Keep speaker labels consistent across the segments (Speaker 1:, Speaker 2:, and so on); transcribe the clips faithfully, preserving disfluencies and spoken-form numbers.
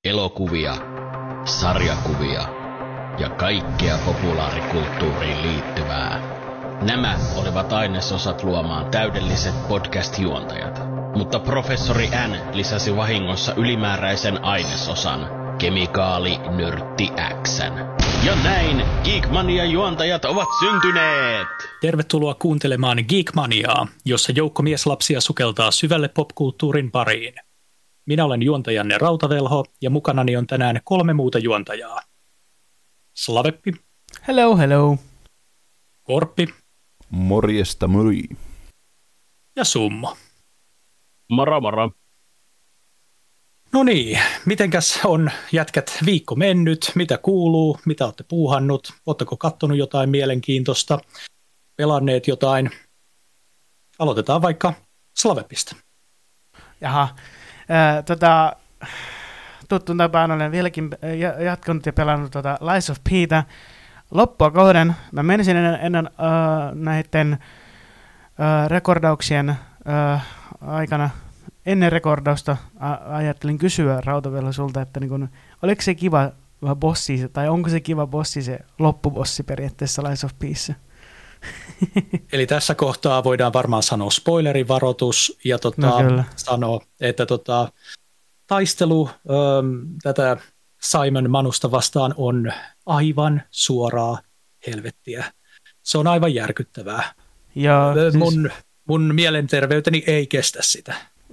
Speaker 1: elokuvia, sarjakuvia ja kaikkea populaarikulttuuriin liittyvää. Nämä olivat ainesosat luomaan täydelliset podcast-juontajat, mutta professori N lisäsi vahingossa ylimääräisen ainesosan, kemikaalinörtti X:n. Ja näin Geekmania-juontajat ovat syntyneet!
Speaker 2: Tervetuloa kuuntelemaan Geekmaniaa, jossa joukko mieslapsia sukeltaa syvälle popkulttuurin pariin. Minä olen juontajanne Rautavelho ja mukanani on tänään kolme muuta juontajaa. Slaveppi.
Speaker 3: Hello, hello.
Speaker 2: Korppi.
Speaker 4: Morjesta, moi.
Speaker 2: Ja Summo.
Speaker 5: Moro, moro.
Speaker 2: No niin, mitenkäs on jätkät viikko mennyt? Mitä kuuluu? Mitä olette puuhannut? Oletteko kattonut jotain mielenkiintoista? Pelanneet jotain? Aloitetaan vaikka Slavepista.
Speaker 3: Jaha, äh, tota, tuttuun tapaan olen vieläkin jatkanut ja pelannut tota Lies of P:tä loppua kohden. Mä menisin ennen, ennen äh, näiden äh, rekordauksien äh, aikana, ennen rekordausta a- ajattelin kysyä Rautavelho sulta, että niin kun, oliko se kiva bossi, tai onko se kiva bossi se loppubossi periaatteessa Lies of P:ssä?
Speaker 2: Eli tässä kohtaa voidaan varmaan sanoa spoilerivaroitus ja tota, no sanoa, että tota, taistelu ähm, tätä Simon Manusta vastaan on aivan suoraa helvettiä. Se on aivan järkyttävää.
Speaker 3: Ja,
Speaker 2: mun,
Speaker 3: siis...
Speaker 2: mun mielenterveyteni ei kestä sitä.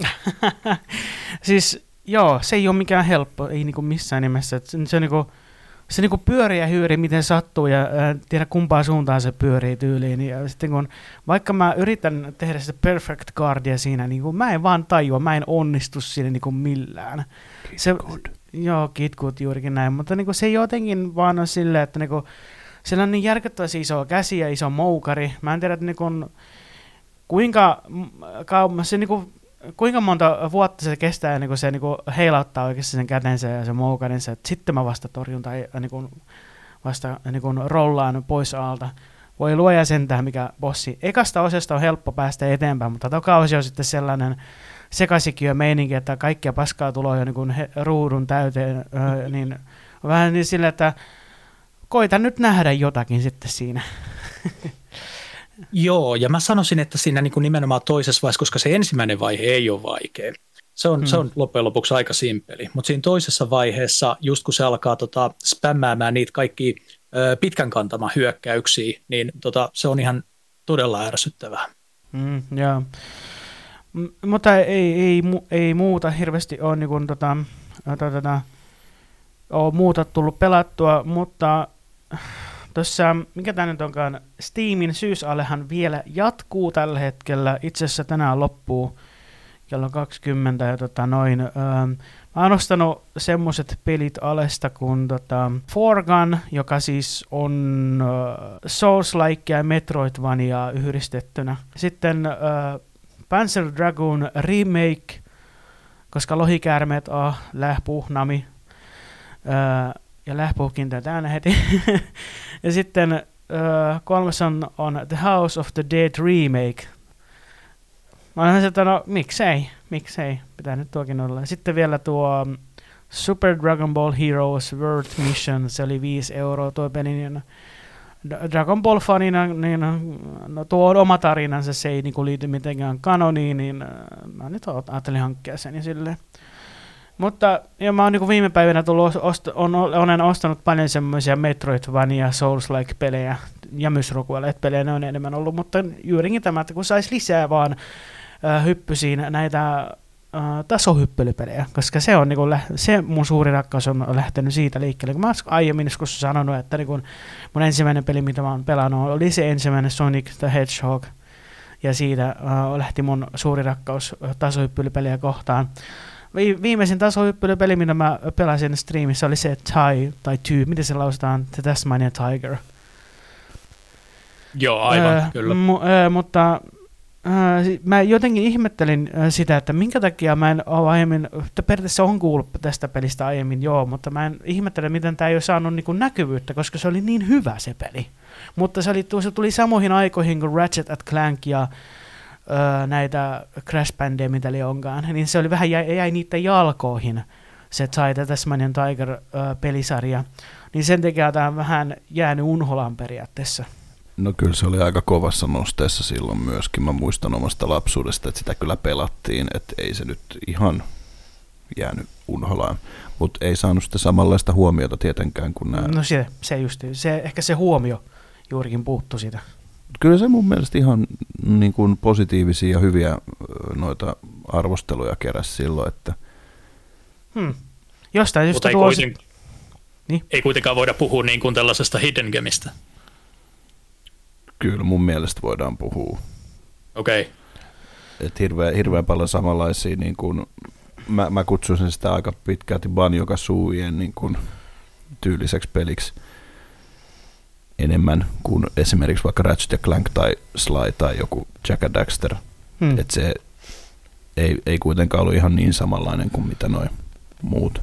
Speaker 3: Siis joo, se ei ole mikään helppo, ei niinku missään nimessä. Se, se, niinku, se niinku pyörii ja hyyrii miten sattuu ja ää, tiedä kumpaan suuntaan se pyörii tyyliin. Ja sitten kun, vaikka mä yritän tehdä sitä perfect guardia siinä, niin kun, mä en vaan tajua, mä en onnistu siinä niinku millään.
Speaker 4: Kid
Speaker 3: se,
Speaker 4: good.
Speaker 3: Joo, Kid good juurikin näin, mutta niinku, se jotenkin vaan on silleen, että niinku, siellä on niin järkyttävästi iso käsi ja iso moukari. Mä en tiedä, että niinku, kuinka kauan se niinku, kuinka monta vuotta se kestää ennen kuin se niinku heilauttaa oikeasti sen kätensä ja se moukarinsa, että sitten mä vasta torjun tai niinku vasta niinku rollaan pois alta. Voi luoja sentään mikä bossi. Ekasta osasta on helppo päästä eteenpäin, mutta toka osi on sitten sellainen sekasikiö meininki, että kaikkia paskaa tulee jo niinku he, ruudun täyteen, öö, niin vähän niin sillä, että koita nyt nähdä jotakin sitten siinä.
Speaker 2: Joo, ja mä sanoisin, että siinä niin kuin nimenomaan toisessa vaiheessa, koska se ensimmäinen vaihe ei ole vaikea. Se on, hmm. se on loppujen lopuksi aika simppeli, mutta siinä toisessa vaiheessa, just kun se alkaa tota, spämmäämään niitä kaikki ö, pitkän kantaman hyökkäyksiä, niin tota, se on ihan todella ärsyttävää.
Speaker 3: Mm, joo. M- mutta ei, ei, mu- ei muuta hirveästi ole, niin kuin, tota, tota, ole muuta tullut pelattua, mutta... Tuossa, mikä tämä nyt onkaan, Steamin syysallehan vielä jatkuu tällä hetkellä. Itse asiassa tänään loppuu kello kaksikymmentä ja tota noin. Öö, mä oon ostanut semmoset pelit alesta kuin tota Forgun, joka siis on öö, Souls-like ja Metroidvania yhdistettynä. Sitten öö, Panzer Dragoon Remake, koska lohikäärmeet on lähpuhnami. Öö, ja lähpuhkin tätä heti. Ja sitten uh, kolmas on, on The House of the Dead Remake. Mä olen että no miksei, miksei, pitää nyt tuokin olla. Sitten vielä tuo Super Dragon Ball Heroes World Mission, se oli viisi euroa tuo peli. Niin Dragon Ball fanina, niin no, tuo on oma tarinansa, se ei niinku liity mitenkään kanoniin, niin mä nyt ajattelin hankkia sen ja silleen. Mutta ja mä oon niin viime päivinä tullut ost- on, olen ostanut paljon semmoisia Metroidvania, Souls-like-pelejä ja myös Roguelite-pelejä, ne on enemmän ollut, mutta juurikin tämä, että kun sais lisää vaan äh, hyppysiin näitä äh, tasohyppelypelejä, koska se on niin lä- se mun suuri rakkaus on lähtenyt siitä liikkeelle. Kun mä oon aiemmin joskus sanonut, että niin mun ensimmäinen peli, mitä mä oon pelannut, oli se ensimmäinen Sonic the Hedgehog, ja siitä äh, lähti mun suuri rakkaus tasohyppelypeliä kohtaan. Viimeisin tasohyppelypeli, mitä mä pelasin streamissa, oli se Tai, tai Ty, miten se lausutaan, The Tasmanian Tiger.
Speaker 2: Joo, aivan, äh, kyllä.
Speaker 3: M- äh, mutta äh, mä jotenkin ihmettelin äh, sitä, että minkä takia mä en ole aiemmin, periaatteessa on kuullut tästä pelistä aiemmin, joo, mutta mä en ihmettele, miten tää ei ole saanut niin kuin näkyvyyttä, koska se oli niin hyvä se peli. Mutta se, oli, se tuli samoihin aikoihin kuin Ratchet and Clank ja öö, näitä Crash Bandia, mitä oli onkaan, niin se oli vähän jäi, jäi niiden jalkoihin se Ty the Tasmanian Tiger-pelisarja, niin sen takia tämä on vähän jäänyt unholaan periaatteessa.
Speaker 4: No kyllä se oli aika kovassa nosteessa silloin myöskin. Mä muistan omasta lapsuudesta, että sitä kyllä pelattiin, että ei se nyt ihan jäänyt unholaan, mutta ei saanut sitä samanlaista huomiota tietenkään kuin nämä.
Speaker 3: No se, se just, se, ehkä se huomio juurikin puuttui siitä.
Speaker 4: Kyllä se mun mielestä ihan niin kuin positiivisia ja hyviä noita arvosteluja keräsi silloin, että
Speaker 3: hmm. Jostain syystä
Speaker 2: ei,
Speaker 3: tuo...
Speaker 2: kuiten...
Speaker 3: niin?
Speaker 2: ei kuitenkaan voida puhua niin kuin tällaisesta hidden gameista.
Speaker 4: Kyllä mun mielestä voidaan puhua.
Speaker 2: Okei. Okay.
Speaker 4: Että hirveän, hirveän paljon samanlaisia, niin kuin, mä, mä kutsuisin sitä aika pitkälti Banjo-Kazooien niin kuin tyyliseksi peliksi enemmän kuin esimerkiksi vaikka Ratchet ja Clank tai Sly tai joku Jack and Daxter. Hmm. Että se ei, ei kuitenkaan ollut ihan niin samanlainen kuin mitä noi muut.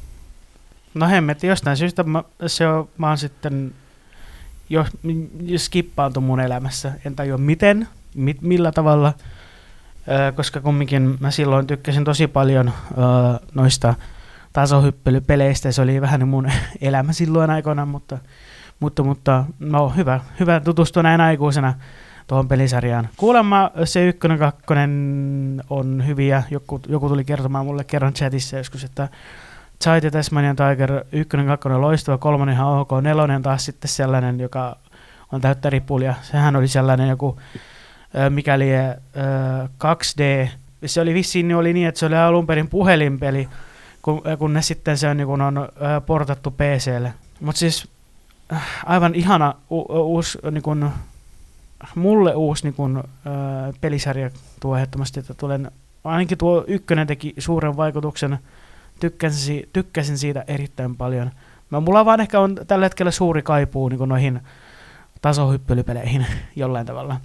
Speaker 3: No hemmetti, jostain syystä mä, se on, mä oon sitten jo, skippaantu mun elämässä. En tajua miten, mit, millä tavalla, ö, koska kumminkin mä silloin tykkäsin tosi paljon ö, noista tasohyppelypeleistä. Se oli vähän mun elämä silloin aikoina, mutta, mutta, mutta no, hyvä, hyvä tutustua näin aikuisena tuohon pelisarjaan. Kuulemma se ykkönen, kakkonen on hyviä. Joku, joku tuli kertomaan mulle kerran chatissa joskus, että Ty the Tasmanian Tiger ykkönen, kakkonen loistava, kolmonen ihan ok, nelonen taas sitten sellainen, joka on täyttä ripulia. Sehän oli sellainen joku, mikäli kaksi D, se oli vissiin niin, oli niin, että se oli alun perin puhelinpeli, kun, kunnes sitten se on, niin kun on portattu P C:lle. Mutta siis aivan ihana u- uusi, niin kun, mulle uusi niin kun, pelisarja tuo ehdottomasti, että tulen, ainakin tuo ykkönen teki suuren vaikutuksen. Tykkäsin, tykkäsin siitä erittäin paljon. Mä, mulla vaan ehkä on tällä hetkellä suuri kaipuu niin kuin noihin tasohyppelypeleihin jollain tavalla.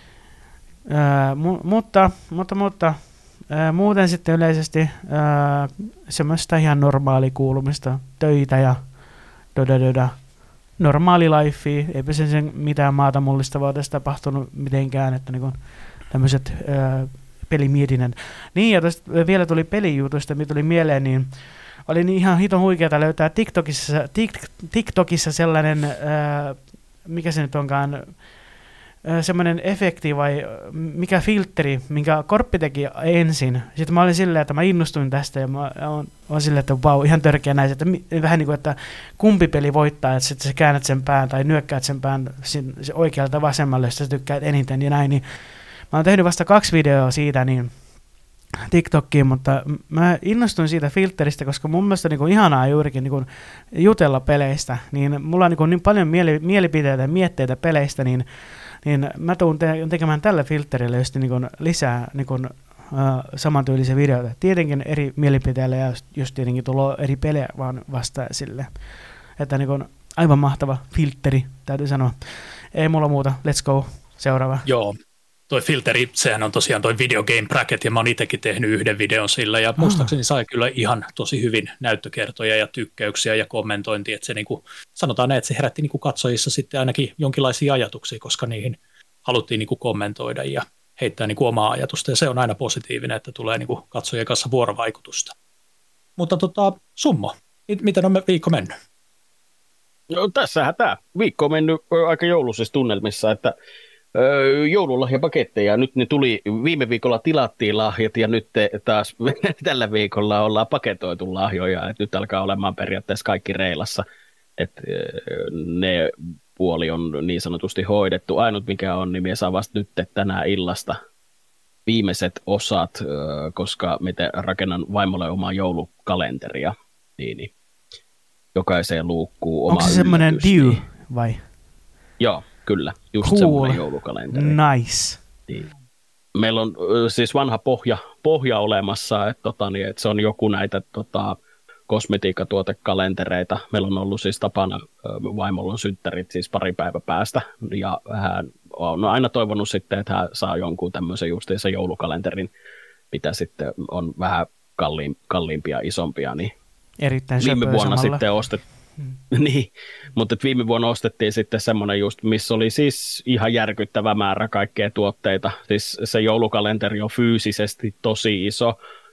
Speaker 3: Öö, mu, mutta mutta, mutta öö, muuten sitten yleisesti öö, semmoista ihan normaali kuulumista, töitä ja dodododda, normaali lifea. Eipä sen, sen mitään maata mullistavaa tässä tapahtunut mitenkään, että niin tämmöiset... Öö, pelimietinen. Niin, ja tosta vielä tuli pelijutuista, mitä tuli mieleen, niin oli niin ihan hiton huikeata löytää TikTokissa, tik, TikTokissa sellainen, ää, mikä se nyt onkaan, ää, semmoinen efekti vai mikä filtteri, minkä Korppi teki ensin. Sitten mä olin silleen, että mä innostuin tästä, ja mä oon, oon silleen, että vau, ihan törkeä näin, että mi, vähän niin kuin, että kumpi peli voittaa, että sitten sä käännät sen pään tai nyökkäät sen pään sin, se oikealta vasemmalle, jos sä tykkäät eniten ja näin, niin mä oon tehnyt vasta kaksi videoa siitä niin TikTokiin, mutta mä innostuin siitä filteristä, koska mun mielestä on niin kuin ihanaa juurikin niin kuin jutella peleistä, niin mulla on niin, kuin niin paljon mieli, mielipiteitä ja mietteitä peleistä, niin, niin mä tuun te- tekemään tällä filterillä just niin kuin lisää niin kuin, uh, samantyylisiä videoita. Tietenkin eri mielipiteillä ja just, just tietenkin tulee eri pelejä vaan vastaan sille. Että niin kuin aivan mahtava filteri, täytyy sanoa. Ei mulla muuta, let's go, seuraava.
Speaker 2: Joo. Toi filteri, sehän on tosiaan toi Video Game Bracket, ja mä oon itsekin tehnyt yhden videon sillä, ja muistaakseni sai kyllä ihan tosi hyvin näyttökertoja ja tykkäyksiä ja kommentointia, että se niinku, sanotaan näin, että se herätti niinku katsojissa sitten ainakin jonkinlaisia ajatuksia, koska niihin haluttiin niinku kommentoida ja heittää niinku omaa ajatusta, ja se on aina positiivinen, että tulee niinku katsojien kanssa vuorovaikutusta. Mutta tota, Summo, miten on viikko mennyt?
Speaker 5: No, tässähän tämä viikko on mennyt aika jouluisissa tunnelmissa, että joululahjapaketteja. Nyt ne tuli, viime viikolla tilattiin lahjat ja nyt taas tällä viikolla ollaan paketoitu lahjoja. Et nyt alkaa olemaan periaatteessa kaikki reilassa. Et ne puoli on niin sanotusti hoidettu. Ainut mikä on, niin minä saan vasta nyt tänään illasta viimeiset osat, koska miten rakennan vaimolle omaa joulukalenteria. Niin, niin. Jokaiseen luukkuu oma
Speaker 3: Onko se semmoinen Dew vai?
Speaker 5: Joo. Kyllä, just
Speaker 3: cool.
Speaker 5: semmoinen joulukalenteri.
Speaker 3: Nice.
Speaker 5: Niin. Meillä on siis vanha pohja, pohja olemassa, että, tota, niin, että se on joku näitä tota, kosmetiikkatuotekalentereita. Meillä on ollut siis tapana, vaimolla on synttärit siis pari päivä päästä, ja hän on aina toivonut sitten, että hän saa jonkun tämmöisen justiinsa joulukalenterin, mitä sitten on vähän kalliin, kalliimpia, isompia, niin
Speaker 3: erittäin
Speaker 5: viime vuonna
Speaker 3: samalla.
Speaker 5: sitten ostettiin. Hmm. Niin, mutta viime vuonna ostettiin sitten semmoinen just, missä oli siis ihan järkyttävä määrä kaikkea tuotteita. Siis se joulukalenteri on fyysisesti tosi iso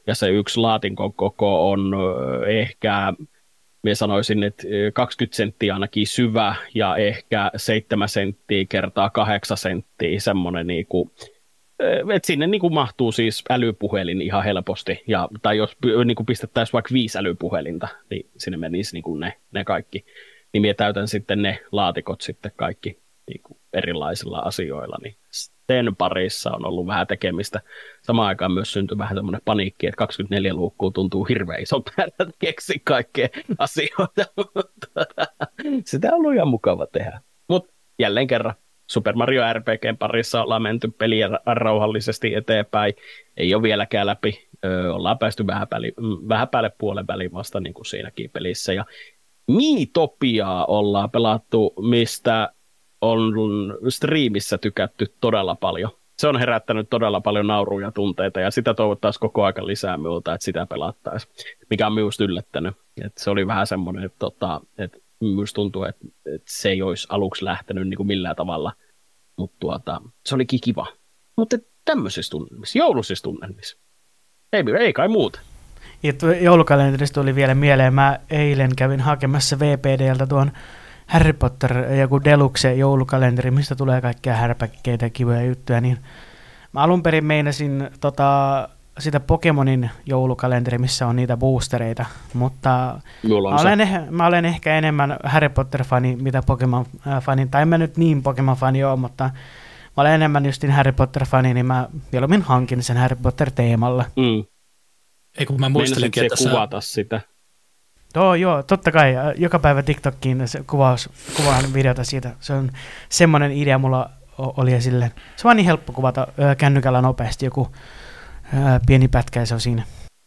Speaker 5: ja se yksi laatikon koko on ehkä, minä sanoisin, että kaksikymmentä senttiä ainakin syvä ja ehkä seitsemän senttiä kertaa kahdeksan senttiä, semmoinen niinku, että sinne niinku mahtuu siis älypuhelin ihan helposti, ja, tai jos niinku pistettäisiin vaikka viisi älypuhelinta, niin sinne menisi niinku ne, ne kaikki, niin minä täytän sitten ne laatikot sitten kaikki niinku erilaisilla asioilla, niin sen parissa on ollut vähän tekemistä. Samaan aikaan myös syntyi vähän semmoinen paniikki, että kaksikymmentäneljä luukkua tuntuu hirveän ison määrän keksiä kaikkea asioita, mutta sitä on ollut ihan mukava tehdä. Mutta jälleen kerran Super Mario R P G:n parissa ollaan menty peliä rauhallisesti eteenpäin. Ei ole vieläkään läpi. Öö, ollaan päästy vähän, päälle, vähän päälle puolen väliin vasta niin kuin siinäkin pelissä. Ja Miitopiaa ollaan pelattu, mistä on striimissä tykätty todella paljon. Se on herättänyt todella paljon nauruja tunteita, ja sitä toivottaisiin koko ajan lisää minulta, että sitä pelattaisiin, mikä on minusta yllättänyt. Et se oli vähän semmoinen, että, tota, että minusta tuntuu, että, että se ei olisi aluksi lähtenyt niin kuin millään tavalla, mutta tuota, se olikin kiva. Mutta tämmöisissä tunnelmissa, joulusissa tunnelmissa, ei, ei kai muuta.
Speaker 3: Ja joulukalenterista tuli vielä mieleen, mä eilen kävin hakemassa V P D:ltä tuon Harry Potter joku Deluxe joulukalenteri, mistä tulee kaikkia härpäkkeitä ja kivoja juttuja, niin mä alun perin meinasin tota, sitä Pokemonin joulukalenteri, missä on niitä boostereita, mutta mä olen, eh, mä olen ehkä enemmän Harry Potter-fani, mitä Pokemon-fani, tai en mä nyt niin Pokemon-fani ole, mutta mä olen enemmän justin Harry Potter-fani, niin mä mieluummin hankin sen Harry Potter-teemalla.
Speaker 5: Mm.
Speaker 2: Ei kun mä muistelinkin, että
Speaker 5: se kuvata sitä.
Speaker 3: Joo, joo, totta kai. Joka päivä TikTokkiin se kuvaus, kuvaan videota siitä. Se on semmoinen idea mulla oli ja silleen. Se on vaan niin helppo kuvata ö, kännykällä nopeasti joku ö, pieni pätkä ja se on siinä.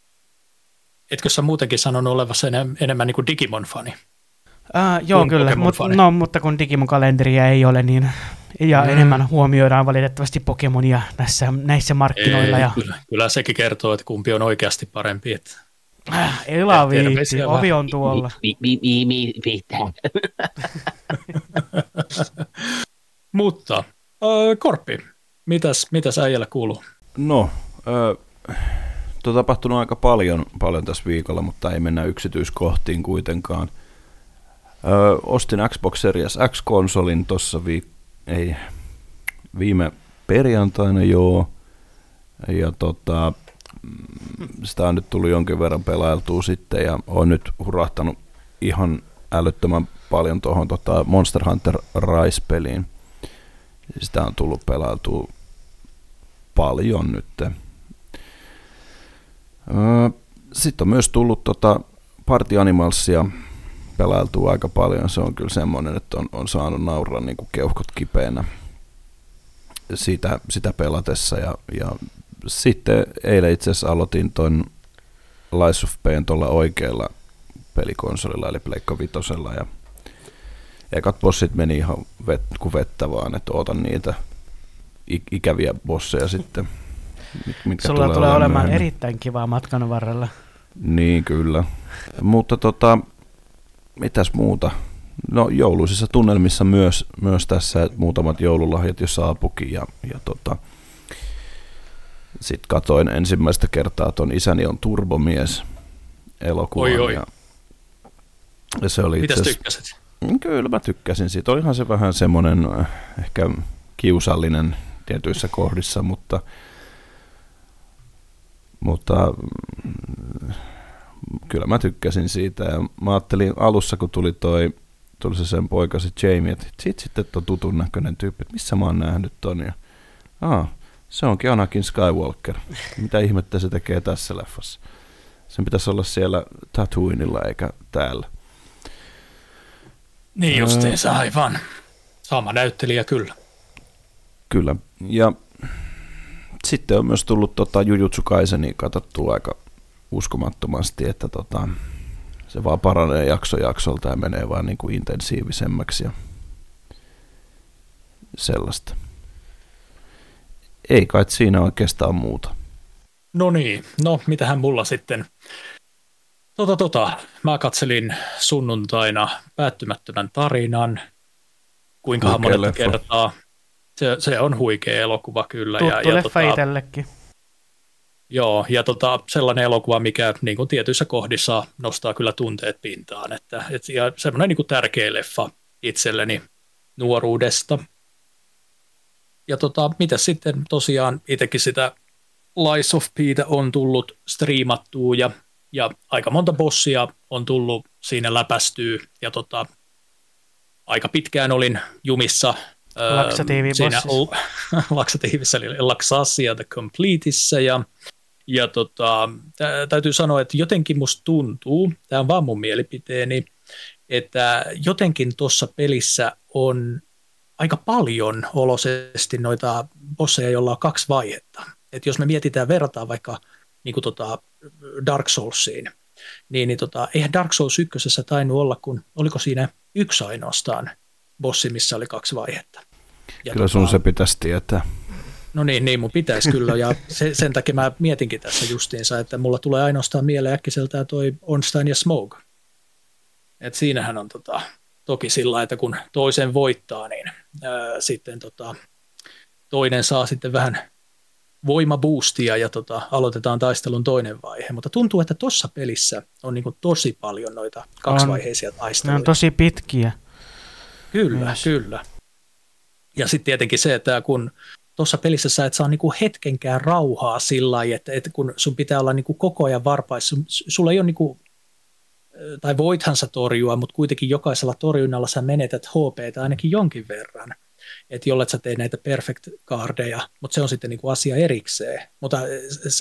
Speaker 2: Etkö sä muutenkin sanonut olevassa enemmän, enemmän niin kuin Digimon-fani?
Speaker 3: Uh, joo,
Speaker 2: kun
Speaker 3: kyllä. Mut, no, mutta kun Digimon-kalenteria ei ole, niin ja mm. enemmän huomioidaan valitettavasti Pokemonia näissä, näissä markkinoilla.
Speaker 2: Ei,
Speaker 3: ja...
Speaker 2: kyllä, kyllä sekin kertoo, että kumpi on oikeasti parempi. Että...
Speaker 3: Äh, ei la viitti, ovi on tuolla.
Speaker 5: Mi, mi, mi, mi, mi,
Speaker 2: Mutta, äh, Korppi, mitäs, mitäs äijällä kuuluu?
Speaker 4: No, äh, on tapahtunut aika paljon, paljon tässä viikolla, mutta ei mennä yksityiskohtiin kuitenkaan. Äh, ostin Xbox Series X-konsolin tuossa viik- ei, viime perjantaina, joo, ja tota... sitä on nyt tullut jonkin verran pelailtua sitten ja on nyt hurahtanut ihan älyttömän paljon tuohon tota Monster Hunter Rise-peliin. Sitä on tullut pelailtua paljon nyt. Sitten on myös tullut tota Party Animalsia pelailtua aika paljon. Se on kyllä semmoinen, että on, on saanut nauraa niin kuin keuhkot kipeänä sitä, sitä pelatessa ja, ja sitten eilen itse asiassa aloitin ton Lies of P:n tuolla oikealla pelikonsolilla, eli Pleikka Vitosella, ja ekat bossit meni ihan vet, kuin vettä vaan, että ootan niitä ik- ikäviä bosseja sitten, mitkä
Speaker 3: Sulla tulee, tulee olemaan myöhemmin. Erittäin kivaa matkan varrella.
Speaker 4: Niin, kyllä. Mutta tota, mitäs muuta? No jouluisissa tunnelmissa myös, myös tässä muutamat joululahjat jo saapukin, ja, ja tota... Sitten katoin ensimmäistä kertaa ton Isäni on turbomies elokuvan.
Speaker 2: Oi, oi.
Speaker 4: Ja, ja se oli
Speaker 2: mitäs
Speaker 4: itse...
Speaker 2: tykkäsit?
Speaker 4: Kyllä mä tykkäsin siitä. Olihan se vähän semmoinen ehkä kiusallinen tietyissä kohdissa, mutta, mutta kyllä mä tykkäsin siitä. Ja mä ajattelin alussa, kun tuli toi tuli se sen poika, se Jamie, että sit sitten on tutun näköinen tyyppi, että missä mä oon nähnyt ton. Ja, aa, se onkin Anakin Skywalker. Mitä ihmettä se tekee tässä leffassa? Sen pitäisi olla siellä Tatooinilla eikä täällä.
Speaker 2: Niin justiinsa, aivan. Sama näyttelijä kyllä.
Speaker 4: Kyllä. Ja sitten on myös tullut tota Jujutsu Kaisenia katsottua aika uskomattomasti, että tota, se vaan paranee jakso jaksolta ja menee vaan niin kuin intensiivisemmäksi ja sellaista. Ei kai siinä oikeastaan muuta.
Speaker 2: No niin, no mitähän mulla sitten? Tota tota, mä katselin sunnuntaina Päättymättömän tarinan. Kuinkahan
Speaker 4: huikea
Speaker 2: monetta
Speaker 4: leffa.
Speaker 2: kertaa. Se, se on huikea elokuva kyllä.
Speaker 3: Tuttu
Speaker 2: ja, ja
Speaker 3: leffa
Speaker 2: tota,
Speaker 3: itsellekin.
Speaker 2: Joo, ja tota, sellainen elokuva, mikä niin kuin tietyissä kohdissa nostaa kyllä tunteet pintaan. Että, et, ja semmoinen niin kuin tärkeä leffa itselleni nuoruudesta. Ja tota, mitä sitten tosiaan itsekin sitä Lies of P:tä on tullut striimattua ja, ja aika monta bossia on tullut siinä läpästyä. Ja tota, aika pitkään olin jumissa siinä laksatiivisessa, eli Laksassia The Completeissä ja Ja tota, tä, täytyy sanoa, että jotenkin musta tuntuu, tämä on vaan mun mielipiteeni, että jotenkin tuossa pelissä on aika paljon olosesti noita bosseja, joilla on kaksi vaihetta. Et jos me mietitään, verrataan vaikka niin kuin tota Dark Soulsiin, niin, niin tota, eihän Dark Souls ykkösessä tainnut olla, kun oliko siinä yksi ainoastaan bossi, missä oli kaksi vaihetta. Ja
Speaker 4: Kyllä sun tota, se pitäisi tietää.
Speaker 2: No niin, niin mun pitäisi kyllä, ja se, sen takia mä mietinkin tässä justiinsa, että mulla tulee ainoastaan mieleen äkkiseltään toi Ornstein ja Smough. Et siinähän on tota, toki sillä, että kun toisen voittaa, niin ää, sitten tota, toinen saa sitten vähän voimaboostia ja tota, aloitetaan taistelun toinen vaihe. Mutta tuntuu, että tuossa pelissä on niinku tosi paljon noita kaksivaiheisia taisteluja.
Speaker 3: Ne on tosi pitkiä.
Speaker 2: Kyllä, yes. kyllä. Ja sitten tietenkin se, että kun tuossa pelissä sä et saa niinku hetkenkään rauhaa sillä lailla, että, että kun sun pitää olla niinku koko ajan varpaissa, sulla ei ole niinku, tai voithan sä torjua, mutta kuitenkin jokaisella torjunnalla sä menetät H P:tä ainakin jonkin verran, että jollet sä teet näitä perfect guardeja, mutta se on sitten niinku asia erikseen. Mutta äh,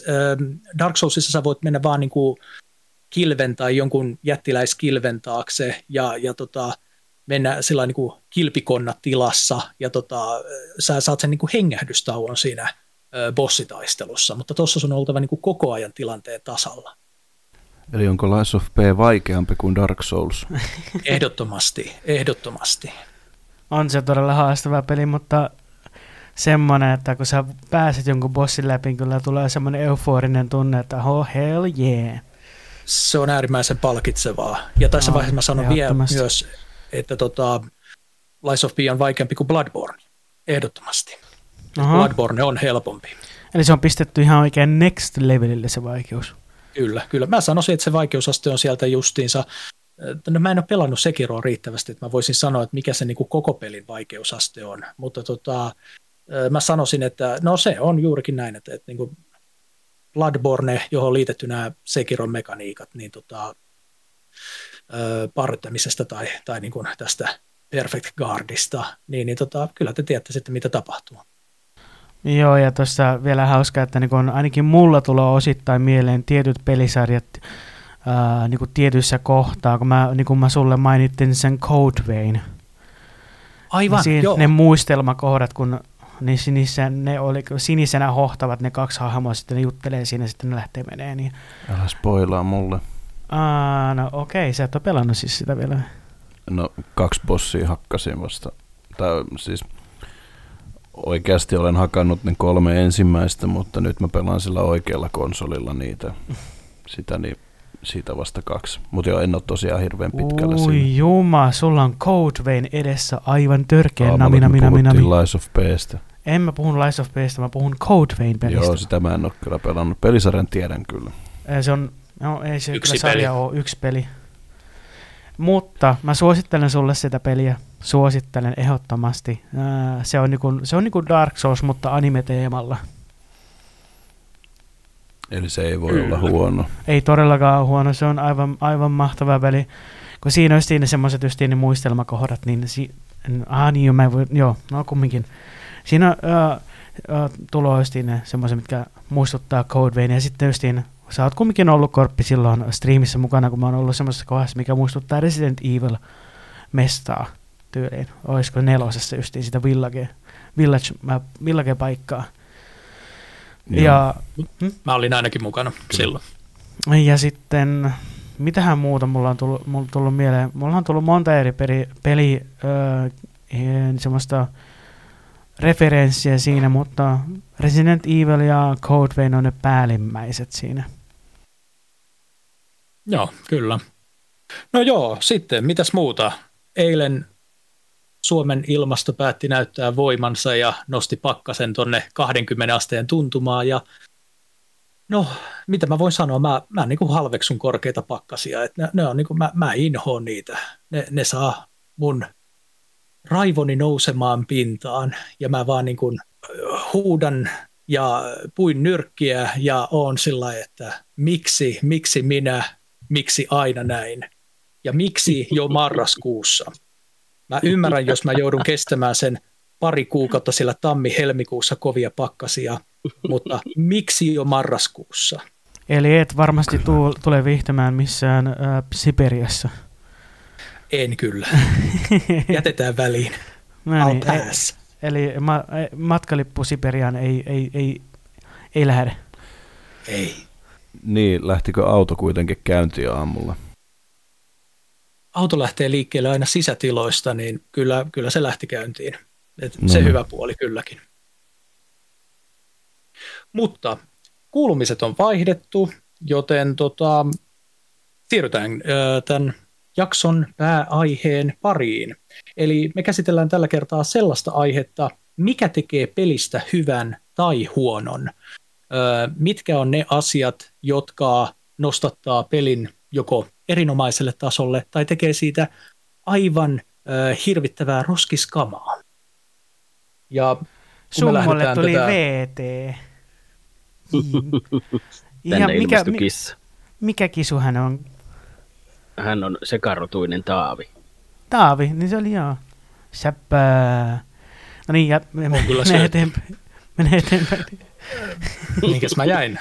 Speaker 2: Dark Soulsissa sä voit mennä vaan niinku kilven tai jonkun jättiläiskilven taakse ja, ja tota, mennä sillä niin kuin kilpikonna-tilassa, ja tota, sä saat sen niin kuin hengähdystauon siinä ö, bossitaistelussa, mutta tuossa sun on oltava niin kuin koko ajan tilanteen tasalla.
Speaker 4: Eli onko Lies of P vaikeampi kuin Dark Souls?
Speaker 2: Ehdottomasti, ehdottomasti.
Speaker 3: On se todella haastava peli, mutta semmoinen, että kun sä pääset jonkun bossin läpi, kyllä tulee semmoinen euforinen tunne, että oh hell yeah.
Speaker 2: Se on äärimmäisen palkitsevaa. Ja tässä no, vaiheessa mä sanon vielä myös, että tota, Lies of P on vaikeampi kuin Bloodborne, ehdottomasti. Aha. Bloodborne on helpompi.
Speaker 3: Eli se on pistetty ihan oikein next levelille se vaikeus.
Speaker 2: Kyllä, kyllä. Mä sanoisin, että se vaikeusaste on sieltä justiinsa, no mä en ole pelannut Sekiroa riittävästi, että mä voisin sanoa, että mikä se niin kuin koko pelin vaikeusaste on, mutta tota, mä sanoisin, että no se on juurikin näin, että, että niin kuin Bloodborne, johon on liitetty nämä Sekiron mekaniikat, niin tota, parryttämisestä tai, tai niin kuin tästä Perfect Guardista, niin, niin tota, kyllä te tiedätte sitten, mitä tapahtuu.
Speaker 3: Joo, ja tuossa vielä hauskaa, että niin kun ainakin mulla tulee osittain mieleen tietyt pelisarjat ää, niin kuin tietyissä kohtaa, kun mä, niin kun mä sulle mainittin sen Code Vein.
Speaker 2: Aivan,
Speaker 3: siinä,
Speaker 2: joo.
Speaker 3: Ne muistelmakohdat, kun niin sinissä, ne oli, sinisenä hohtavat ne kaksi hahmoa, sitten ne juttelee siinä, sitten ne lähtee menee. Niin.
Speaker 4: Älä spoilaa mulle.
Speaker 3: Aa, no okei, sä et ole pelannut siis sitä vielä.
Speaker 4: No kaksi bossia hakkasin vasta. Tai siis oikeasti olen hakannut ne kolme ensimmäistä, mutta nyt mä pelaan sillä oikealla konsolilla niitä. Sitä niin siitä vasta kaksi. Mutta jo en ole tosiaan hirveän pitkällä
Speaker 3: Ui,
Speaker 4: siinä.
Speaker 3: Ui juma, sulla on Code Vein edessä aivan törkeä nami, nami,
Speaker 4: nami,
Speaker 3: nami.
Speaker 4: puhuttiin Lies of P:stä.
Speaker 3: En mä puhun Lies of P:stä, mä puhun Code Vein pelistä.
Speaker 4: Joo, sitä mä en ole kyllä pelannut. Pelisarjan tiedän kyllä.
Speaker 3: Se on, no ei se
Speaker 2: yksi
Speaker 3: kyllä sarja ole yksi peli. Mutta mä suosittelen sulle sitä peliä. Suosittelen ehdottomasti. Ää, se on niinku, se on niinku Dark Souls, mutta anime-teemalla.
Speaker 4: Eli se ei voi mm. olla huono.
Speaker 3: Ei todellakaan huono, se on aivan, aivan mahtava peli. Kun siinä olisi siinä semmoiset just ne muistelmakohdat, niin, si- ah, niin jo, mä voi, joo, no kumminkin. Siinä äh, äh, tulee just ne semmoiset, mitkä muistuttaa Code Vein, ja sitten just siinä, sä oot kumminkin ollut Korppi silloin striimissä mukana, kun mä oon ollut semmoisessa kohdassa, mikä muistuttaa Resident Evil mestaa tyyliin. Olisiko nelosessa justiin sitä village, village, village-paikkaa. Ja,
Speaker 2: hm? Mä olin ainakin mukana Kyllä. silloin.
Speaker 3: Ja sitten, mitähän muuta mulla on tullut, mulla on tullut mieleen? Mulla on tullut monta eri peli, peli öö, semmoista referenssiä siinä, mutta Resident Evil ja Code Vein on ne päällimmäiset siinä.
Speaker 2: Joo, kyllä. No joo, sitten mitäs muuta? Eilen Suomen ilmasto päätti näyttää voimansa ja nosti pakkasen tonne kaksikymmentä asteen tuntumaan ja No, mitä mä voin sanoa, mä, mä niin kuin halveksun korkeita pakkasia, että ne, ne on niin kuin, mä, mä inhoon niitä, ne, ne saa mun raivoni nousemaan pintaan ja mä vaan niin kuin huudan ja puin nyrkkiä ja oon sillä lailla, että miksi, miksi minä, miksi aina näin ja miksi jo marraskuussa. Mä ymmärrän, jos mä joudun kestämään sen pari kuukautta sillä tammi-helmikuussa kovia pakkasia, mutta miksi jo marraskuussa?
Speaker 3: Eli et varmasti tuu, tule viihtymään missään äh, Siperiassa.
Speaker 2: En kyllä. Jätetään väliin.
Speaker 3: No niin, e- eli ma- matkalippu Siperiaan ei, ei, ei, ei lähde.
Speaker 2: Ei.
Speaker 4: Niin, lähtikö auto kuitenkin käyntiin aamulla?
Speaker 2: Auto lähtee liikkeelle aina sisätiloista, niin kyllä, kyllä se lähti käyntiin. Et
Speaker 4: no
Speaker 2: se
Speaker 4: niin.
Speaker 2: hyvä puoli kylläkin. Mutta kuulumiset on vaihdettu, joten tota, siirrytään ö, tämän jakson pääaiheen pariin. Eli me käsitellään tällä kertaa sellaista aihetta, mikä tekee pelistä hyvän tai huonon. Ö, mitkä on ne asiat, jotka nostattaa pelin joko erinomaiselle tasolle tai tekee siitä aivan ö, hirvittävää roskiskamaa. Ja
Speaker 3: Summolle tuli
Speaker 2: tätä...
Speaker 3: V T.
Speaker 5: Tänne
Speaker 3: mikä,
Speaker 5: ilmestyi
Speaker 3: mi-
Speaker 5: kissa.
Speaker 3: mikä kisu hän on?
Speaker 5: Hän on sekarotuinen Taavi.
Speaker 3: Taavi, niin se oli joo. Säppää. No niin, ja mene eteenpäin. Mene eteenpäin.
Speaker 2: Minkäs mä jäin?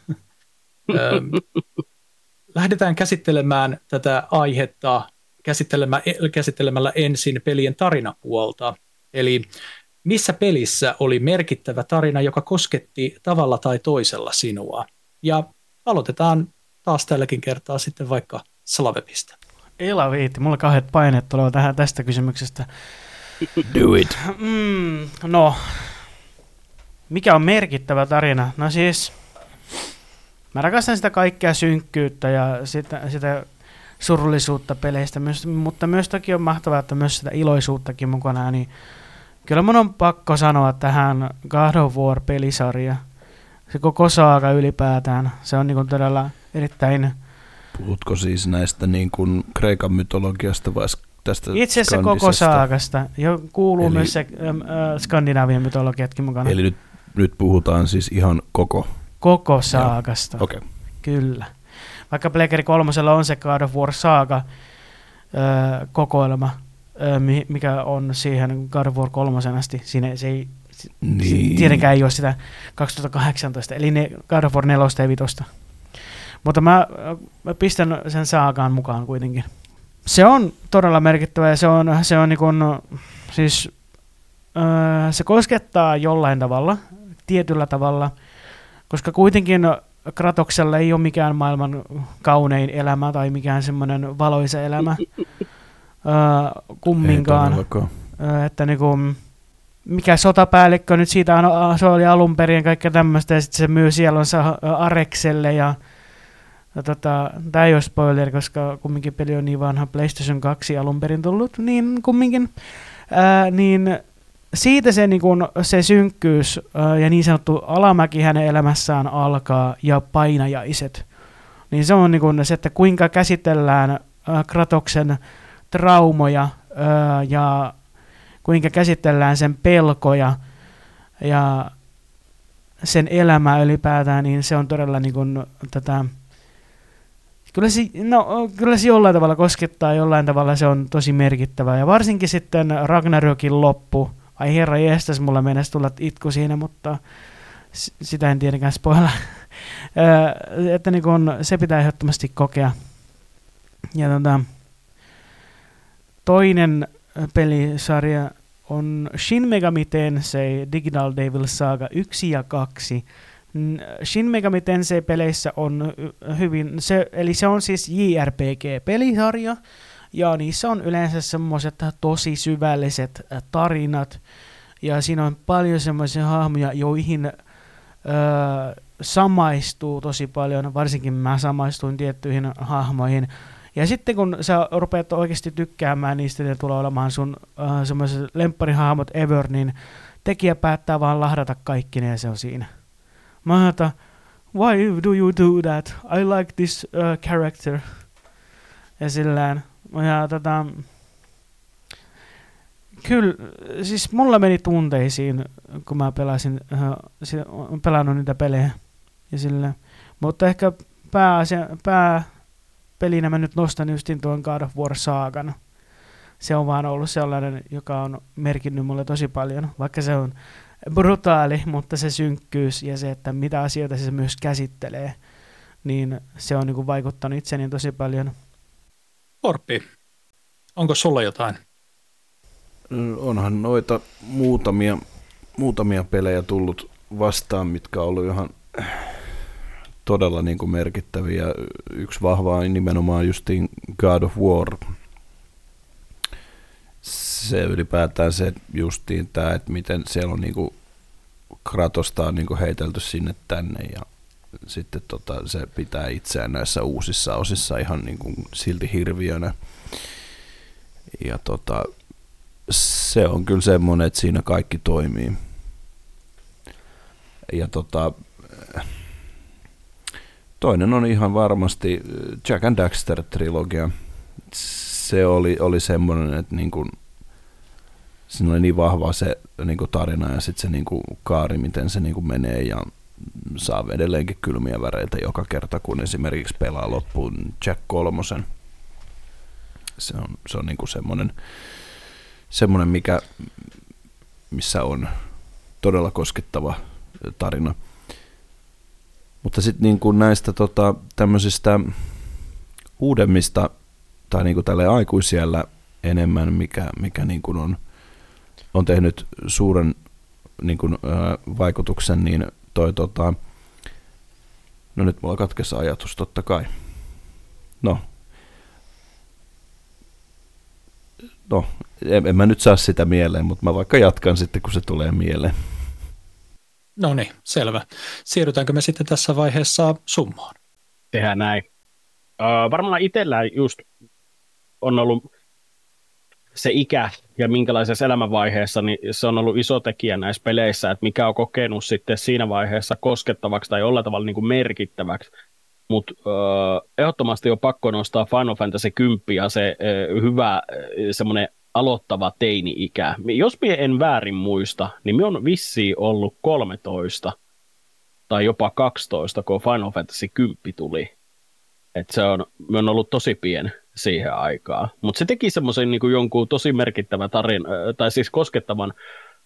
Speaker 2: Lähdetään käsittelemään tätä aihetta käsittelemällä ensin pelien tarinapuolta. Eli missä pelissä oli merkittävä tarina, joka kosketti tavalla tai toisella sinua? Ja aloitetaan taas tälläkin kertaa sitten vaikka Slavepistä.
Speaker 3: Ela viitti, mulla kahdet paineet tulevat tähän tästä kysymyksestä.
Speaker 4: Do it.
Speaker 3: Mm, no, mikä on merkittävä tarina? No siis, mä rakastan sitä kaikkea synkkyyttä ja sitä, sitä surullisuutta peleistä, myös, mutta myös toki on mahtavaa, että myös sitä iloisuuttakin mukana, niin kyllä mun on pakko sanoa tähän God of War-pelisarja. Se koko saaga ylipäätään, se on niin todella erittäin...
Speaker 4: Puhutko siis näistä niin kuin Kreikan mytologiasta vai tästä
Speaker 3: itse asiassa koko saagasta. Jo kuuluu eli, myös se äh, Skandinavian mytologiatkin mukana.
Speaker 4: Eli nyt, nyt puhutaan siis ihan koko...
Speaker 3: Koko saagasta.
Speaker 4: Okei. Okay.
Speaker 3: Kyllä. Vaikka Pleikkari kolmosella on se God of War saaga äh, kokoelma, äh, mikä on siihen God of War kolmosen asti. Siinä se ei... Niin. Tietenkään ei ole sitä kaksituhattakahdeksantoista, eli ne God of War neljä ja viisi. Mutta mä, mä pistän sen saagaan mukaan kuitenkin. Se on todella merkittävä ja se on, se on niin kuin, siis, öö, se koskettaa jollain tavalla, tietyllä tavalla, koska kuitenkin Kratoksella ei ole mikään maailman kaunein elämä tai mikään semmoinen valoisa elämä öö, kumminkaan. Öö, että niin kuin, mikä sotapäällikkö nyt siitä on, se oli alun perin kaikkea tämmöistä ja sitten se myy sielunsa Arekselle ja No, tota, tämä ei ole spoileri, koska kumminkin peli on niin vanha PlayStation kaksi alun perin tullut, niin kumminkin. Ää, niin siitä se, niin kun, se synkkyys ää, ja niin sanottu alamäki hänen elämässään alkaa ja painajaiset. Niin se on niin kun, se, että kuinka käsitellään ää, Kratoksen traumoja ää, ja kuinka käsitellään sen pelkoja ja sen elämää ylipäätään, niin se on todella niin kun, tätä... Kyllä se, no, kyllä se jollain tavalla koskettaa, jollain tavalla se on tosi merkittävä. Ja varsinkin sitten Ragnarokin loppu. Ai herra jestas, mulla mennessä tulla itku siinä, mutta s- sitä en tietenkään spoilla. että niin kun, se pitää ehdottomasti kokea. Ja tota, toinen pelisarja on Shin Megami Tensei Digital Devil Saga yksi ja kaksi. Shin Megami Tensei-peleissä on hyvin, se, eli se on siis J R P G-pelisarja, ja niissä on yleensä semmoiset tosi syvälliset tarinat, ja siinä on paljon semmoisia hahmoja, joihin öö, samaistuu tosi paljon, varsinkin mä samaistuin tiettyihin hahmoihin, ja sitten kun sä rupeat oikeasti tykkäämään niistä, ne tulee olemaan sun öö, semmoiset lempparihahmot ever, niin tekijä päättää vaan lahdata kaikki ne, ja se on siinä. Mä oon, why do you do that? I like this uh, character. Ja sillään, ja tota, kyllä, siis mulla meni tunteisiin, kun mä pelasin, uh, pelannut niitä pelejä. Ja sillään, mutta ehkä pääasia, pääpelinä mä nyt nostan justin tuon God of War -saagan. Se on vaan ollut sellainen, joka on merkinnyt mulle tosi paljon, vaikka se on brutaali, mutta se synkkyys ja se, että mitä asioita se myös käsittelee, niin se on niinku vaikuttanut itseni tosi paljon.
Speaker 2: Orppi, onko sulla jotain?
Speaker 4: Onhan noita muutamia, muutamia pelejä tullut vastaan, mitkä on ollut ihan todella niin kuin merkittäviä. Yksi vahva on nimenomaan justiin God of War. Se ylipäätään se justiin tämä, että miten siellä on niin kuin Kratosta on niin kuin heitelty sinne tänne ja sitten tota, se pitää itseään näissä uusissa osissa ihan niin kuin silti hirviönä. Ja tota, se on kyllä semmoinen, että siinä kaikki toimii. Ja tota, toinen on ihan varmasti Jack and Daxter-trilogia. Se oli, oli semmoinen, että niin kuin, siinä oli niin vahva se niin kuin tarina ja sitten se niin kuin kaari, miten se niin kuin menee ja saa edelleenkin kylmiä väreitä joka kerta, kun esimerkiksi pelaa loppuun Jack kolmosen. Se on, se on niin kuin semmoinen, semmoinen, mikä, missä on todella koskettava tarina. Mutta sitten niin kuin näistä tota, tämmöisistä uudemmista tai niin kuin tälle aikuisiellä enemmän, mikä, mikä niin kuin on, on tehnyt suuren niin kuin, ää, vaikutuksen, niin toi tota, no nyt mulla katkesi ajatus totta kai. No, no en, en mä nyt saa sitä mieleen, mutta mä vaikka jatkan sitten, kun se tulee mieleen.
Speaker 2: No niin, selvä. Siirrytäänkö me sitten tässä vaiheessa summaan?
Speaker 5: Tehdään näin. Uh, varmaan itsellä just on ollut se ikä ja minkälaisessa elämänvaiheessa, niin se on ollut iso tekijä näissä peleissä, että mikä on kokenut sitten siinä vaiheessa koskettavaksi tai jollain tavalla niin kuin merkittäväksi. Mutta uh, ehdottomasti on pakko nostaa Final Fantasy kymmenen ja se uh, hyvä uh, semmoinen aloittava teini-ikä. Jos minä en väärin muista, niin minä on vissiin ollut kolmetoista tai jopa kaksitoista, kun Final Fantasy kymmenen tuli. Et se on, minä on ollut tosi pieni siihen aikaan. Mutta se teki semmoisen niin kuin jonkun tosi merkittävän tarin, tai siis koskettavan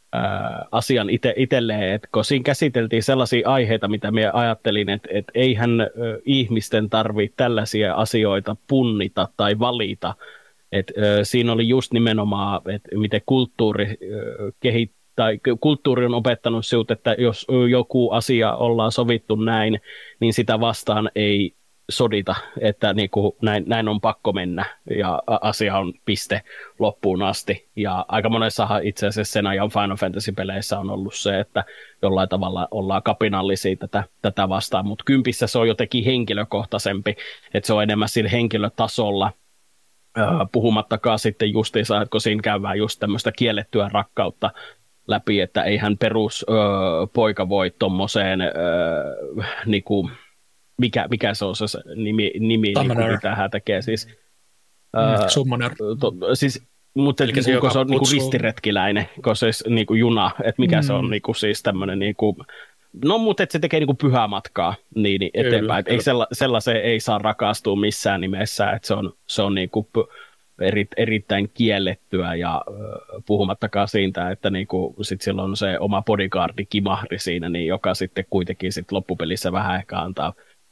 Speaker 5: ää, asian ite, itselleen, että kun siinä käsiteltiin sellaisia aiheita, mitä minä ajattelin, että et eihän ä, ihmisten tarvitse tällaisia asioita punnita tai valita. Et, ä, siinä oli just nimenomaan, että miten kulttuuri ä, kehittää, tai kulttuuri on opettanut sinut, että jos joku asia ollaan sovittu näin, niin sitä vastaan ei sodita, että niin kuin näin, näin on pakko mennä ja asia on piste loppuun asti. Ja aika monessahan itse asiassa sen ajan Final Fantasy-peleissä on ollut se, että jollain tavalla ollaan kapinallisia tätä, tätä vastaan, mutta kympissä se on jotenkin henkilökohtaisempi, että se on enemmän sillä henkilötasolla, puhumattakaan sitten justiinsa, että kun siinä käydään just tämmöistä kiellettyä rakkautta läpi, että eihän perus öö, poika voi tommoseen öö, niinku Mikä, mikä se on se nimi, nimi niin mitä hän tekee. Siis,
Speaker 2: mm, ää, Summoner.
Speaker 5: To, siis, mutta niin, se, kun se on niin kuin ristiretkiläinen, kun se on niin kuin juna, että mikä mm. se on niin kuin, siis tämmöinen, niin kuin, no mutta että se tekee niin kuin pyhää matkaa niin, niin eteenpäin. Kyllä, ei sella, sellaiseen ei saa rakastua missään nimessä, että se on, se on niin kuin eri, erittäin kiellettyä ja äh, puhumattakaan siitä, että niin kuin, sit sillä on se oma bodyguardi Kimahri siinä, niin joka sitten kuitenkin sit loppupelissä vähän ehkä antaa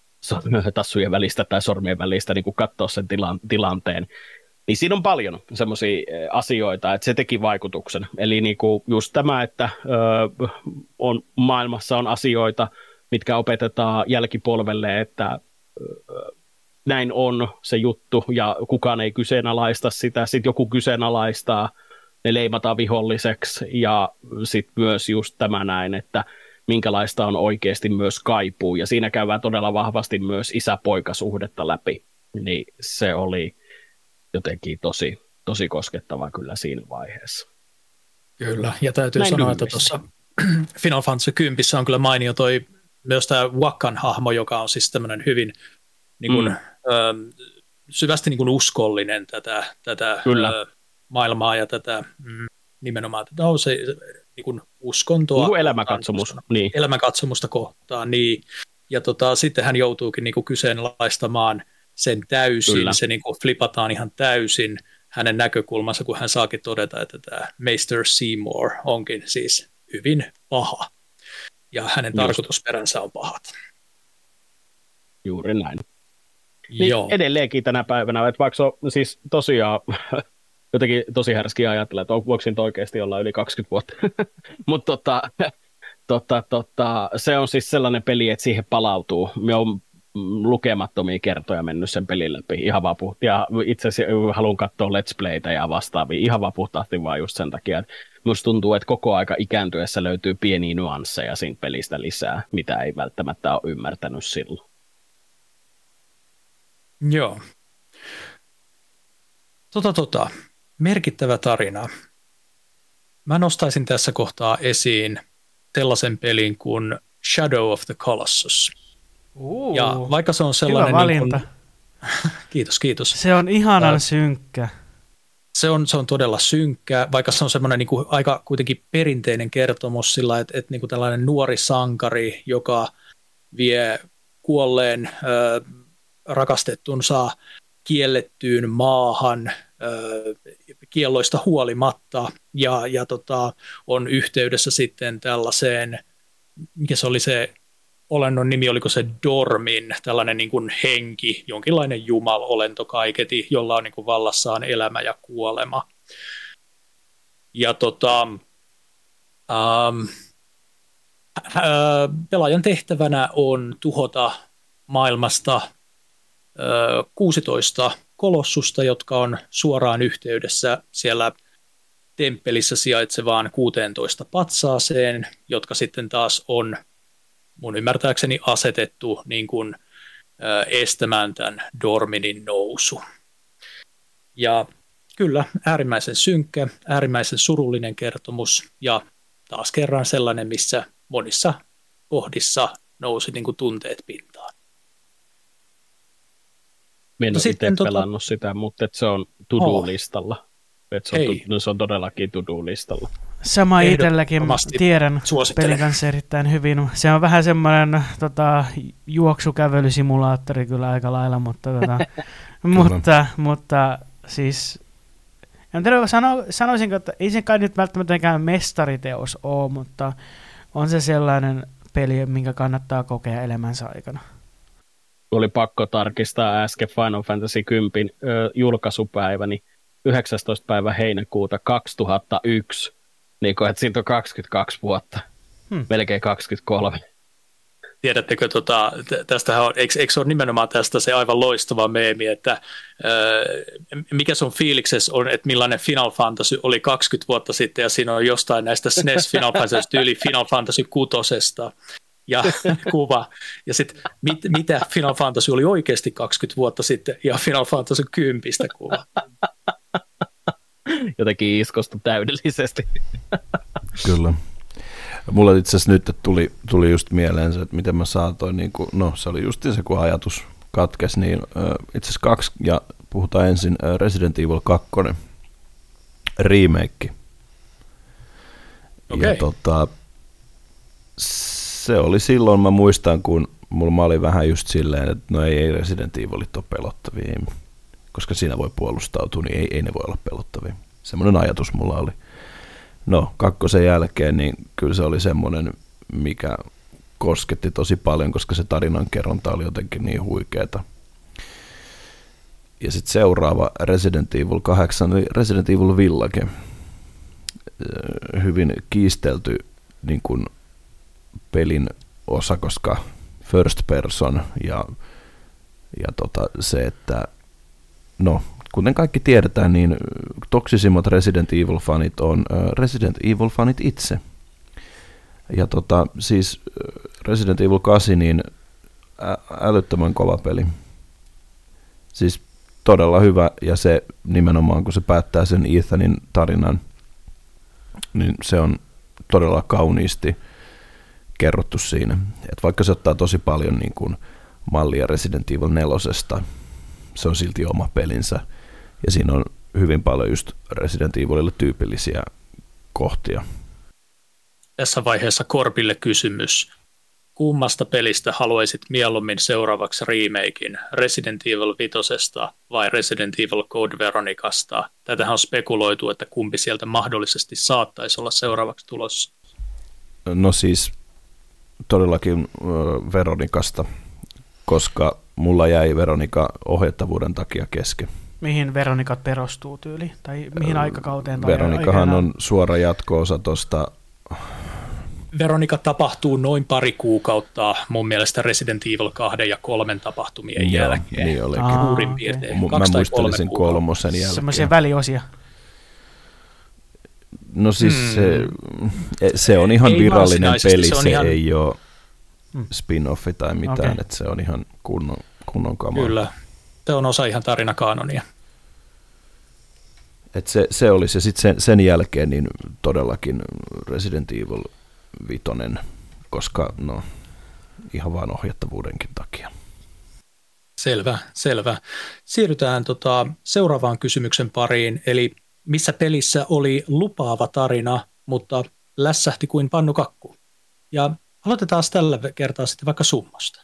Speaker 5: tassujen välistä tai sormien välistä niin kuin katsoa sen tilan, tilanteen. Niin siinä on paljon semmoisia asioita, että se teki vaikutuksen. Eli niin kuin just tämä, että ö, on, maailmassa on asioita, mitkä opetetaan jälkipolvelle, että ö, näin on se juttu ja kukaan ei kyseenalaista sitä. Sitten joku kyseenalaistaa, ne leimataan viholliseksi ja sitten myös just tämä näin, että minkälaista on oikeasti myös kaipuu, ja siinä käydään todella vahvasti myös isä-poikasuhdetta läpi, niin se oli jotenkin tosi, tosi koskettava kyllä siinä vaiheessa.
Speaker 2: Kyllä, ja täytyy
Speaker 5: Näin
Speaker 2: sanoa,
Speaker 5: lyhyesti.
Speaker 2: Että tuossa Final Fantasy kymmenen on kyllä mainio toi myös tämä Wakan hahmo, joka on siis tämmöinen hyvin niin kuin, mm. ö, syvästi niin kuin uskollinen tätä, tätä ö, maailmaa ja tätä mm, nimenomaan tätä no, se, niin kuin uskontoa.
Speaker 5: Niin kuin elämänkatsomus. Niin.
Speaker 2: Elämänkatsomusta kohtaan, niin. Ja tota, sitten hän joutuukin niin kuin kyseenalaistamaan sen täysin, Kyllä. se niin kuin flipataan ihan täysin hänen näkökulmansa, kun hän saakin todeta, että tämä Maester Seymour onkin siis hyvin paha. Ja hänen Just. tarkoitusperänsä on pahat.
Speaker 5: Juuri näin. Niin Joo. Edelleenkin tänä päivänä, että vaikka se on siis tosiaan jotenkin tosi härskiä ajatella, että voiko siitä oikeasti olla yli kaksikymmentä vuotta. Mutta tota, tota, tota, se on siis sellainen peli, että siihen palautuu. Me on lukemattomia kertoja mennyt sen pelin läpi. Ihan vaan puht- ja itse asiassa haluan katsoa Let's Playtä ja vastaavia. Ihan vaan puhtaasti vaan just sen takia, että musta tuntuu, että koko aika ikääntyessä löytyy pieniä nuansseja siinä pelistä lisää, mitä ei välttämättä ole ymmärtänyt silloin.
Speaker 2: Joo. Tota, tota. Merkittävä tarina. Mä nostaisin tässä kohtaa esiin sellaisen pelin kuin Shadow of the Colossus.
Speaker 3: Uh,
Speaker 2: ja vaikka se on sellainen...
Speaker 3: Hyvä valinta.
Speaker 2: Niin kuin, kiitos, kiitos.
Speaker 3: Se on ihanan äh, synkkä.
Speaker 2: Se on, se on todella synkkä, vaikka se on semmoinen niin kuin aika kuitenkin perinteinen kertomus sillä, että, että niin kuin tällainen nuori sankari, joka vie kuolleen äh, rakastettunsa kiellettyyn maahan äh, kielloista huolimatta ja, ja tota, on yhteydessä sitten tällaiseen, mikä se oli se olennon nimi, oliko se Dormin, tällainen niin kuin henki, jonkinlainen jumalolento kaiketi, jolla on niin kuin vallassaan elämä ja kuolema. Ja tota, ähm, äh, pelaajan tehtävänä on tuhota maailmasta äh, kuusitoista kolossusta, jotka on suoraan yhteydessä siellä temppelissä sijaitsevaan kuuteentoista patsaaseen, jotka sitten taas on mun ymmärtääkseni asetettu niin kuin, ä, estämään tämän Dorminin nousu. Ja kyllä, äärimmäisen synkkä, äärimmäisen surullinen kertomus ja taas kerran sellainen, missä monissa kohdissa nousi niin kuin tunteet pintaan.
Speaker 5: Minä en ole itse pelannut tota... sitä, mutta se on to-do-listalla. Se on, tu- se on todellakin to-do-listalla.
Speaker 3: Sama itselläkin tiedän pelin kanssa erittäin hyvin. Se on vähän semmoinen tota, juoksukävelysimulaattori kyllä aika lailla, mutta, tota, mutta, mutta siis en tiedä, sano, sanoisinko, että ei se kai nyt välttämättä mestariteos ole, mutta on se sellainen peli, minkä kannattaa kokea elämänsä aikana.
Speaker 5: Oli pakko tarkistaa äsken Final Fantasy kymmenen ö, julkaisupäivä, niin yhdeksästoista päivä heinäkuuta kaksituhattayksi, niin kuin, että siitä on kaksikymmentäkaksi vuotta, hmm. melkein kaksikymmentäkolme.
Speaker 2: Tiedättekö, tota, tästähän on, eikö, eikö se ole nimenomaan tästä se aivan loistava meemi, että äh, mikä sun fiiliksessä on, että millainen Final Fantasy oli kaksikymmentä vuotta sitten, ja siinä on jostain näistä S N E S Final Fantasy tyyli Final Fantasy kutosesta ja kuva, ja sitten mit, mitä Final Fantasy oli oikeasti kaksikymmentä vuotta sitten, ja Final Fantasy kymmenen kuva.
Speaker 5: Jotenkin iskostu täydellisesti.
Speaker 4: Kyllä. Mulla itse asiassa nyt tuli, tuli just mieleen se, että miten mä saatoin, niin kuin, no se oli just se, kun ajatus katkesi, niin itse asiassa kaksi, ja puhutaan ensin Resident Evil kaksi remake.
Speaker 2: Okay.
Speaker 4: Ja tota, se oli silloin, mä muistan, kun mulla mä olin vähän just silleen, että no ei, ei Resident Evilit ole pelottavia, koska siinä voi puolustautua, niin ei, ei ne voi olla pelottavia. Semmoinen ajatus mulla oli. No, kakkosen jälkeen, niin kyllä se oli semmoinen, mikä kosketti tosi paljon, koska se tarinankerronta oli jotenkin niin huikeeta. Ja sitten seuraava Resident Evil kahdeksan, eli Resident Evil Village. Hyvin kiistelty niin kuin pelin osa, koska first person ja, ja tota, se, että no, kuten kaikki tiedetään, niin toksisimmat Resident Evil-fanit on Resident Evil-fanit itse. Ja tota, siis Resident Evil kahdeksan, niin ä- älyttömän kova peli. Siis todella hyvä, ja se nimenomaan, kun se päättää sen Ethanin tarinan, niin se on todella kauniisti kerrottu siinä. Et vaikka se ottaa tosi paljon niin kuin mallia Resident Evil nelosesta, se on silti oma pelinsä. Ja siinä on hyvin paljon just Resident Evilille tyypillisiä kohtia.
Speaker 2: Tässä vaiheessa Korpille kysymys. Kummasta pelistä haluaisit mieluummin seuraavaksi remakein, Resident Evil vitosesta vai Resident Evil Code Veronicasta? Tätähän on spekuloitu, että kumpi sieltä mahdollisesti saattaisi olla seuraavaksi tulossa.
Speaker 4: No siis todellakin Veronicasta, koska mulla jäi Veronica ohjattavuuden takia kesken.
Speaker 3: Mihin Veronicat perustuu tyyli? Tai mihin aikakauteen? Tai
Speaker 4: Veronicahan
Speaker 3: aikana?
Speaker 4: on suora jatko-osa tuosta.
Speaker 2: Veronica tapahtuu noin pari kuukautta mun mielestä Resident Evil kaksi ja kolmen tapahtumien
Speaker 4: Joo,
Speaker 2: jälkeen.
Speaker 4: niin olikin.
Speaker 3: Aa,
Speaker 2: Suurin
Speaker 3: okay.
Speaker 2: piirtein.
Speaker 4: Mä
Speaker 2: Kaksi tai
Speaker 4: muistelin sen
Speaker 2: kolme
Speaker 4: kolmosen jälkeen.
Speaker 3: Semmoisia väliosia.
Speaker 4: No siis
Speaker 2: Hmm.
Speaker 4: se, se on ihan
Speaker 2: Ei
Speaker 4: virallinen
Speaker 2: varsinaisesti,
Speaker 4: peli,
Speaker 2: se on
Speaker 4: se
Speaker 2: ihan-
Speaker 4: ei ole
Speaker 3: Hmm.
Speaker 4: spin-offi tai mitään,
Speaker 3: Okei.
Speaker 4: että se on ihan kunnon, kunnon kamaa.
Speaker 2: Kyllä, se on osa ihan tarinakaanonia.
Speaker 4: Et se, se oli se sitten sen, sen jälkeen niin todellakin Resident Evil vitonen, koska no ihan vaan ohjattavuudenkin takia.
Speaker 2: Selvä, selvä. Siirrytään tota, seuraavaan kysymyksen pariin, eli missä pelissä oli lupaava tarina, mutta lässähti kuin pannukakku? Ja aloitetaan tällä kertaa sitten vaikka Summosta.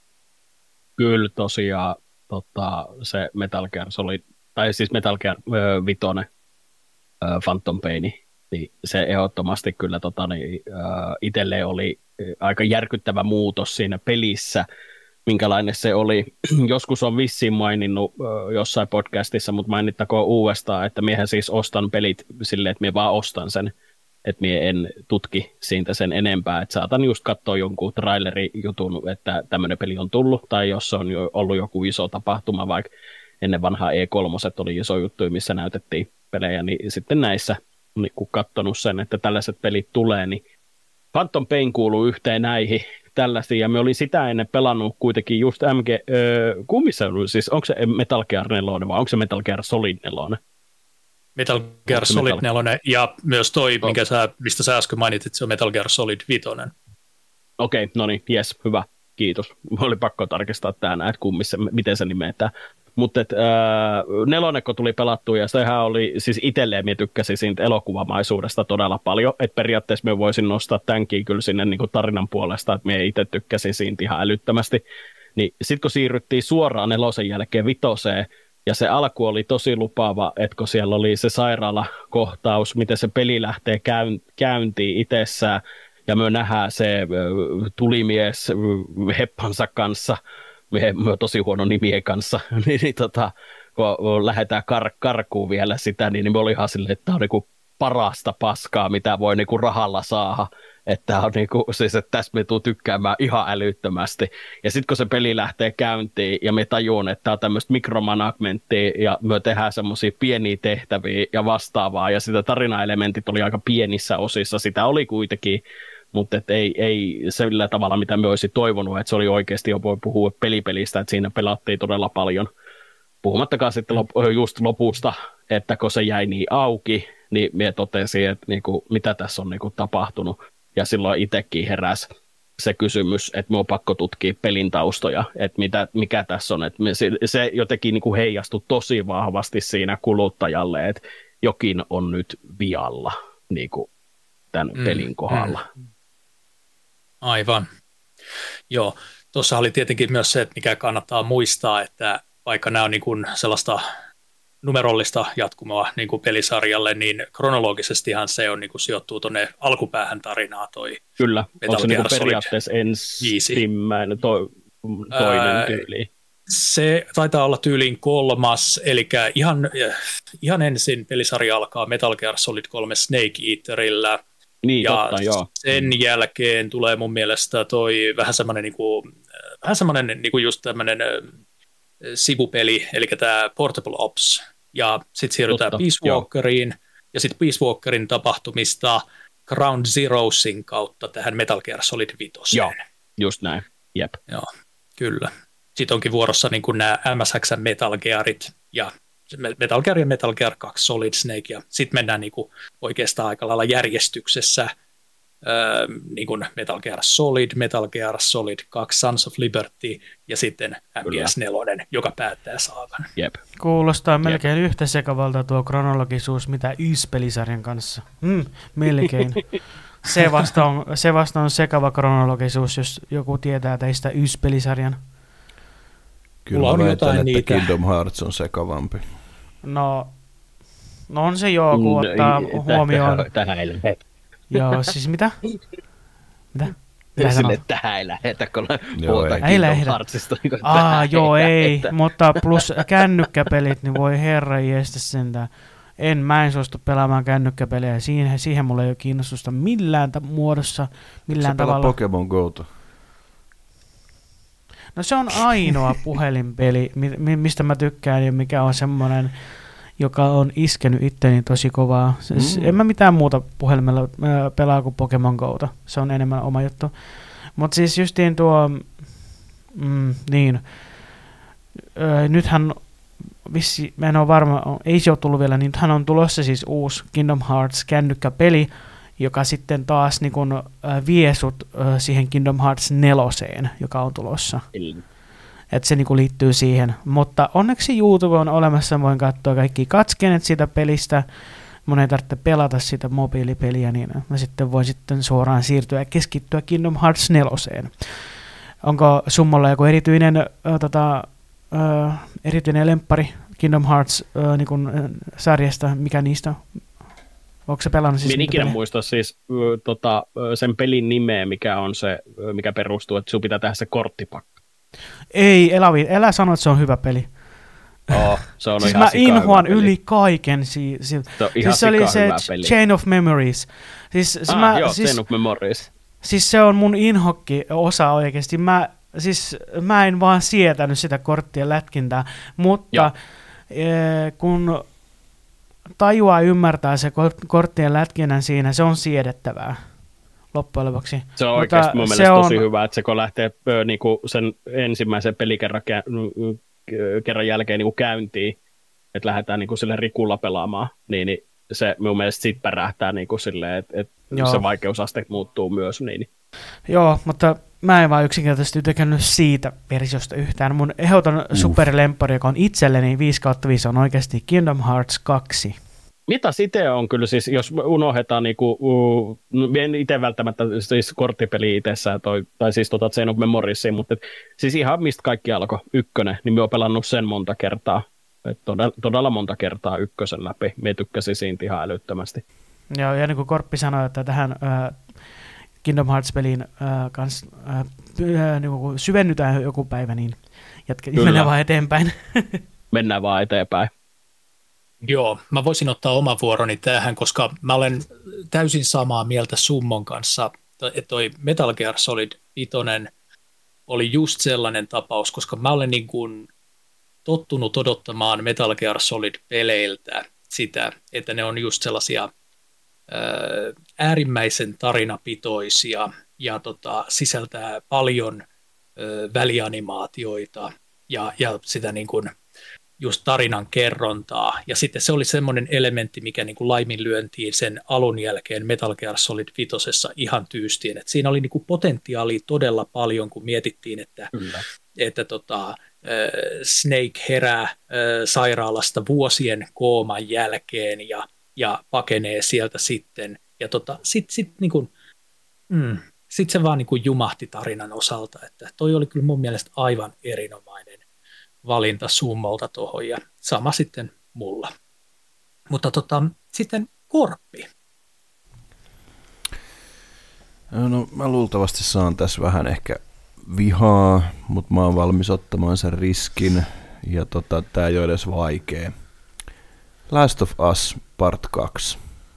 Speaker 5: Kyllä tosiaan tota, se Metal Gear Solid, tai siis Metal Gear ö, vitonen, ö, Phantom Pain, niin se ehdottomasti kyllä tota, niin, ö, itselleen oli aika järkyttävä muutos siinä pelissä, minkälainen se oli. Joskus on vissiin maininnut ö, jossain podcastissa, mutta mainittakoon uudestaan, että miehän siis ostan pelit silleen, että minä vaan ostan sen, että minä en tutki siitä sen enempää, että saatan just katsoa jonkun trailerijutun, että tämmöinen peli on tullut, tai jos se on jo ollut joku iso tapahtuma, vaikka ennen vanhaa E kolme oli iso juttu, missä näytettiin pelejä, niin sitten näissä, niin kun katsonut sen, että tällaiset pelit tulee, niin Phantom Pain kuuluu yhteen näihin tällaisiin, ja me olin sitä ennen pelannut kuitenkin just M G, öö, kummissa on, siis onko se Metal Gear neljä vai onko se Metal Gear Solid neljä?
Speaker 2: Metal Gear Solid neljä ja myös toi,
Speaker 5: Oh.
Speaker 2: minkä sä, mistä sä äsken mainitit, se on Metal Gear Solid viisi.
Speaker 5: Okei, no niin, jes, hyvä, kiitos. Oli pakko tarkistaa tämä, että kummissa, miten se nimetään. Mutta äh, nelonekko tuli pelattua, ja sehän oli, siis itselleen minä tykkäsin siitä elokuvamaisuudesta todella paljon, että periaatteessa me voisin nostaa tämänkin kyllä sinne niin kuin tarinan puolesta, että minä itse tykkäsin siitä ihan älyttömästi. Niin sitten kun siirryttiin suoraan nelosen jälkeen vitoseen, ja se alku oli tosi lupaava, että kun siellä oli se sairaalakohtaus, miten se peli lähtee käyntiin itsessään, ja me nähdään se ö, tulimies ö, heppansa kanssa, me, me tosi huono nimien kanssa, niin, niin tota, kun lähdetään kar- karkuun vielä sitä, niin, niin me oli ihan silleen, että tämä on niinku parasta paskaa, mitä voi niinku rahalla saada. Että on niinku, siis, että tässä me tuu tykkäämään ihan älyttömästi. Ja sitten kun se peli lähtee käyntiin ja me tajuun, että tämä on tämmöistä mikromanagementtia ja me tehdään semmoisia pieniä tehtäviä ja vastaavaa ja sitä tarinaelementit oli aika pienissä osissa. Sitä oli kuitenkin, mutta et ei, ei sillä tavalla, mitä me olisi toivonut, että se oli oikeasti jo voi puhua pelipelistä, että siinä pelattiin todella paljon. Puhumattakaan sitten lop- just lopusta, että kun se jäi niin auki, niin minä totesin, että niinku, mitä tässä on niinku tapahtunut. Ja silloin itsekin heräsi se kysymys, että minun on pakko tutkia pelin taustoja, että mitä, mikä tässä on. Että se, se jotenkin niin kuin heijastui tosi vahvasti siinä kuluttajalle, että jokin on nyt vialla niin kuin tämän mm, pelin kohdalla. Mm.
Speaker 2: Aivan. Joo, tuossa oli tietenkin myös se, että mikä kannattaa muistaa, että vaikka nämä on niin kuin sellaista numerollista jatkumoa niin kuin pelisarjalle, niin kronologisestihan se on niin kuin sijoittuu tuonne alkupäähän tarinaa toi.
Speaker 5: Kyllä,
Speaker 2: Metal
Speaker 5: onko se niin
Speaker 2: Gear
Speaker 5: kuin periaatteessa ensimmäinen, to, toinen
Speaker 2: Ää,
Speaker 5: tyyli?
Speaker 2: Se taitaa olla tyyliin kolmas, eli ihan, ihan ensin pelisarja alkaa Metal Gear Solid kolme Snake Eaterillä,
Speaker 5: niin,
Speaker 2: ja
Speaker 5: totta, joo.
Speaker 2: sen jälkeen tulee mun mielestä toi vähän semmoinen niin kuin, vähän semmoinen niin kuin just tämmöinen sivupeli, eli tämä Portable Ops, ja sitten siirrytään
Speaker 5: Totta,
Speaker 2: Peace Walkeriin, joo. Ja sitten Peace Walkerin tapahtumista Ground Zeroesin kautta tähän Metal Gear Solid viisi.
Speaker 5: Joo, just näin, jep.
Speaker 2: Joo, kyllä. Sitten onkin vuorossa niin kuin nämä M S X Metal Gearit, ja Metal Gear ja Metal Gear kaksi Solid Snake, ja sitten mennään niin kuin oikeastaan aika lailla järjestyksessä Öö, niin kuin Metal Gear Solid, Metal Gear Solid kaksi Sons of Liberty ja sitten M G S neljä, joka päättää saagan.
Speaker 5: Jep.
Speaker 3: Kuulostaa
Speaker 5: Jep.
Speaker 3: melkein yhtä sekavalta tuo kronologisuus, mitä Y-pelisarjan kanssa. Mm, melkein. Se vasta, on, se vasta on sekava kronologisuus, jos joku tietää teistä Y-pelisarjan.
Speaker 4: Kyllä
Speaker 2: on
Speaker 4: väitän, että
Speaker 2: niitä.
Speaker 4: Kingdom Hearts on sekavampi.
Speaker 3: No, no on se joo, kun ottaa
Speaker 5: No,
Speaker 3: huomioon.
Speaker 5: Tähän ei lähde.
Speaker 3: Joo, siis mitä? Mitä? Mitä
Speaker 5: Sinne
Speaker 3: sanot?
Speaker 5: tähän ei lähetä, kun
Speaker 4: Joo,
Speaker 5: puhutaan
Speaker 4: ei.
Speaker 3: Ei
Speaker 5: Kingdom
Speaker 3: lähdetä.
Speaker 5: Heartsista. Niin
Speaker 3: Aa, joo, ei, mutta plus kännykkäpelit, niin voi herra jestä sentään. En, mä en suostu pelaamaan kännykkäpelejä, siihen, siihen mulla ei ole kiinnostusta millään ta- muodossa, millään
Speaker 4: Sä pelaa
Speaker 3: tavalla.
Speaker 4: Pokemon Gota.
Speaker 3: No se on ainoa puhelinpeli, mi- mi- mistä mä tykkään ja mikä on semmoinen, joka on iskenyt itteni tosi kovaa. Siis
Speaker 4: Mm.
Speaker 3: En mä mitään muuta puhelimella ää, pelaa kuin Pokemon Gota. Se on enemmän oma juttu. Mutta siis justiin tuo, mm, niin, öö, nythän vissi, mä en ole varma, ei se ole tullut vielä, niin nythän on tulossa siis uusi Kingdom Hearts kännykkäpeli, joka sitten taas niin kun, äh, vie sut äh, siihen Kingdom Hearts neloseen, joka on tulossa. Että se niinku liittyy siihen. Mutta onneksi YouTube on olemassa, voin katsoa kaikki katskenet siitä pelistä. Mun ei tarvitse pelata sitä mobiilipeliä, niin mä sitten voin sitten suoraan siirtyä ja keskittyä Kingdom Hearts neloseen. Onko summolla joku erityinen, äh, tota, äh, erityinen lemppari Kingdom Hearts äh, niin kun, äh, sarjasta? Mikä niistä on? Onko se pelannut siis?
Speaker 5: Minä ikinä
Speaker 3: pelejä?
Speaker 5: muista siis ö, tota, ö, sen pelin nimeä, mikä on se, ö, mikä perustuu, että sinun pitää tehdä se korttipakka.
Speaker 3: Ei, Elavi, älä sano, että se on hyvä peli.
Speaker 5: Oh, se on
Speaker 3: Siis
Speaker 5: ihan
Speaker 3: mä
Speaker 5: sika hyvä
Speaker 3: inhoan
Speaker 5: peli.
Speaker 3: yli kaiken. Si- si-
Speaker 5: Se on ihan
Speaker 3: siis se oli
Speaker 5: sika
Speaker 3: se
Speaker 5: hyvä
Speaker 3: Ch-
Speaker 5: peli.
Speaker 3: Chain of Memories. Siis, se
Speaker 5: Ah,
Speaker 3: mä,
Speaker 5: joo,
Speaker 3: siis,
Speaker 5: Chain of Memories.
Speaker 3: siis se on mun inhokki osa oikeasti. Mä, siis, mä en vaan sietänyt sitä korttien lätkintää, mutta e, kun tajuaa ymmärtää se kort- korttien lätkinnän siinä, se on siedettävää loppujen lopuksi.
Speaker 5: Se on
Speaker 3: Mutta
Speaker 5: oikeasti mun
Speaker 3: se
Speaker 5: mielestä
Speaker 3: on-
Speaker 5: tosi hyvä, että se kun lähtee ö, niinku sen ensimmäisen pelikerran kä- ö, kerran jälkeen niinku käyntiin, että lähdetään niinku sille rikulla pelaamaan, niin, niin se mun mielestä sit pärähtää niinku silleen, että et
Speaker 3: Joo.
Speaker 5: se vaikeusaste muuttuu myös. Niin, niin.
Speaker 3: Joo, mutta mä en vaan yksinkertaisesti tykännyt siitä versiosta yhtään. Mun ehdoton superlemppari, joka on itselleni viisi kautta viisi, on oikeasti Kingdom Hearts kaksi.
Speaker 5: Mitä sitten on kyllä siis, jos unohdetaan, niinku, uh, en itse välttämättä siis korttipeli itsessään, toi, tai siis tota Chain of Memoriesia, mutta et, siis ihan mistä kaikki alkoi, ykkönen, niin mä oon pelannut sen monta kertaa, et todella, todella monta kertaa ykkösen läpi, mä tykkäsin siitä ihan älyttömästi.
Speaker 3: Joo, ja niin kuin Korppi sanoi, että tähän äh, Kingdom Hearts-peliin äh, kans, äh, äh, niin kuin syvennytään joku päivä, niin jatka, mennään vaan eteenpäin.
Speaker 5: Mennään vaan eteenpäin.
Speaker 2: Joo, mä voisin ottaa oman vuoroni tähän, koska mä olen täysin samaa mieltä Summon kanssa, että toi Metal Gear Solid viisi oli just sellainen tapaus, koska mä olen niin kuin tottunut odottamaan Metal Gear Solid-peleiltä sitä, että ne on just sellaisia ää, äärimmäisen tarinapitoisia ja tota, sisältää paljon ää, välianimaatioita ja, ja sitä niin kuin just tarinan kerrontaa. Ja sitten se oli semmoinen elementti, mikä niin kuin laiminlyöntiin sen alun jälkeen Metal Gear Solid vitosessa ihan tyystiin. Et siinä oli niin kuin potentiaalia todella paljon, kun mietittiin, että, että tota, Snake herää sairaalasta vuosien kooman jälkeen ja, ja pakenee sieltä sitten. Ja tota, sitten sit, niin kuin, mm, sit se vaan niin kuin jumahti tarinan osalta. Että toi oli kyllä mun mielestä aivan erinomainen valinta Summolta tuohon ja sama sitten mulla. Mutta tota, sitten Korppi.
Speaker 4: No mä luultavasti saan tässä vähän ehkä vihaa, mutta mä oon valmis ottamaan sen riskin ja tota, tää ei ole edes vaikea. Last of Us Part kaksi.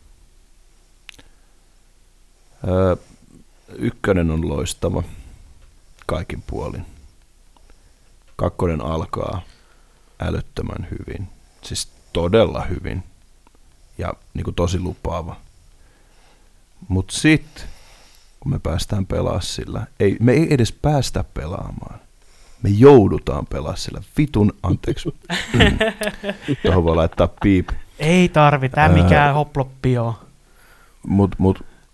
Speaker 4: Öö, ykkönen on loistava kaikin puolin. Kakkonen alkaa älyttömän hyvin, siis todella hyvin ja niin kuin tosi lupaava. Mut sit, kun me päästään pelaamaan sillä, ei, me ei edes päästä pelaamaan. Me joudutaan pelaamaan sillä. Vitun, anteeksi. Mm. Tuohon voi laittaa piip.
Speaker 3: Ei tarvita mikään hoploppi oo.
Speaker 4: Mut, mut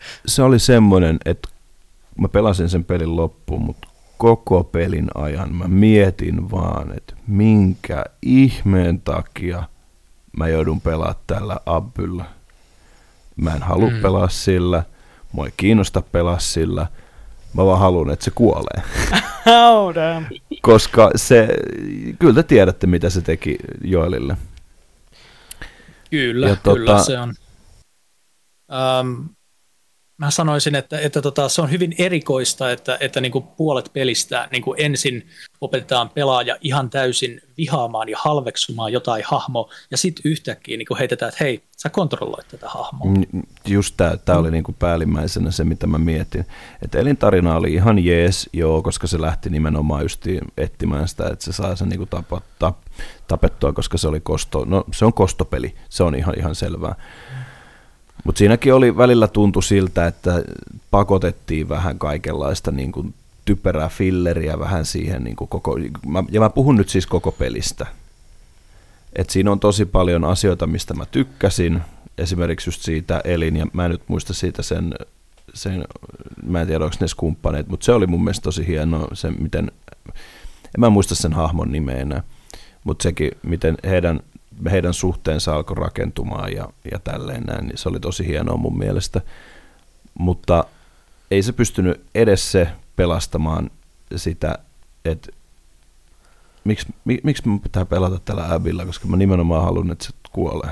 Speaker 4: se oli semmoinen, että mä pelasin sen pelin loppuun, mutta koko pelin ajan mä mietin vaan, että minkä ihmeen takia mä joudun pelaamaan tällä Abbyllä. Mä en halua mm. pelaa sillä, mua ei kiinnosta pelaa sillä, mä vaan haluan, että se kuolee.
Speaker 3: Oh, damn.
Speaker 4: Koska se, kyllä te tiedätte, mitä se teki Joelille.
Speaker 2: Kyllä, ja kyllä tota, se on. Um, mä sanoisin, että, että tota, se on hyvin erikoista, että, että niinku puolet pelistä niinku ensin opetetaan pelaaja ihan täysin vihaamaan ja halveksumaan jotain hahmoa, ja sitten yhtäkkiä niinku heitetään, että hei, sä kontrolloit tätä hahmoa.
Speaker 4: Just tämä tää oli niinku päällimmäisenä se, mitä mä mietin. Että elintarina oli ihan jees, joo, koska se lähti nimenomaan just etsimään sitä, että se saa sen niinku tapa, tap, tapettua, koska se oli kosto, no se on kostopeli, se on ihan, ihan selvää. Mutta siinäkin oli välillä tuntui siltä, että pakotettiin vähän kaikenlaista niin kuin typerää filleriä vähän siihen niin kuin koko, ja mä puhun nyt siis koko pelistä. Et siinä on tosi paljon asioita, mistä mä tykkäsin, esimerkiksi just siitä Elin, ja mä en nyt muista siitä sen, sen mä en tiedä onko ne kumppaneet, mutta se oli mun mielestä tosi hieno, se miten, en mä muista sen hahmon nimeä enää, mutta sekin, miten heidän heidän suhteensa alkoi rakentumaan ja, ja tälleen näin, niin se oli tosi hienoa mun mielestä, mutta ei se pystynyt edes se pelastamaan sitä, että miksi, mik, miksi mun pitää pelata tällä Abbyllä, koska mä nimenomaan haluan, että se kuolee.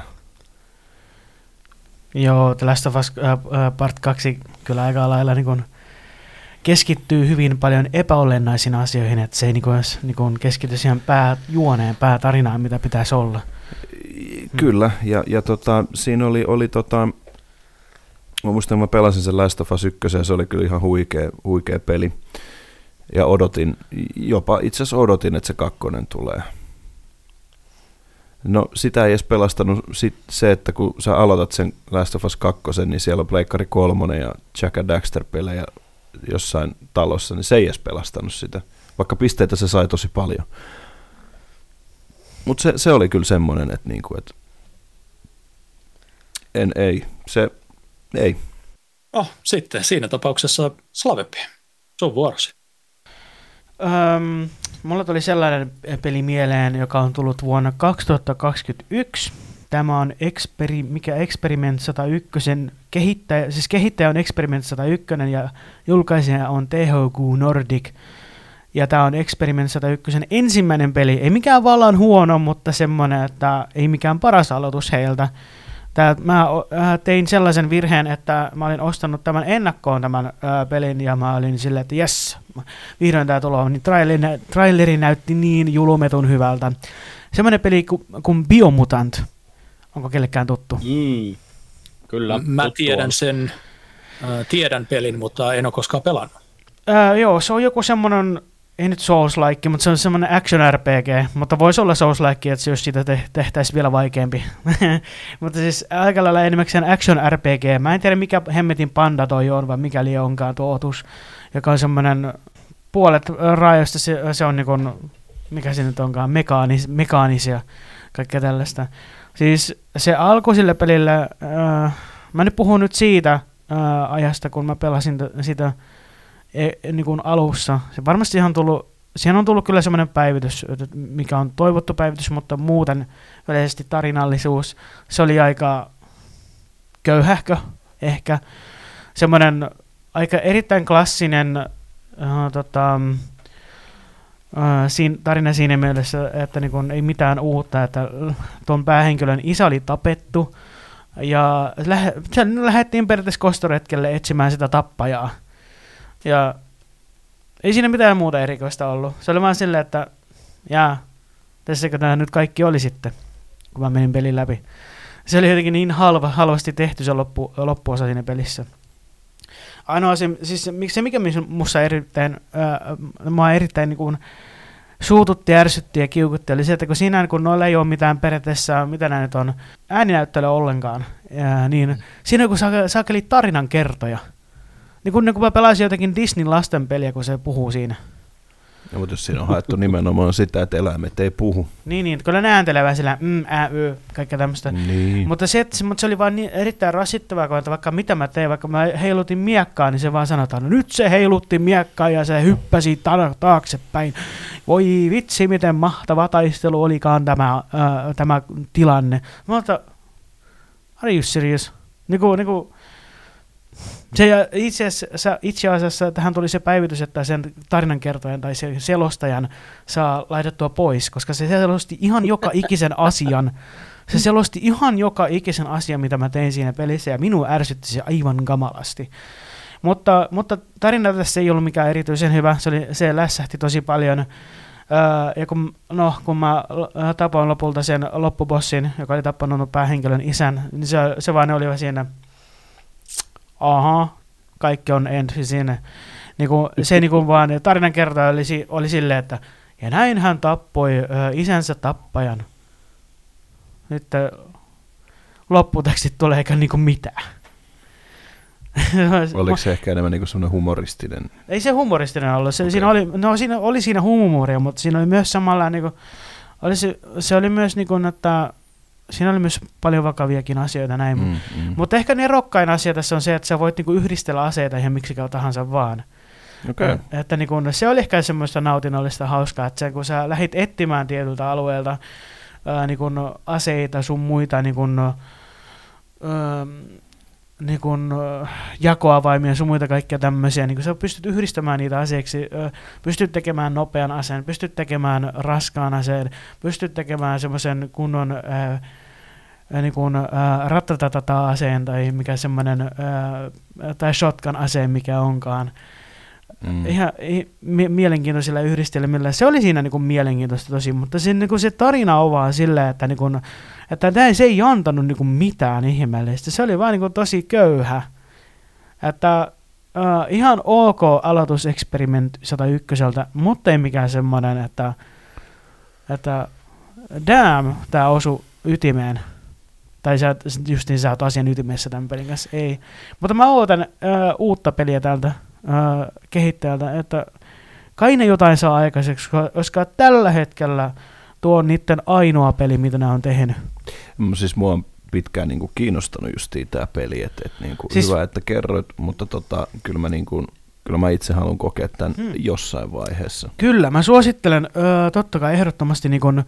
Speaker 3: Joo, The Last of Us äh, Part kaksi kyllä aika lailla niin kun keskittyy hyvin paljon epäolennaisiin asioihin, että se ei niin kun, niin kun keskity siihen pääjuoneen, päätarinaan, mitä pitäisi olla.
Speaker 4: Kyllä, ja, ja tota, siinä oli, oli tota, mä muistan, mä pelasin sen Last of Us yksi, ja se oli kyllä ihan huikea, huikea peli, ja odotin, jopa itse asiassa odotin, että se kakkonen tulee. No sitä ei edes pelastanut sit se, että kun sä aloitat sen Last of Us kaksi, niin siellä on Pleikkari kolmonen ja Jack and Daxter-pelejä jossain talossa, niin se ei edes pelastanut sitä, vaikka pisteitä se sai tosi paljon. Mutta se, se oli kyllä semmoinen, että niinku, et en, ei, se, ei.
Speaker 2: Oh, sitten siinä tapauksessa Slavepi, sun vuorosi.
Speaker 3: Öm, mulla tuli sellainen peli mieleen, joka on tullut vuonna kaksituhattakaksikymmentäyksi. Tämä on eksperi, mikä Experiment sata yksi, kehittäjä, siis kehittäjä on Experiment sata yksi ja julkaisija on T H Q Nordic. Ja tämä on Experiment sata yksi ensimmäinen peli. Ei mikään vallan huono, mutta semmoinen, että ei mikään paras aloitus heiltä. Tää, mä tein sellaisen virheen, että mä olin ostanut tämän ennakkoon tämän ää, pelin, ja mä olin silleen, että jes, vihdoin tää tulee. Niin traileri, traileri näytti niin julumetun hyvältä. Semmoinen peli kuin, kuin Biomutant. Onko kellekään tuttu?
Speaker 5: Mm, kyllä.
Speaker 2: Mä tiedän sen, äh, tiedän pelin, mutta en ole koskaan pelannut.
Speaker 3: Äh, joo, se on joku semmoinen, ei nyt Souls-like, mutta se on semmoinen action R P G, mutta voisi olla Souls-like, että jos siitä te- tehtäisiin vielä vaikeampi. Mutta siis aika lailla enimmäkseen action R P G. Mä en tiedä, mikä hemmetin panda toi on, vai mikäli onkaan tuo otus, joka on semmoinen puolet raajoista, se, se on niin kuin, mikä se nyt onkaan, mekaanis, mekaanisia, kaikkea tällaista. Siis se alku sille pelille, äh, mä nyt puhun nyt siitä äh, ajasta, kun mä pelasin t- sitä e, niin kuin alussa. Se varmasti ihan tullut, siihen on tullut kyllä semmoinen päivitys, mikä on toivottu päivitys, mutta muuten yleisesti tarinallisuus, se oli aika köyhähkö ehkä. Semmoinen aika erittäin klassinen äh, tota, äh, siinä, tarina siinä mielessä, että niin kun ei mitään uutta, että tuon päähenkilön isä oli tapettu ja lähe, lähdettiin periaatteessa kostoretkelle etsimään sitä tappajaa. Ja ei siinä mitään muuta erikoista ollut. Se oli vaan silleen, että jaa, tässäkö tämä nyt kaikki oli sitten, kun mä menin pelin läpi. Se oli jotenkin niin halva, halvasti tehty se loppu, loppuosa siinä pelissä. Ainoa se, siis se mikä minussa erittäin, äh, mua erittäin niin kuin suututti, ärsytti ja kiukutti, oli se, että kun siinä kun noilla ei ole mitään periaatteessa, mitä nämä nyt on, ääninäyttelyä ollenkaan, ja niin siinä kun saakeli tarinan kertoja. Niin kun, kun mä pelasin jotenkin Disney lastenpeliä, kun se puhuu siinä.
Speaker 4: Ja, mutta jos siinä on haettu nimenomaan sitä, että eläimet ei puhu.
Speaker 3: Niin, niin, kyllä ne ääntelevät sillä mm, ä, y, kaikkea tämmöistä.
Speaker 4: Niin.
Speaker 3: Mutta se, että, mutta se oli vaan niin erittäin rasittavaa, kun vaikka mitä mä tein, vaikka mä heilutin miekkaa, niin se vaan sanotaan, no nyt se heilutti miekkaa ja se hyppäsi ta- taaksepäin. Voi vitsi, miten mahtava taistelu olikaan tämä, äh, tämä tilanne. Mä otan, are you serious? Niinku, niinku, se itse asiassa, itse asiassa tähän tuli se päivitys, että sen tarinankertojan tai sen selostajan saa laitettua pois, koska se selosti ihan joka ikisen asian. Se selosti ihan joka ikisen asian, mitä mä tein siinä pelissä, ja minua ärsytti se aivan kamalasti. Mutta, mutta tarina tässä ei ollut mikään erityisen hyvä, se, oli, se lässähti tosi paljon. Öö, ja kun, no, kun mä tapoin lopulta sen loppubossin, joka oli tappanut päähenkilön isän, niin se, se vaan oli siinä... Aha, kaikki on end siinä. Niinku, se niinku vaan tarinan kertoja oli, oli silleen, että ja näin hän tappoi ö, isänsä tappajan. Nyt lopputekstit tulee eikä niinku mitään.
Speaker 4: Oliko se ehkä enemmän niinku semmoinen humoristinen? Ei
Speaker 3: se humoristinen ollut. Se, okay. siinä, oli, no, siinä oli siinä huumoria, mutta siinä oli myös samalla, niinku, oli se, se oli myös niinku, että siinä oli myös paljon vakaviakin asioita näin, mm, mm. mutta ehkä nerokkain asia tässä on se, että sä voit niinku yhdistellä aseita ihan miksikään tahansa vaan.
Speaker 4: Okay.
Speaker 3: Että niinku, se oli ehkä semmoista nautinnollista hauskaa, että sen, kun sä lähdit etsimään tietyltä alueelta ää, niinku, aseita sun muita niinku, ää, niinku, jakoavaimia sun muita kaikkia tämmöisiä, niin sä pystyt yhdistämään niitä aseiksi, ää, pystyt tekemään nopean aseen, pystyt tekemään raskaan aseen, pystyt tekemään semmoisen kunnon ää, niin kuin ää, rattatatata-aseen tai mikä semmoinen, ää, tai shotgun-aseen, mikä onkaan. Mm. Ihan i, mielenkiintoisilla yhdistelmillä. Se oli siinä niin kuin mielenkiintoista tosi, mutta se, niin kuin se tarina on vaan silleen, että, niin kuin, että tämä, se ei antanut niin kuin mitään ihmeellistä. Se oli vaan niin kuin tosi köyhä. Että uh, ihan ok aloituseksperiment sata yksi, mutta ei mikään semmoinen, että, että damn, tämä osui ytimeen. Tai sä, justiin sä oot asian ytimessä tämän pelin kanssa. Ei. Mutta mä ootan uh, uutta peliä tältä uh, kehittäjältä, että kai ne jotain saa aikaiseksi, koska tällä hetkellä tuo on niiden ainoa peli, mitä ne on tehnyt.
Speaker 4: Siis mua on pitkään niinku kiinnostanut justiin tää peli, että et niinku siis, hyvä, että kerroit, mutta tota, kyllä, mä niinku, kyllä mä itse haluan kokea tämän hmm. jossain vaiheessa.
Speaker 3: Kyllä, mä suosittelen ö, totta kai ehdottomasti niinku, ö,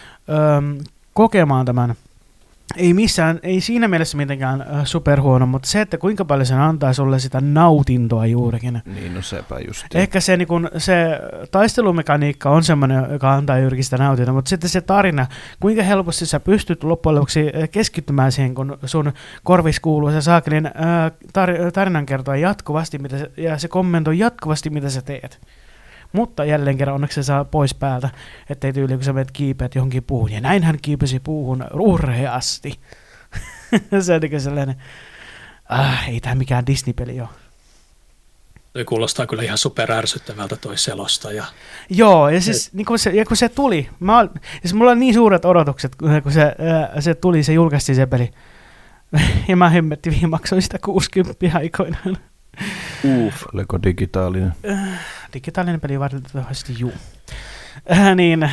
Speaker 3: kokemaan tämän. Ei missään, ei siinä mielessä mitenkään äh, superhuono, mutta se, että kuinka paljon se antaa sulle sitä nautintoa juurikin.
Speaker 4: Niin, no sepä just.
Speaker 3: Ehkä se, niin kun, se taistelumekaniikka on semmoinen, joka antaa juurikin sitä nautintoa, mutta sitten se tarina, kuinka helposti sä pystyt loppujen lopuksi keskittymään siihen, kun sun korvis kuuluu se saakelin äh, tar- tarinan kertoa jatkuvasti, mitä se, ja se kommentoi jatkuvasti, mitä sä teet. Mutta jälleen kerran onneksi se saa pois päältä, ettei tyyli, kun sä menet kiipeät johonkin puuhun. Ja näin hän kiipesi puuhun urheasti. Se on niin sellainen, ah, ei tämä mikään Disney-peli ole.
Speaker 2: Toi kuulostaa kyllä ihan superärsyttävältä toi selostaja.
Speaker 3: Joo, ja, siis, niin kun se, ja kun se tuli, mä, siis mulla on niin suuret odotukset, kun se, se tuli, se julkaistiin se peli. Ja mä hemmettiin, viime maksoin sitä kuusikymmentä aikoinaan.
Speaker 4: Uff, oliko digitaalinen?
Speaker 3: Digitaalinen peli valitettavasti juu. Äh, niin,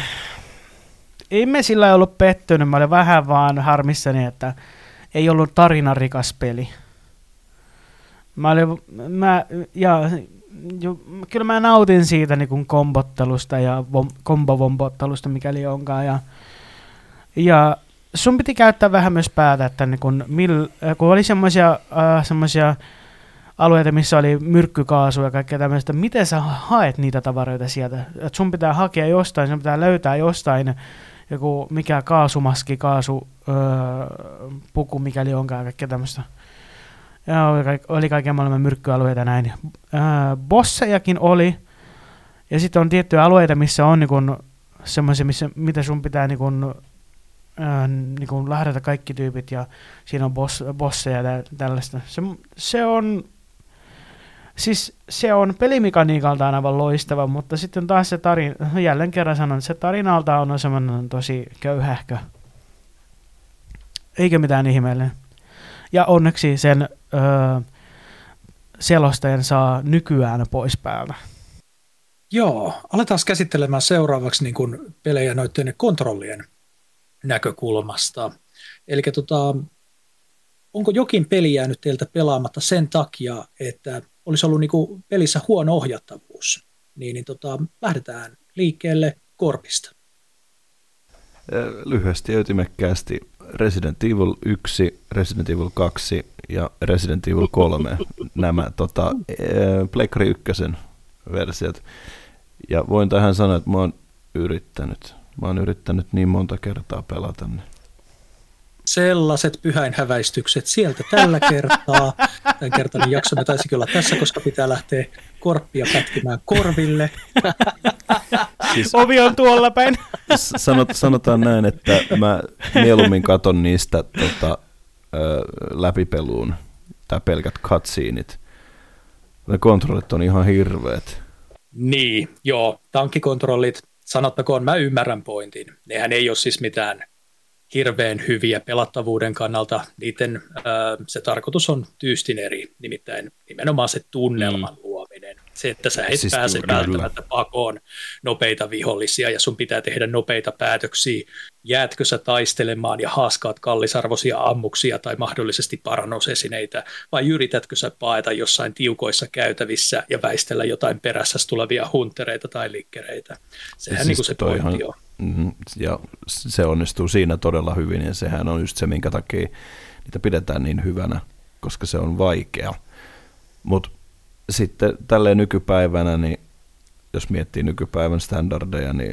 Speaker 3: ei me sillä ollut pettynyt, mä olin vähän vaan harmissani, että ei ollut tarinarikas peli. Mä olin, mä, ja, jo, kyllä mä nautin siitä niin kuin kombottelusta ja vom, kombovombottelusta, mikäli onkaan. Ja, ja sun piti käyttää vähän myös päätä, että niin kun, mil, kun oli semmoisia äh, semmoisia alueita, missä oli myrkkykaasu ja kaikkea tämmöistä, miten sä haet niitä tavaroita sieltä? Et sun pitää hakea jostain, sun pitää löytää jostain joku mikä kaasumaski, kaasupuku, mikäli onkaan, kaikkea tämmöistä. Ja oli, oli kaiken maailman myrkkyalueita näin. Ää, bossejakin oli, ja sitten on tiettyjä alueita, missä on niin semmoisia, missä, mitä sun pitää niin kun, ää, niin kun lahdata kaikki tyypit, ja siinä on boss, bosseja ja tällaista. Se, se on... Siis se on pelimekaniikaltaan aivan loistava, mutta sitten taas se tarina, jälleen kerran sanon, se tarinalta on semmoinen tosi köyhähkö. Eikä mitään ihmeellinen. Ja onneksi sen öö, selostajan saa nykyään pois päältä.
Speaker 2: Joo, aletaan käsittelemään seuraavaksi niin kuin pelejä noiden kontrollien näkökulmasta. Eli tota, onko jokin peli jäänyt teiltä pelaamatta sen takia, että olisi ollut niin kuin pelissä huono ohjattavuus? Niin, niin tota, lähdetään liikkeelle Korpista.
Speaker 4: Lyhyesti ja ytimekkäästi Resident Evil yksi, Resident Evil kaksi ja Resident Evil kolme, nämä tota, Pleikkari ykkösen versiot. Ja voin tähän sanoa, että mä oon yrittänyt. Mä oon yrittänyt niin monta kertaa pelata ne.
Speaker 2: Sellaiset pyhäinhäväistykset sieltä tällä kertaa. Tämän kertainen jaksomme taisi olla tässä, koska pitää lähteä Korppia pätkimään korville.
Speaker 3: Siis, ovi on tuolla päin.
Speaker 4: Sanot, sanotaan näin, että mä mieluummin katon niistä tota, ö, läpipeluun tai pelkät cutsceneit. Ne kontrollit on ihan hirveet.
Speaker 2: Niin, joo. Tankkikontrollit, sanottakoon, mä ymmärrän pointin. Nehän ei ole siis mitään hirveän hyviä pelattavuuden kannalta. Niiden ää, se tarkoitus on tyystin eri, nimittäin nimenomaan se tunnelman mm. luominen. Se, että sä et siis pääse välttämättä pakoon nopeita vihollisia ja sun pitää tehdä nopeita päätöksiä. Jäätkö sä taistelemaan ja haaskaat kallisarvoisia ammuksia tai mahdollisesti parannusesineitä, vai yritätkö sä paeta jossain tiukoissa käytävissä ja väistellä jotain perässä tulevia huntereita tai likkereitä. Sehän siis niin kuin se pointti on.
Speaker 4: Mm-hmm. Ja se onnistuu siinä todella hyvin, ja sehän on just se, minkä takia niitä pidetään niin hyvänä, koska se on vaikea. Mutta sitten tälleen nykypäivänä, niin jos miettii nykypäivän standardeja, niin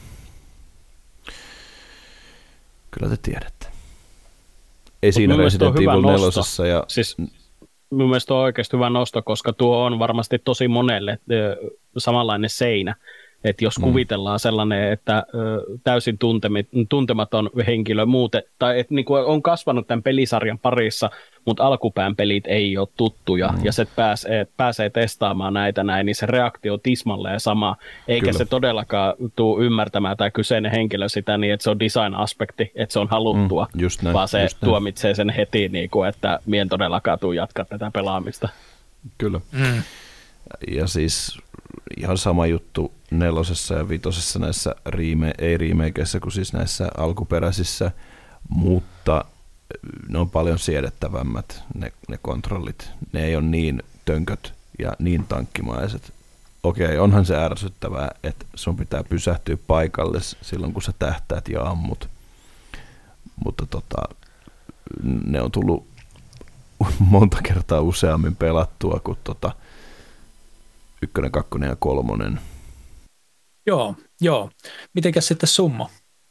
Speaker 4: kyllä te tiedätte. Ei Mut siinä Resident Evil nelosessa. Ja
Speaker 5: siis mun mielestä on oikeasti hyvä nosto, koska tuo on varmasti tosi monelle samanlainen seinä. Että jos mm. kuvitellaan sellainen, että ö, täysin tuntematon henkilö muuten, tai että niinku on kasvanut tämän pelisarjan parissa, mutta alkupään pelit ei ole tuttuja, mm. ja se pääsee, pääsee testaamaan näitä näin, niin se reaktio on tismalleen sama, eikä Kyllä. se todellakaan tule ymmärtämään tai kyseinen henkilö sitä niin, että se on design-aspekti, että se on haluttua, mm, näin, vaan se tuomitsee sen heti, niin kuin, että mien todellakaan tule jatkaa tätä pelaamista.
Speaker 4: Kyllä. Mm. Ja siis ihan sama juttu nelosessa ja vitosessa näissä riime, ei riimeikeissä kuin siis näissä alkuperäisissä, mutta ne on paljon siedettävämmät ne, ne kontrollit. Ne ei ole niin tönköt ja niin tankkimaiset. Okei, onhan se ärsyttävää, että sun pitää pysähtyä paikalle silloin, kun sä tähtäät ja ammut. Mutta tota, ne on tullut monta kertaa useammin pelattua kuin tota ykkönen, kakkonen ja kolmonen.
Speaker 2: Joo, joo. Mitenkäs sitten summa?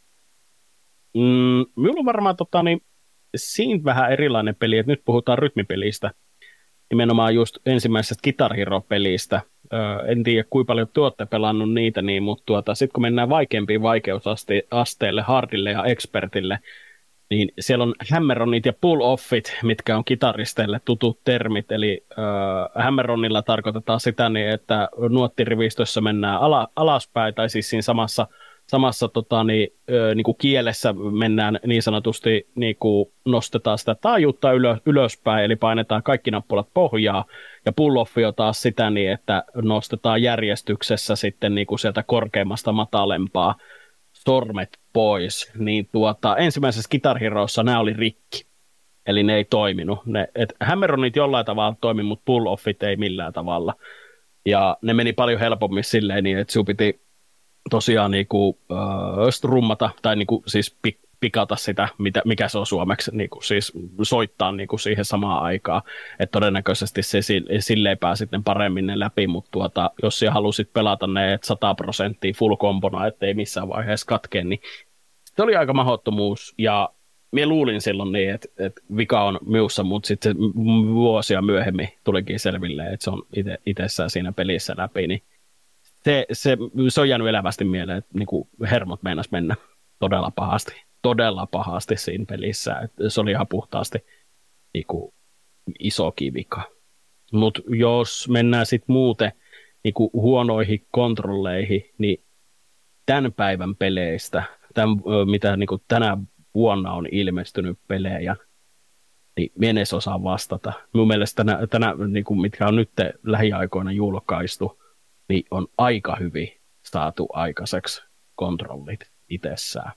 Speaker 5: Mm, minulla on varmaan tota, niin, siinä vähän erilainen peli, että nyt puhutaan rytmipelistä. Nimenomaan just ensimmäisestä Guitar Hero-pelistä. Öö, en tiedä, kuinka paljon te olette pelannut niitä, niin, mutta tuota, sitten kun mennään vaikeampiin vaikeusasteelle, hardille ja expertille, niin siellä on hammer-onit ja pull-offit, mitkä on kitaristeille tutut termit, eli äh, hammer-onilla tarkoitetaan sitä niin, että nuottirivistössä mennään ala, alaspäin, tai siis siinä samassa, samassa tota, niin, äh, niin kuin kielessä mennään niin sanotusti, niin kuin nostetaan sitä taajuutta ylö, ylöspäin, eli painetaan kaikki nappulat pohjaa, ja pull-offi on taas sitä niin, että nostetaan järjestyksessä sitten niin kuin sieltä korkeimmasta matalempaa, sormet pois, niin tuota, ensimmäisessä Guitar Heroissa nämä oli rikki. Eli ne ei toiminut. Ne, et hammer-onit jollain tavalla toimi, mutta pull-offit ei millään tavalla. Ja ne meni paljon helpommin silleen niin, että sinun piti tosiaan niinku, äh, strummata, tai niinku, siis pik, pikata sitä, mitä, mikä se on suomeksi, niinku, siis soittaa niinku, siihen samaan aikaan. Että todennäköisesti se silleen pääsit ne paremmin ne läpi, mutta tuota, jos sinä halusit pelata ne sata prosenttia full kombona, ettei missään vaiheessa katkee, niin se oli aika mahdottomuus. Ja minä luulin silloin niin, että, että vika on minussa, mutta sitten vuosia myöhemmin tulikin selville, että se on ite, itsessään siinä pelissä läpi, niin se, se, se on jäänyt elävästi mieleen, että niin kuin hermot meinas mennä todella pahasti, todella pahasti siinä pelissä. Että se oli ihan puhtaasti niin kuin isokin vika. Mutta jos mennään sitten muuten niin kuin huonoihin kontrolleihin, niin tämän päivän peleistä, tämän, mitä niin kuin tänä vuonna on ilmestynyt pelejä, niin minä en edes osaa vastata. Minun mielestä tänä, tänä niin kuin mitkä on nyt lähiaikoina julkaistu, niin on aika hyvin saatu aikaiseksi kontrollit itsessään.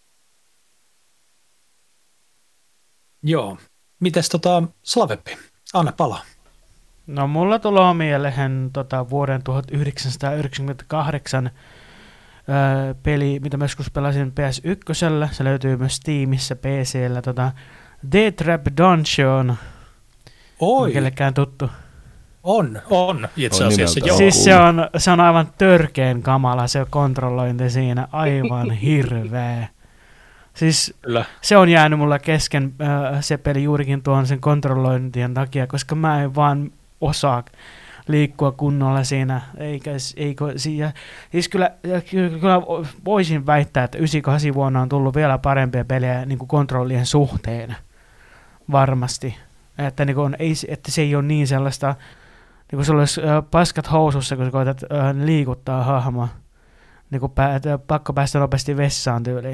Speaker 2: Joo. Mites tota Slaveppi? Anna palaa.
Speaker 3: No mulla tulee mieleen tota, vuoden tuhatyhdeksänsataayhdeksänkymmentäkahdeksan öö, peli, mitä mä joskus pelasin P S yksi. Se löytyy myös Steamissa, P C:llä. Tota, Death Trap Dungeon.
Speaker 2: Oi.
Speaker 3: Kellekään tuttu.
Speaker 2: On, on itse asiassa. Joo.
Speaker 3: Siis se on, se on aivan törkeen kamala se kontrollointi siinä, aivan hirveä. Siis Kyllä. se on jäänyt mulla kesken äh, se peli juurikin tuon sen kontrollointien takia, koska mä en vaan osaa liikkua kunnolla siinä. Eikä, eikö, siinä, siis kyllä, kyllä voisin väittää, että yhdeksänkymmentäkahdeksan vuonna on tullut vielä parempia pelejä niin kuin kontrollien suhteen. Varmasti. Että, niin kuin, ei, että se ei ole niin sellaista, niin kuin sulla olisi äh, paskat housussa, kun sä koetat äh, liikuttaa hahmoa. Niin kuin pä, pakko päästä nopeasti vessaan tyyliin.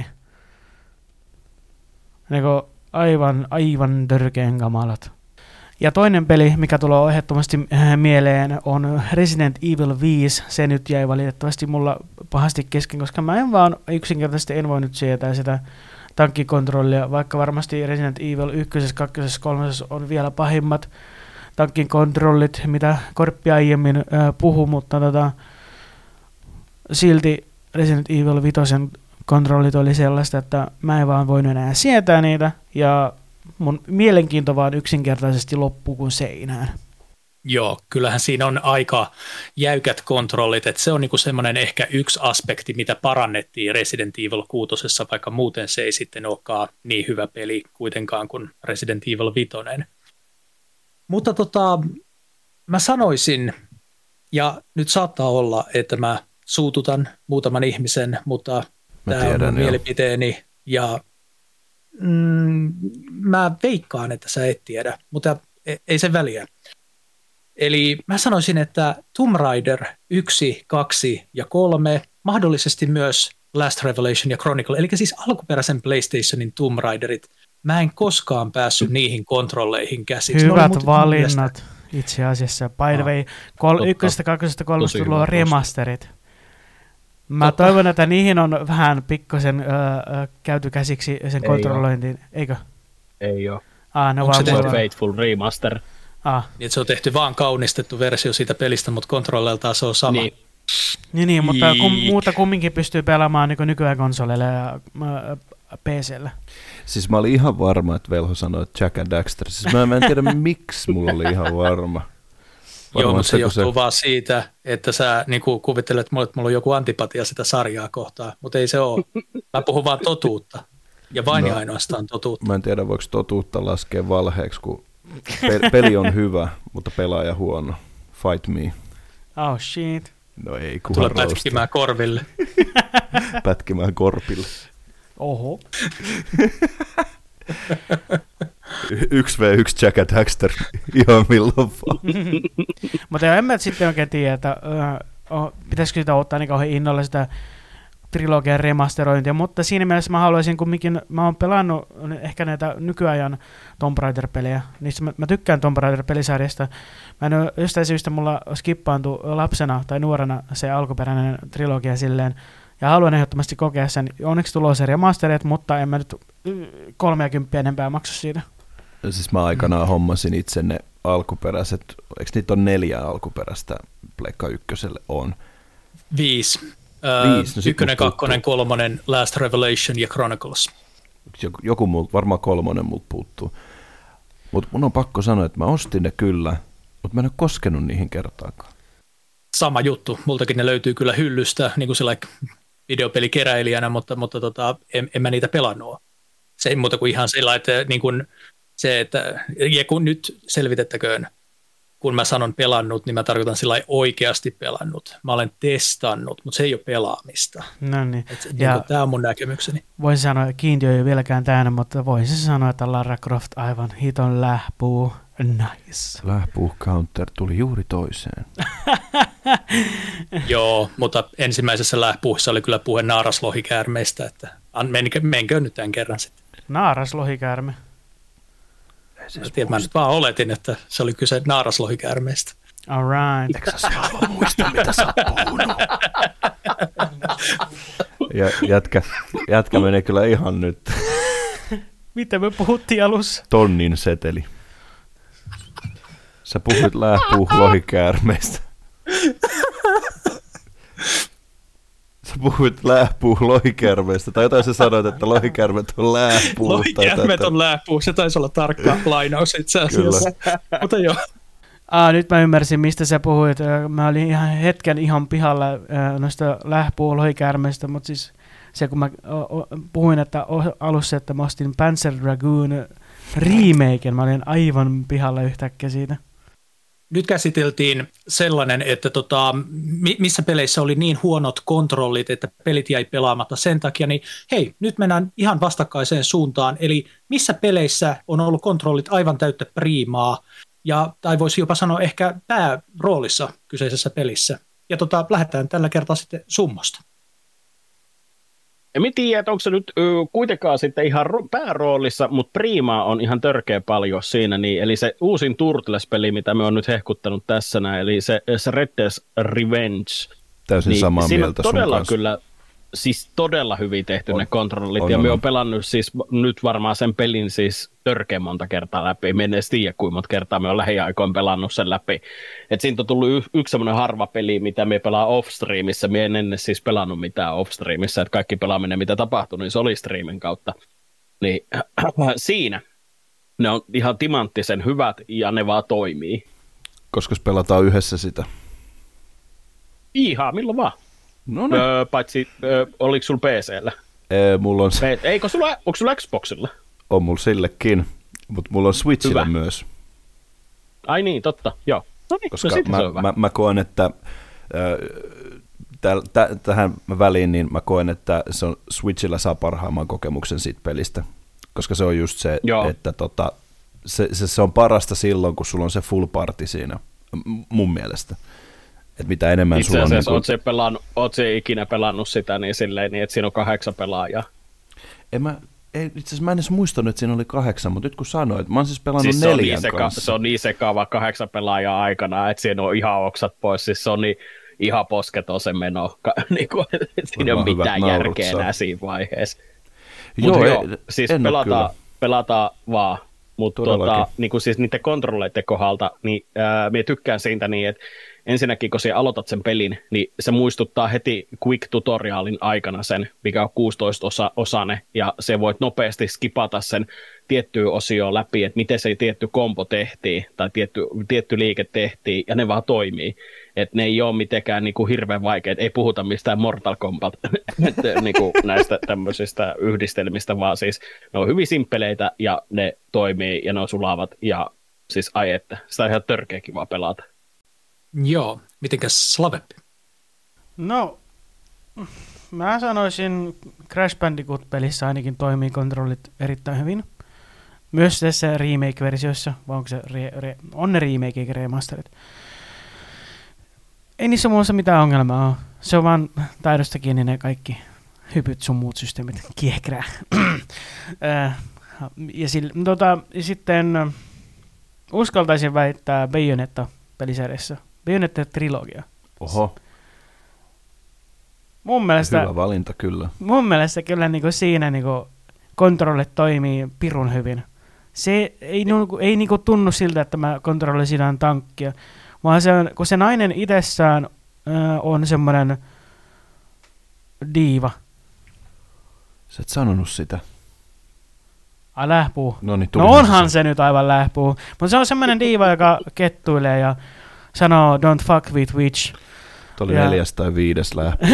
Speaker 3: Niin kuin aivan, aivan törkeän kamalat. Ja toinen peli, mikä tulee ehdottomasti mieleen, on Resident Evil viisi. Se nyt jäi valitettavasti mulla pahasti kesken, koska mä en vaan yksinkertaisesti en voi nyt sietää sitä tankkikontrollia, vaikka varmasti Resident Evil yksi, kaksi, kolme on vielä pahimmat tankkikontrollit, mitä Korppi aiemmin äh, puhui, mutta tota, silti Resident Evil viisi kontrollit oli sellaista, että mä en vaan voinut enää sietää niitä, ja mun mielenkiinto vaan yksinkertaisesti loppuu kuin seinään.
Speaker 2: Joo, kyllähän siinä on aika jäykät kontrollit, että se on niinku semmoinen ehkä yksi aspekti, mitä parannettiin Resident Evil kuusi, vaikka muuten se ei sitten olekaan niin hyvä peli kuitenkaan kuin Resident Evil viisi. Mutta tota, mä sanoisin, ja nyt saattaa olla, että mä suututan muutaman ihmisen, mutta tämä on mun mielipiteeni, ja mm, mä veikkaan, että sä et tiedä, mutta ei se väliä. Eli mä sanoisin, että Tomb Raider yksi, kaksi ja kolme, mahdollisesti myös Last Revelation ja Chronicle, eli siis alkuperäisen PlayStationin Tomb Raiderit, mä en koskaan päässyt niihin kontrolleihin käsiksi.
Speaker 3: Hyvät valinnat itse asiassa. By the way, kol- ykkösestä, kakkosesta, kolmesta tulee remasterit. Mä Totta. toivon, että niihin on vähän pikkasen öö, käyty käsiksi sen ei kontrollointiin, ole. Eikö?
Speaker 5: Ei ole.
Speaker 3: Ah, no
Speaker 5: onko se tehty Faithful Remaster?
Speaker 2: Ah. Niin, se on tehty vaan kaunistettu versio siitä pelistä, mutta kontrolleiltaan se on sama.
Speaker 3: Niin, niin, niin mutta kum, muuta kumminkin pystyy pelaamaan niin nykyään konsoleilla ja äh, P C:llä.
Speaker 4: Siis mä olin ihan varma, että Velho sanoi, että Jack and Daxter. Siis mä, mä en tiedä, miksi mulla oli ihan varma.
Speaker 2: Joo, mutta se johtuu se vaan siitä, että sä niin kuvittelet mulle, että mulla on joku antipatia sitä sarjaa kohtaan, mutta ei se ole. Mä puhun vaan totuutta, ja vain no, ja ainoastaan totuutta.
Speaker 4: Mä en tiedä, voiko totuutta laskea valheeksi, kun pe- peli on hyvä, mutta pelaaja huono. Fight me.
Speaker 3: Oh shit.
Speaker 4: No ei, kunhan
Speaker 2: Tule roasta. Pätkimään korville.
Speaker 4: Pätkimään korpille.
Speaker 3: Oho.
Speaker 4: Yksi v yksi Jack and Daxter, ihan milloin vaan.
Speaker 3: Mutta en mä sitten oikein tiedä, että uh, pitäisikö sitä ottaa niin kauhean innolla sitä trilogian remasterointia, mutta siinä mielessä mä haluaisin kumminkin, mä oon pelannut ehkä näitä nykyajan Tomb Raider-pelejä, niistä mä, mä tykkään Tomb Raider-pelisarjasta. Mä en ole jostain syystä mulla skippaantu lapsena tai nuorena se alkuperäinen trilogia silleen, ja haluan ehdottomasti kokea sen. Onneksi tulee se remasterit, mutta en mä nyt kolmeakymppiä enempää maksa siitä.
Speaker 4: Siis mä aikanaan hommasin itse ne alkuperäiset, eikö niitä on neljä alkuperäistä Pleikka ykköselle on?
Speaker 2: Viisi. Viisi. No ykkönen, kakkonen, kolmonen, Last Revelation ja Chronicles.
Speaker 4: Joku, joku muu, varmaan kolmonen multa puuttuu. Mutta mun on pakko sanoa, että mä ostin ne kyllä, mutta mä en ole koskenut niihin kertaakaan.
Speaker 2: Sama juttu. Multakin ne löytyy kyllä hyllystä, niin kuin sellainen videopelikeräilijänä, mutta, mutta tota, en, en mä niitä pelannut. Se ei muuta kuin ihan sellainen, että, niin kuin se, että ja kun nyt selvitettäköön, kun mä sanon pelannut, niin mä tarkoitan sillä oikeasti pelannut. Mä olen testannut, mutta se ei ole pelaamista.
Speaker 3: No niin.
Speaker 2: Niin tämä on mun näkemykseni.
Speaker 3: Voisin sanoa, että kiintiö ei ole vieläkään täynnä, mutta voisin sanoa, että Lara Croft aivan hiton lähpuu. Nice.
Speaker 4: Lähpuu counter tuli juuri toiseen.
Speaker 2: Joo, mutta ensimmäisessä lähpuussa oli kyllä puhe naaraslohikäärmeistä, että menkö, menkö nyt tämän kerran sitten.
Speaker 3: Naaraslohikäärme?
Speaker 2: Mä, tiedän, mä nyt vaan oletin, että se oli kyse naaraslohikäärmeistä.
Speaker 3: All right.
Speaker 4: Eikö sä halua muistaa, mitä sä oot puhunut? Ja jätkä, jätkä menee kyllä ihan nyt.
Speaker 3: Mitä me puhuttiin alussa?
Speaker 4: Tonnin seteli. Sä puhuit lääpuu lohikäärmeistä. Sä puhuit lääpuu lohikäärmeistä. Tai jotain sä sanoit, että lohikäärmet on lääpuu.
Speaker 2: Lohikäärmet on lääpuu. Se taisi olla tarkka lainaus itse asiassa. Mutta joo.
Speaker 3: Ah, nyt mä ymmärsin, mistä sä puhuit. Mä olin ihan hetken ihan pihalla noista lähpuu lohikäärmeistä, mutta siis se kun mä puhuin että alussa, että mä ostin Panzer Dragoon remaken, mä olin aivan pihalla yhtäkkiä siitä.
Speaker 2: Nyt käsiteltiin sellainen, että tota, missä peleissä oli niin huonot kontrollit, että pelit jäi pelaamatta sen takia, niin hei, nyt mennään ihan vastakkaiseen suuntaan, eli missä peleissä on ollut kontrollit aivan täyttä priimaa, ja, tai voisi jopa sanoa ehkä pääroolissa kyseisessä pelissä. Ja tota, lähdetään tällä kertaa sitten Summosta.
Speaker 5: En tiedä, että onko se nyt ö, kuitenkaan sitten ihan ro- pääroolissa, mutta priimaa on ihan törkeä paljon siinä. Niin, eli se uusin Turtles-peli, mitä me on nyt hehkuttanut tässä näin, eli se, se Red Dead Revenge.
Speaker 4: Täysin
Speaker 5: niin
Speaker 4: samaa
Speaker 5: siinä
Speaker 4: mieltä
Speaker 5: on todella
Speaker 4: sun
Speaker 5: kyllä, siis todella hyvin tehty
Speaker 4: on,
Speaker 5: ne kontrollit.
Speaker 4: on,
Speaker 5: ja
Speaker 4: on,
Speaker 5: me
Speaker 4: on
Speaker 5: on pelannut siis nyt varmaan sen pelin siis törkeä monta kertaa läpi. Me en edes tiedä, kuinka monta kertaa me on lähiaikoin pelannut sen läpi. Et siitä on tullut y- yksi semmoinen harva peli, mitä me pelaa off-streamissa. Me en ennen siis pelannut mitään off-streamissa, että kaikki pelaaminen, mitä tapahtui, niin se oli streamin kautta. Niin siinä ne on ihan timanttisen hyvät ja ne vaan toimii.
Speaker 4: Koska pelataan yhdessä sitä.
Speaker 5: Ihaa, milloin vaan.
Speaker 4: No niin.
Speaker 5: Öö, paitsi, öö, oliko sulla P C:llä?
Speaker 4: Ee, mulla on se.
Speaker 5: Eikö sulla, onko sulla Xboxilla?
Speaker 4: On mulla sillekin, mutta mulla on Switchillä
Speaker 5: Hyvä.
Speaker 4: myös.
Speaker 5: Ai niin, totta, joo. No niin,
Speaker 4: Koska
Speaker 5: no
Speaker 4: mä, mä, mä koen, että äh, täl, tä, tähän väliin niin mä koen, että se on, Switchillä saa parhaimman kokemuksen siitä pelistä. Koska se on just se, joo. että tota, se, se, se on parasta silloin, kun sulla on se full party siinä, mun mielestä. Että mitä enemmän
Speaker 5: itse
Speaker 4: sulla on...
Speaker 5: asiassa,
Speaker 4: niin
Speaker 5: oot, pelannut, oot se ikinä pelannut sitä niin silleen, niin että siinä on kahdeksan pelaajaa.
Speaker 4: En mä, ei, itse asiassa mä en edes muistanut, että siinä oli kahdeksan, mutta nyt kun sanoit, mä oon siis pelannut
Speaker 5: siis
Speaker 4: neljän
Speaker 5: se on niin
Speaker 4: kanssa.
Speaker 5: Seka, se on niin sekaava kahdeksan pelaajaa aikana, että siinä on ihan oksat pois, siis se on niin ihan posketon se meno, niin kuin, että siinä ei ole mitään järkeä enää siinä vaiheessa. Mutta joo, joo, siis pelataan, pelataan vaan. Mutta tuota, niin siis niiden kontrolleiden kohdalta, niin ää, minä tykkään siitä niin, että ensinnäkin kun sinä aloitat sen pelin, niin se muistuttaa heti quick tutorialin aikana sen, mikä on kuusitoista osa, osane, ja se voit nopeasti skipata sen tiettyä osioon läpi, että miten se tietty kompo tehtiin, tai tietty, tietty liike tehtiin, ja ne vaan toimii. Että ne ei ole mitenkään niin kuin hirveän vaikeita, ei puhuta mistään Mortal Kombat niin kuin näistä tämmöisistä yhdistelmistä, vaan siis ne on hyvin simppeleitä, ja ne toimii, ja ne on sulavat, ja siis ai että, sitä on ihan törkeä kiva pelata.
Speaker 2: Joo, mitenkäs Slaveppi?
Speaker 3: No, mä sanoisin Crash Bandicoot-pelissä ainakin toimii kontrollit erittäin hyvin. Myös tässä remake-versiossa, vai onko se re, re, on ne remake eikä remasterit. Ei niissä muassa mitään ongelmaa ole. Se on vaan taidosta kiinni ne kaikki hypyt sun muut systeemit. Kiekrää. ja, sille, tota, ja sitten uskaltaisin väittää Bayonetta-pelisarjassa. Bayonetta-trilogia.
Speaker 4: Oho.
Speaker 3: Mun mielestä,
Speaker 4: hyvä valinta kyllä.
Speaker 3: Mun mielestä kyllä niinku siinä niinku kontrollit toimii pirun hyvin. Se ei, niinku, ei niinku tunnu siltä, että mä kontrollisin tankkia, vaan se on, kun se nainen itsessään äh, on semmoinen diiva.
Speaker 4: Sä et sanonut sitä.
Speaker 3: Ai lähpuu.
Speaker 4: No, niin,
Speaker 3: no onhan se, se nyt aivan lähpuu. Mutta se on semmoinen diiva, joka kettuilee ja sanoo don't fuck with witch.
Speaker 4: Tuo oli ja... neljäs tai viides lähpuu.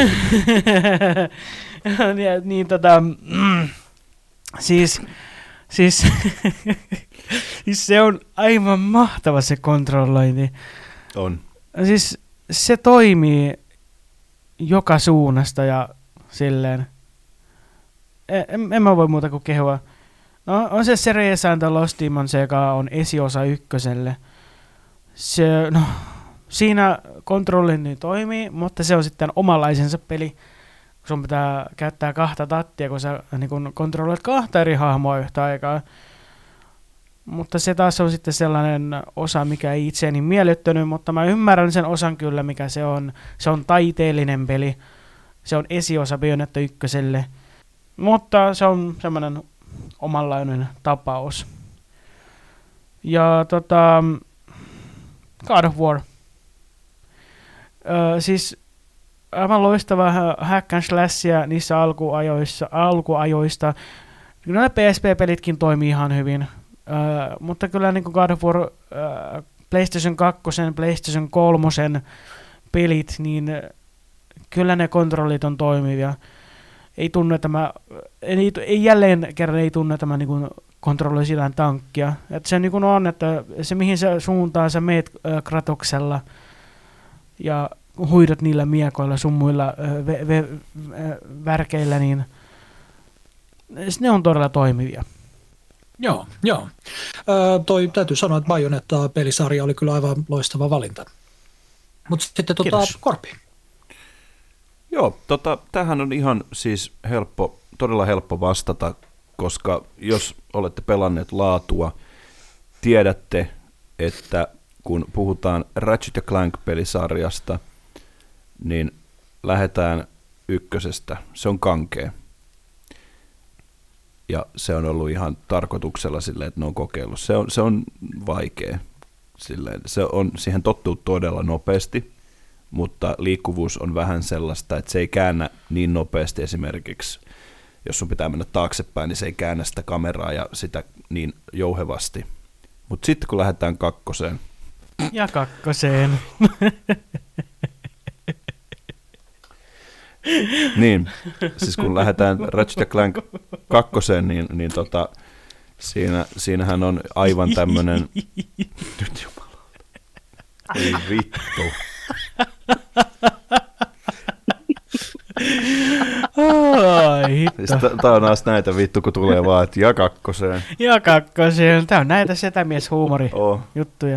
Speaker 3: ja, niin tota... Mm, siis... Siis, siis se on aivan mahtava se kontrollointi.
Speaker 4: On.
Speaker 3: Siis se toimii joka suunnasta ja silleen. En, en mä voi muuta kuin kehua. No, on se Serious and the Lost Demon, se joka on esiosa ykköselle. Se, no, siinä kontrolli toimii, mutta se on sitten omanlaisensa peli. Sun pitää käyttää kahta tattia, kun sä niin kun kontrolloit kahta eri hahmoa yhtä aikaa. Mutta se taas on sitten sellainen osa, mikä ei itseäni miellyttänyt, mutta mä ymmärrän sen osan kyllä, mikä se on. Se on taiteellinen peli. Se on esiosa Bayonetta ykköselle, mutta se on semmoinen omanlainen tapaus. Ja tota, God of War. Öö, siis aivan loistava hack and slashia niissä alkuajoissa, alkuajoista. Kyllä ne P S P-pelitkin toimii ihan hyvin, öö, mutta kyllä niin kuin God of War, öö, PlayStation kaksi, PlayStation kolme pelit, niin kyllä ne kontrollit on toimivia. Ei tunne tämä, ei, ei jälleen kerran ei tunne tämä niin kuin kontrolloi sitä tankkia. Et se niin kuin on, että se mihin se suuntaan sä meet äh, Kratoksella ja huidot niillä miekoilla sun muilla äh, ve, ve, äh, värkeillä, niin ne on todella toimivia.
Speaker 2: Joo, joo. Öö, toi täytyy sanoa, että Bayonetta-pelisarja oli kyllä aivan loistava valinta. Mutta sitten tuota, Korpi.
Speaker 4: Joo, tota, tämähän on ihan siis helppo, todella helppo vastata, koska jos olette pelanneet laatua, tiedätte, että kun puhutaan Ratchet and Clank-pelisarjasta, niin lähdetään ykkösestä. Se on kankea. Ja se on ollut ihan tarkoituksella silleen, että ne on kokeillut. Se on, se on vaikea. Silleen, se on, siihen tottuu todella nopeasti, mutta liikkuvuus on vähän sellaista, että se ei käännä niin nopeasti esimerkiksi, jos sun pitää mennä taaksepäin, niin se ei käännä sitä kameraa ja sitä niin jouhevasti. Mutta sitten kun lähdetään kakkoseen.
Speaker 3: Ja kakkoseen.
Speaker 4: Niin, siis kun lähdetään Ratchet and Clank kakkoseen, niin, niin tota, siinä, siinähän on aivan tämmönen... Nyt jumala. Ei vittu.
Speaker 3: Ai,
Speaker 4: siis tää on taas näitä vittu, kun tulee vaan, että ja kakkoseen.
Speaker 3: Ja kakkoseen. Tää on näitä setämies-huumori
Speaker 4: oh.
Speaker 3: juttuja.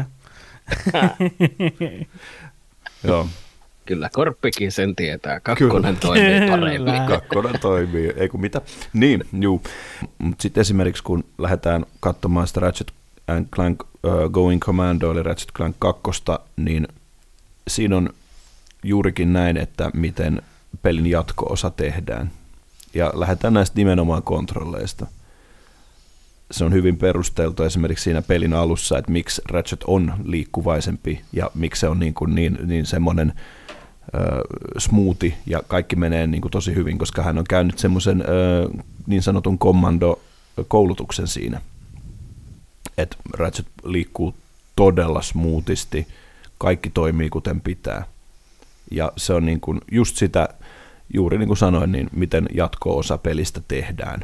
Speaker 4: Joo.
Speaker 5: Kyllä, Korppikin sen tietää. Kakkonen toimii paremmin.
Speaker 4: Kakkonen toimii, ei kun mitä. Niin, juu. Mutta sitten esimerkiksi kun lähdetään katsomaan sitä Ratchet and Clank uh, Going Commando, eli Ratchet Clank kaksi, niin siinä on juurikin näin, että miten pelin jatko-osa tehdään. Ja lähdetään näistä nimenomaan kontrolleista. Se on hyvin perusteltu esimerkiksi siinä pelin alussa, että miksi Ratchet on liikkuvaisempi ja miksi se on niin, kuin niin, niin semmoinen äh, smoothi ja kaikki menee niin kuin tosi hyvin, koska hän on käynyt semmoisen äh, niin sanotun kommando-koulutuksen siinä. Että Ratchet liikkuu todella smoothisti, kaikki toimii kuten pitää. Ja se on niin kuin just sitä, juuri niin kuin sanoin, niin miten jatko-osa pelistä tehdään.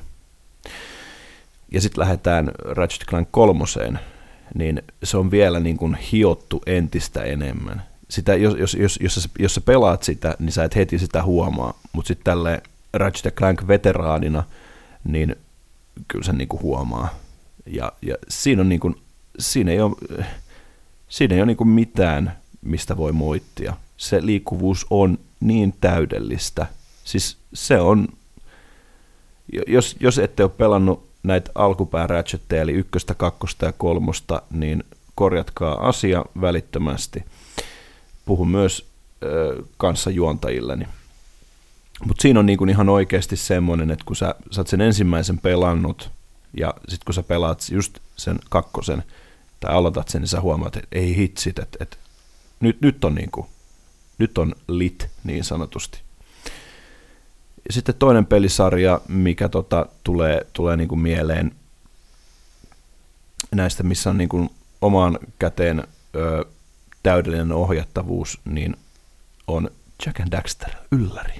Speaker 4: Ja sitten lähdetään Ratchet Clank kolmoseen, niin se on vielä niin kuin hiottu entistä enemmän. Sitä, jos, jos, jos, jos, jos sä pelaat sitä, niin sä et heti sitä huomaa, mutta sitten tälleen Ratchet Clank veteraanina, niin kyllä se niin kuin huomaa. Ja, ja siinä, on niin kuin, siinä ei ole, siinä ei ole niin kuin mitään, mistä voi moittia. Se liikkuvuus on niin täydellistä. Siis se on, jos, jos ette ole pelannut näitä alkupää Ratchetteja, eli ykköstä, kakkosta ja kolmosta, niin korjatkaa asia välittömästi. Puhun myös ö, kanssajuontajilleni. Mutta siinä on niinku ihan oikeasti semmoinen, että kun sä, sä oot sen ensimmäisen pelannut, ja sitten kun sä pelaat just sen kakkosen, tai aloitat sen, niin sä huomaat, että ei hitsit, että et, nyt, nyt, on niinku, nyt on lit niin sanotusti. Ja sitten toinen pelisarja, mikä tota, tulee, tulee niinku mieleen näistä, missä on niinku omaan käteen ö, täydellinen ohjattavuus, niin on Jak and Daxter ylläri.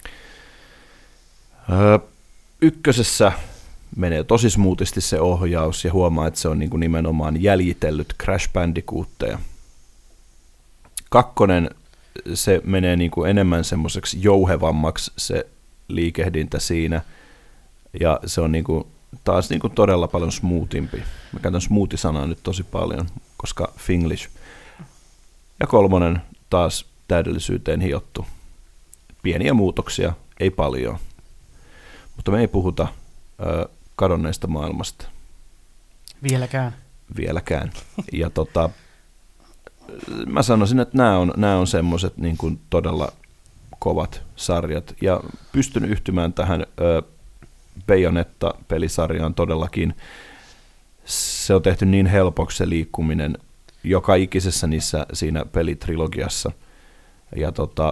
Speaker 4: Ö, ykkösessä menee tosi smoothisti se ohjaus ja huomaa, että se on niinku nimenomaan jäljitellyt Crash Bandicootteja. Kakkonen, se menee niinku enemmän semmoiseksi jouhevammaksi se liikehdintä siinä, ja se on niinku, taas niinku todella paljon smoothimpi. Mä käytän smoothie-sanaa nyt tosi paljon, koska Finglish. Ja kolmonen taas täydellisyyteen hiottu. Pieniä muutoksia, ei paljon. Mutta me ei puhuta ö, kadonneesta maailmasta.
Speaker 3: Vieläkään.
Speaker 4: vieläkään. Ja tota, mä sanoisin, että nämä on, nämä on semmoiset niin kuin todella kovat sarjat. Ja pystyn yhtymään tähän ö, Bayonetta-pelisarjaan todellakin. Se on tehty niin helpoksi se liikkuminen joka ikisessä niissä siinä pelitrilogiassa. Ja tota,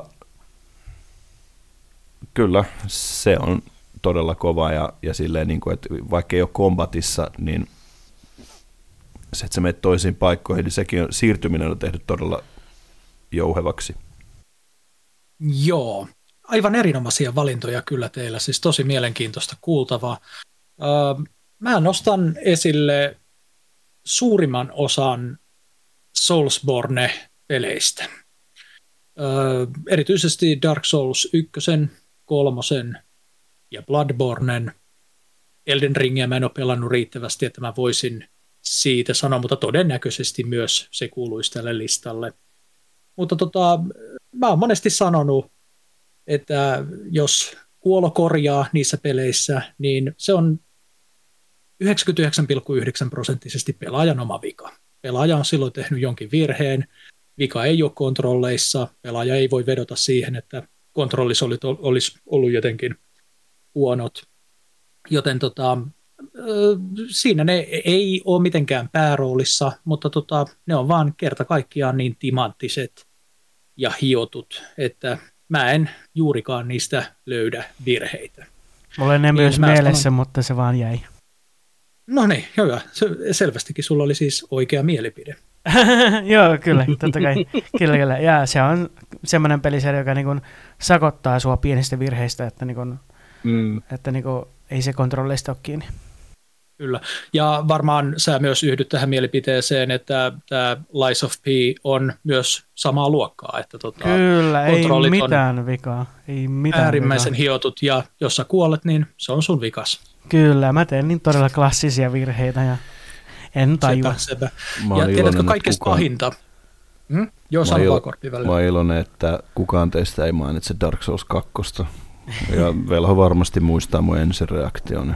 Speaker 4: kyllä, se on todella kova ja, ja silleen, niin kuin, että vaikka ei ole kombatissa, niin se, että sä menet toisiin paikkoihin, niin sekin on, siirtyminen on tehty todella jouhevaksi.
Speaker 2: Joo, aivan erinomaisia valintoja kyllä teillä, siis tosi mielenkiintoista kuultavaa. Öö, mä nostan esille suurimman osan Soulsborne-peleistä. Öö, erityisesti Dark Souls yksi, kolmosen ja Bloodbornen. Elden Ringiä mä en ole pelannut riittävästi, että mä voisin siitä sanoa, mutta todennäköisesti myös se kuuluisi tälle listalle. Mutta tota, mä oon monesti sanonut, että jos kuolo korjaa niissä peleissä, niin se on yhdeksänkymmentäyhdeksän pilkku yhdeksän prosenttisesti pelaajan oma vika. Pelaaja on silloin tehnyt jonkin virheen, vika ei ole kontrolleissa, pelaaja ei voi vedota siihen, että kontrollissa olisi ollut jotenkin huonot. Joten tota, siinä ne ei ole mitenkään pääroolissa, mutta tota, ne on vaan kerta kaikkiaan niin timanttiset ja hiotut, että mä en juurikaan niistä löydä virheitä.
Speaker 3: Mulla on ne niin myös mielessä, sanon, mutta se vaan jäi.
Speaker 2: No niin, hyvä. Selvästikin sulla oli siis oikea mielipide.
Speaker 3: Joo, kyllä, totta kai. Kyllä, kyllä. Ja se on semmoinen pelisarja, joka niin sakottaa sua pienistä virheistä, että, niin kuin, mm. että niin kuin, ei se kontrolleista ole kiinni. Kyllä.
Speaker 2: Ja varmaan sä myös yhdyt tähän mielipiteeseen, että tämä Lies of P on myös samaa luokkaa. Että tota,
Speaker 3: kyllä, ei mitään vikaa. Ei mitään
Speaker 2: äärimmäisen
Speaker 3: vikaa.
Speaker 2: Hiotut, ja jos sä kuolet, niin se on sun vikas.
Speaker 3: Kyllä, mä teen niin todella klassisia virheitä ja en tajua.
Speaker 2: Sepä, sepä. Ja tiedätkö kaikkein pahinta? Hmm? Joo, sano vaan kortti välillä.
Speaker 4: Mä oon iloinen, että kukaan teistä ei mainitse Dark Souls kaksi. Ja Velho varmasti muistaa mun ensireaktioni.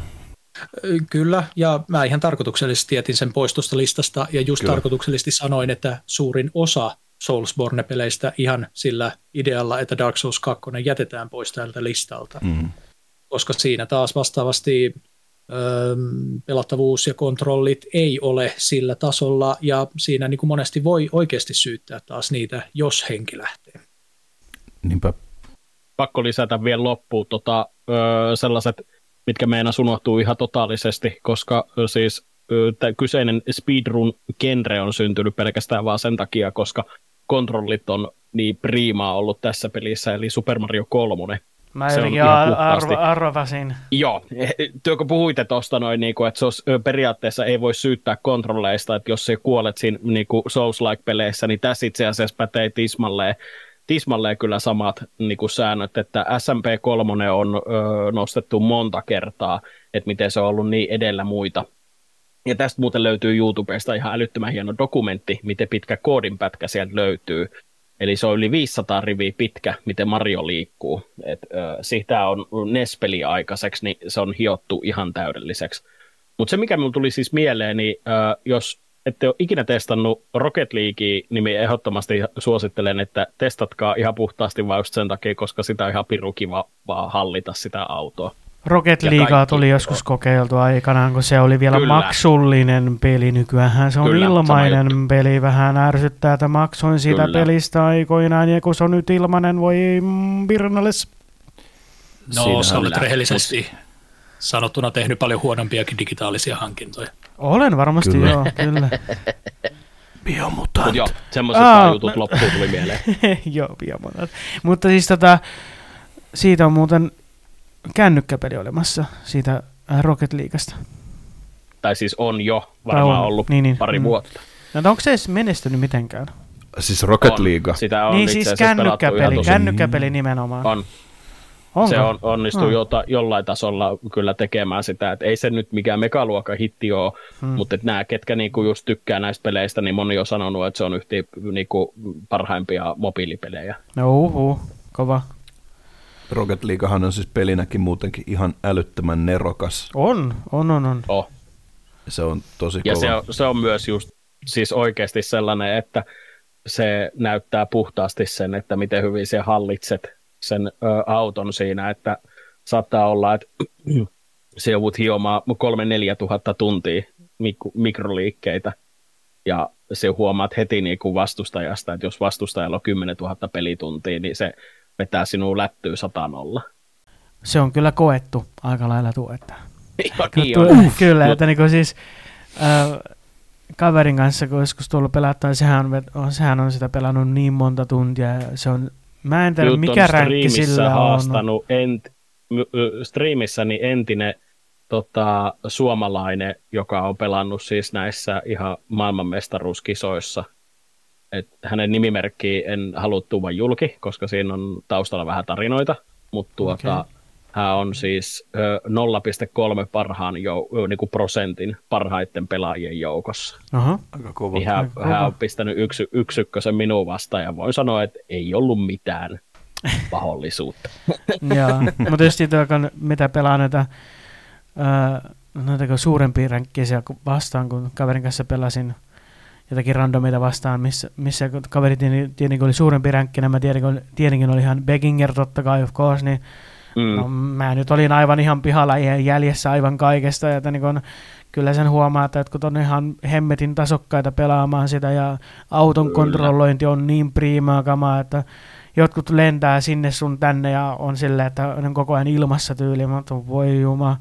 Speaker 2: Kyllä, ja mä ihan tarkoituksellisesti jätin sen pois tuosta listasta, ja just Kyllä. tarkoituksellisesti sanoin, että suurin osa Soulsborne-peleistä ihan sillä idealla, että Dark Souls kaksi jätetään pois tältä listalta. Mm-hmm. Koska siinä taas vastaavasti öö, pelattavuus ja kontrollit ei ole sillä tasolla, ja siinä niin kuin monesti voi oikeasti syyttää taas niitä, jos henki lähtee.
Speaker 4: Niinpä.
Speaker 5: Pakko lisätä vielä loppuun tota, öö, sellaiset, mitkä meinas unohtuu ihan totaalisesti, koska öö, siis öö, kyseinen speedrun-genre on syntynyt pelkästään vaan sen takia, koska kontrollit on niin priimaa ollut tässä pelissä, eli Super Mario kolme.
Speaker 3: Mä jotenkin arvo, arvasin.
Speaker 5: Joo, työkö puhuitte tuosta noin, niin kuin, että se olisi, periaatteessa ei voi syyttää kontrolleista, että jos sä kuolet siinä niin kuin Souls-like-peleissä, niin tässä itse asiassa pätee tismalleen, tismalleen kyllä samat niin kuin säännöt, että S M P kolme on ö, nostettu monta kertaa, että miten se on ollut niin edellä muita. Ja tästä muuten löytyy YouTubesta ihan älyttömän hieno dokumentti, miten pitkä koodinpätkä sieltä löytyy. Eli se on yli viisisataa riviä pitkä, miten Mario liikkuu. Et, äh, siitä on N E S-peli aikaiseksi, niin se on hiottu ihan täydelliseksi. Mutta se, mikä minulle tuli siis mieleen, niin äh, jos ette ole ikinä testannut Rocket Leaguea, niin ehdottomasti suosittelen, että testatkaa ihan puhtaasti vaan just sen takia, koska sitä on ihan pirun kiva vaan hallita sitä autoa.
Speaker 3: Rocket Leaguea tuli joskus kokeiltu aikanaan, kun se oli vielä Kyllä. maksullinen peli. Nykyään se on Kyllä, ilmainen peli. Vähän ärsyttää, että maksoin siitä Kyllä. pelistä aikoinaan, ja kun se on nyt ilmainen, voi Birnales.
Speaker 2: No, Siinä sä olet rehellisesti sanottuna tehnyt paljon huonompiakin digitaalisia hankintoja.
Speaker 3: Olen varmasti, kyllä. joo, kyllä.
Speaker 4: Biomutant.
Speaker 5: Mut joo, semmoiset ah, jutut no. loppuun tuli mieleen.
Speaker 3: joo, biomutant. Mutta siis tota, siitä on muuten kännykkäpeli olemassa siitä Rocket Leaguesta.
Speaker 5: Tai siis on jo varmaan on. ollut niin, niin. pari mm. vuotta.
Speaker 3: No onko se edes menestynyt mitenkään?
Speaker 4: Siis Rocket League.
Speaker 5: Sitä on
Speaker 3: niin siis kännykkäpeli, kännykkäpeli nimenomaan.
Speaker 5: On. Onko? Se on, onnistuu no. jota, jollain tasolla kyllä tekemään sitä, että ei se nyt mikään megaluokan hitti ole, hmm. mutta että nämä, ketkä niinku just tykkää näistä peleistä, niin moni on sanonut, että se on yhtä niinku parhaimpia mobiilipelejä.
Speaker 3: No uhu, kova.
Speaker 4: Rocket Leaguehan on siis pelinäkin muutenkin ihan älyttömän nerokas.
Speaker 3: On, on, on, on.
Speaker 5: Oh.
Speaker 4: Se on tosi
Speaker 5: ja
Speaker 4: kova.
Speaker 5: se on, se on myös just siis oikeasti sellainen, että se näyttää puhtaasti sen, että miten hyvin sä hallitset sen ö, auton siinä, että saattaa olla, että se joudut hiomaan kolme neljä tuhatta tuntia mik- mikroliikkeitä, ja se huomaat heti niin kuin vastustajasta, että jos vastustajalla on kymmenen tuhatta pelituntia, niin se vetää sinua lättyy sata nolla.
Speaker 3: Se on kyllä koettu aika lailla tuo, että
Speaker 5: niin
Speaker 3: uh, kyllä, Mut... että niin siis äh, kaverin kanssa, kun joskus tullut pelattua, sehän on, sehän on sitä pelannut niin monta tuntia, ja se on, mä en tiedä mikä ränkki sillä on.
Speaker 5: Ent, striimissäni entinen tota, suomalainen, joka on pelannut siis näissä ihan maailmanmestaruuskisoissa. Et hänen nimimerkkiä en halua tuoda julki, koska siinä on taustalla vähän tarinoita, mutta tuota, okay. hän on siis nolla pilkku kolme parhaan jou- niinku prosentin parhaiten pelaajien joukossa.
Speaker 3: Aha.
Speaker 4: Aika kova.
Speaker 5: Niin hän,
Speaker 3: Aika kova.
Speaker 5: hän on pistänyt yksi, yksikkösen minuun vastaan, ja voin sanoa, että ei ollut mitään pahollisuutta.
Speaker 3: Joo, mutta tietysti mitä pelaa näitä, noita suurempia ränkkisiä vastaan, kun kaverin kanssa pelasin jotakin randomita vastaan, missä, missä kaveri tietenkin oli suurempi ränkkinä, mä tietenkin, tietenkin oli ihan Beginger totta kai, of course, niin mm. no, mä nyt olin aivan ihan pihalla jäljessä aivan kaikesta, ja että niin kun, kyllä sen huomaa, että kun on ihan hemmetin tasokkaita pelaamaan sitä, ja auton kyllä. kontrollointi on niin priimaa kamaa, että jotkut lentää sinne sun tänne, ja on silleen, että on koko ajan ilmassa tyyli, mutta voi juma.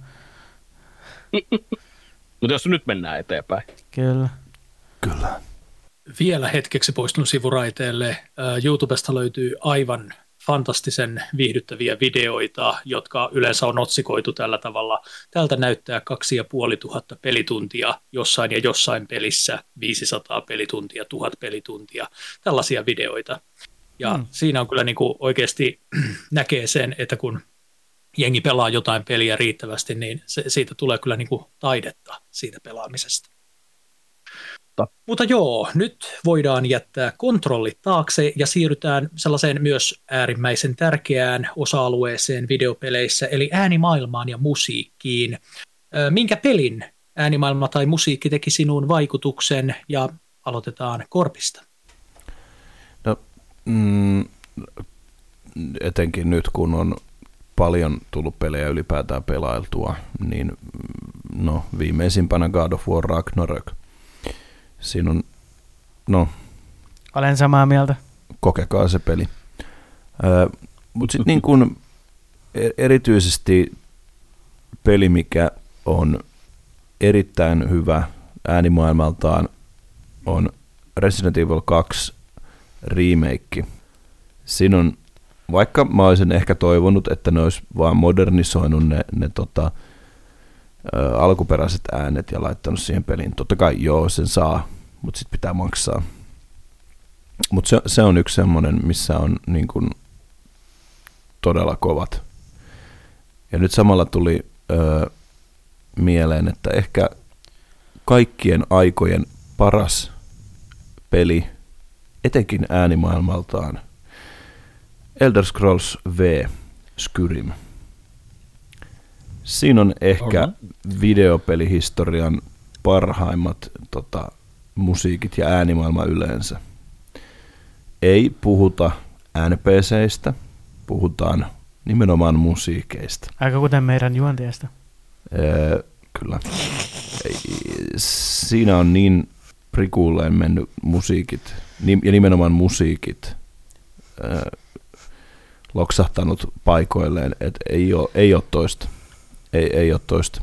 Speaker 5: Mutta jos nyt mennään eteenpäin.
Speaker 3: Kyllä.
Speaker 4: Kyllä.
Speaker 2: Vielä hetkeksi poistunut sivuraiteelle. YouTubesta löytyy aivan fantastisen viihdyttäviä videoita, jotka yleensä on otsikoitu tällä tavalla. Täältä näyttää kaksi ja puoli tuhatta pelituntia jossain ja jossain pelissä, viisisataa pelituntia, tuhat pelituntia, tällaisia videoita. Ja hmm. siinä on kyllä niin kuin oikeasti näkee sen, että kun jengi pelaa jotain peliä riittävästi, niin se, siitä tulee kyllä niin kuin taidetta siitä pelaamisesta. Mutta joo, nyt voidaan jättää kontrollit taakse ja siirrytään sellaiseen myös äärimmäisen tärkeään osa-alueeseen videopeleissä, eli äänimaailmaan ja musiikkiin. Minkä pelin äänimaailma tai musiikki teki sinuun vaikutuksen, ja aloitetaan Korpista?
Speaker 4: No, mm, etenkin nyt kun on paljon tullut pelejä ylipäätään pelailtua, niin no, viimeisimpänä God of War Ragnarök. Siinä on, no...
Speaker 3: Olen samaa mieltä.
Speaker 4: Kokekaa se peli. Öö, mutta sitten niin kun erityisesti peli, mikä on erittäin hyvä äänimaailmaltaan, on Resident Evil kaksi remake. Siinä on, vaikka mä olisin ehkä toivonut, että ne olisi vaan modernisoinut ne, ne tota, ä, alkuperäiset äänet ja laittanut siihen peliin. Totta kai joo, sen saa, mutta sitten pitää maksaa. Mutta se, se on yksi semmoinen, missä on niin kun, todella kovat. Ja nyt samalla tuli ö, mieleen, että ehkä kaikkien aikojen paras peli, etenkin äänimaailmaltaan, Elder Scrolls V, Skyrim. Siinä on ehkä videopelihistorian parhaimmat tota, musiikit ja äänimaailma yleensä. Ei puhuta N P C:istä, puhutaan nimenomaan musiikeista. Aika
Speaker 3: kuten meidän juontajasta.
Speaker 4: Öö, kyllä. Ei, siinä on niin prikuulleen mennyt musiikit, ja nimenomaan musiikit, öö, loksahtanut paikoilleen, että ei ole, ei ole toista. Ei, ei ole toista.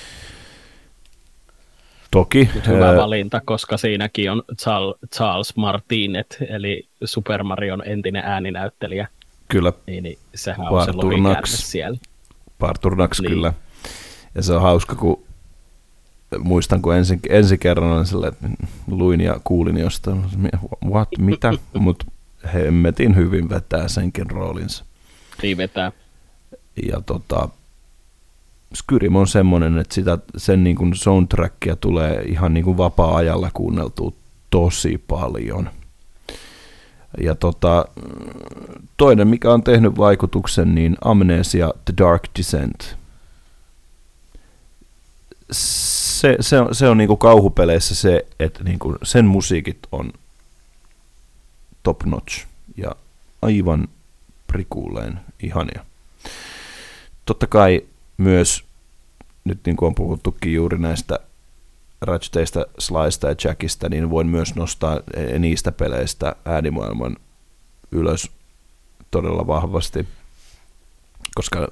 Speaker 4: Toki.
Speaker 5: Hyvä ää... valinta, koska siinäkin on Charles Martinet, eli Super Marion entinen ääninäyttelijä.
Speaker 4: Kyllä.
Speaker 5: Niin, niin sehän on se lohikäärme siellä.
Speaker 4: Parturnax, niin. Kyllä. Ja se on hauska, kun muistan, kun ensi, ensi kerran olin sellainen, että luin ja kuulin jostain, what, mitä? Mutta hemmetin hyvin vetää senkin roolinsa.
Speaker 5: Niin vetää.
Speaker 4: Ja tota, Skyrim on semmoinen, että sitä, sen niin kuin soundtrackia tulee ihan niin kuin vapaa-ajalla kuunneltua tosi paljon. Ja tota, toinen, mikä on tehnyt vaikutuksen, niin Amnesia The Dark Descent. se, se on, se on niinku kauhupeleissä se, että niinku sen musiikit on top notch ja aivan prikulleen ihania. Totta kai myös, nyt niin kuin on puhuttukin juuri näistä Ratchetista, Slysta ja Jackista, niin voin myös nostaa niistä peleistä äänimaailman ylös todella vahvasti, koska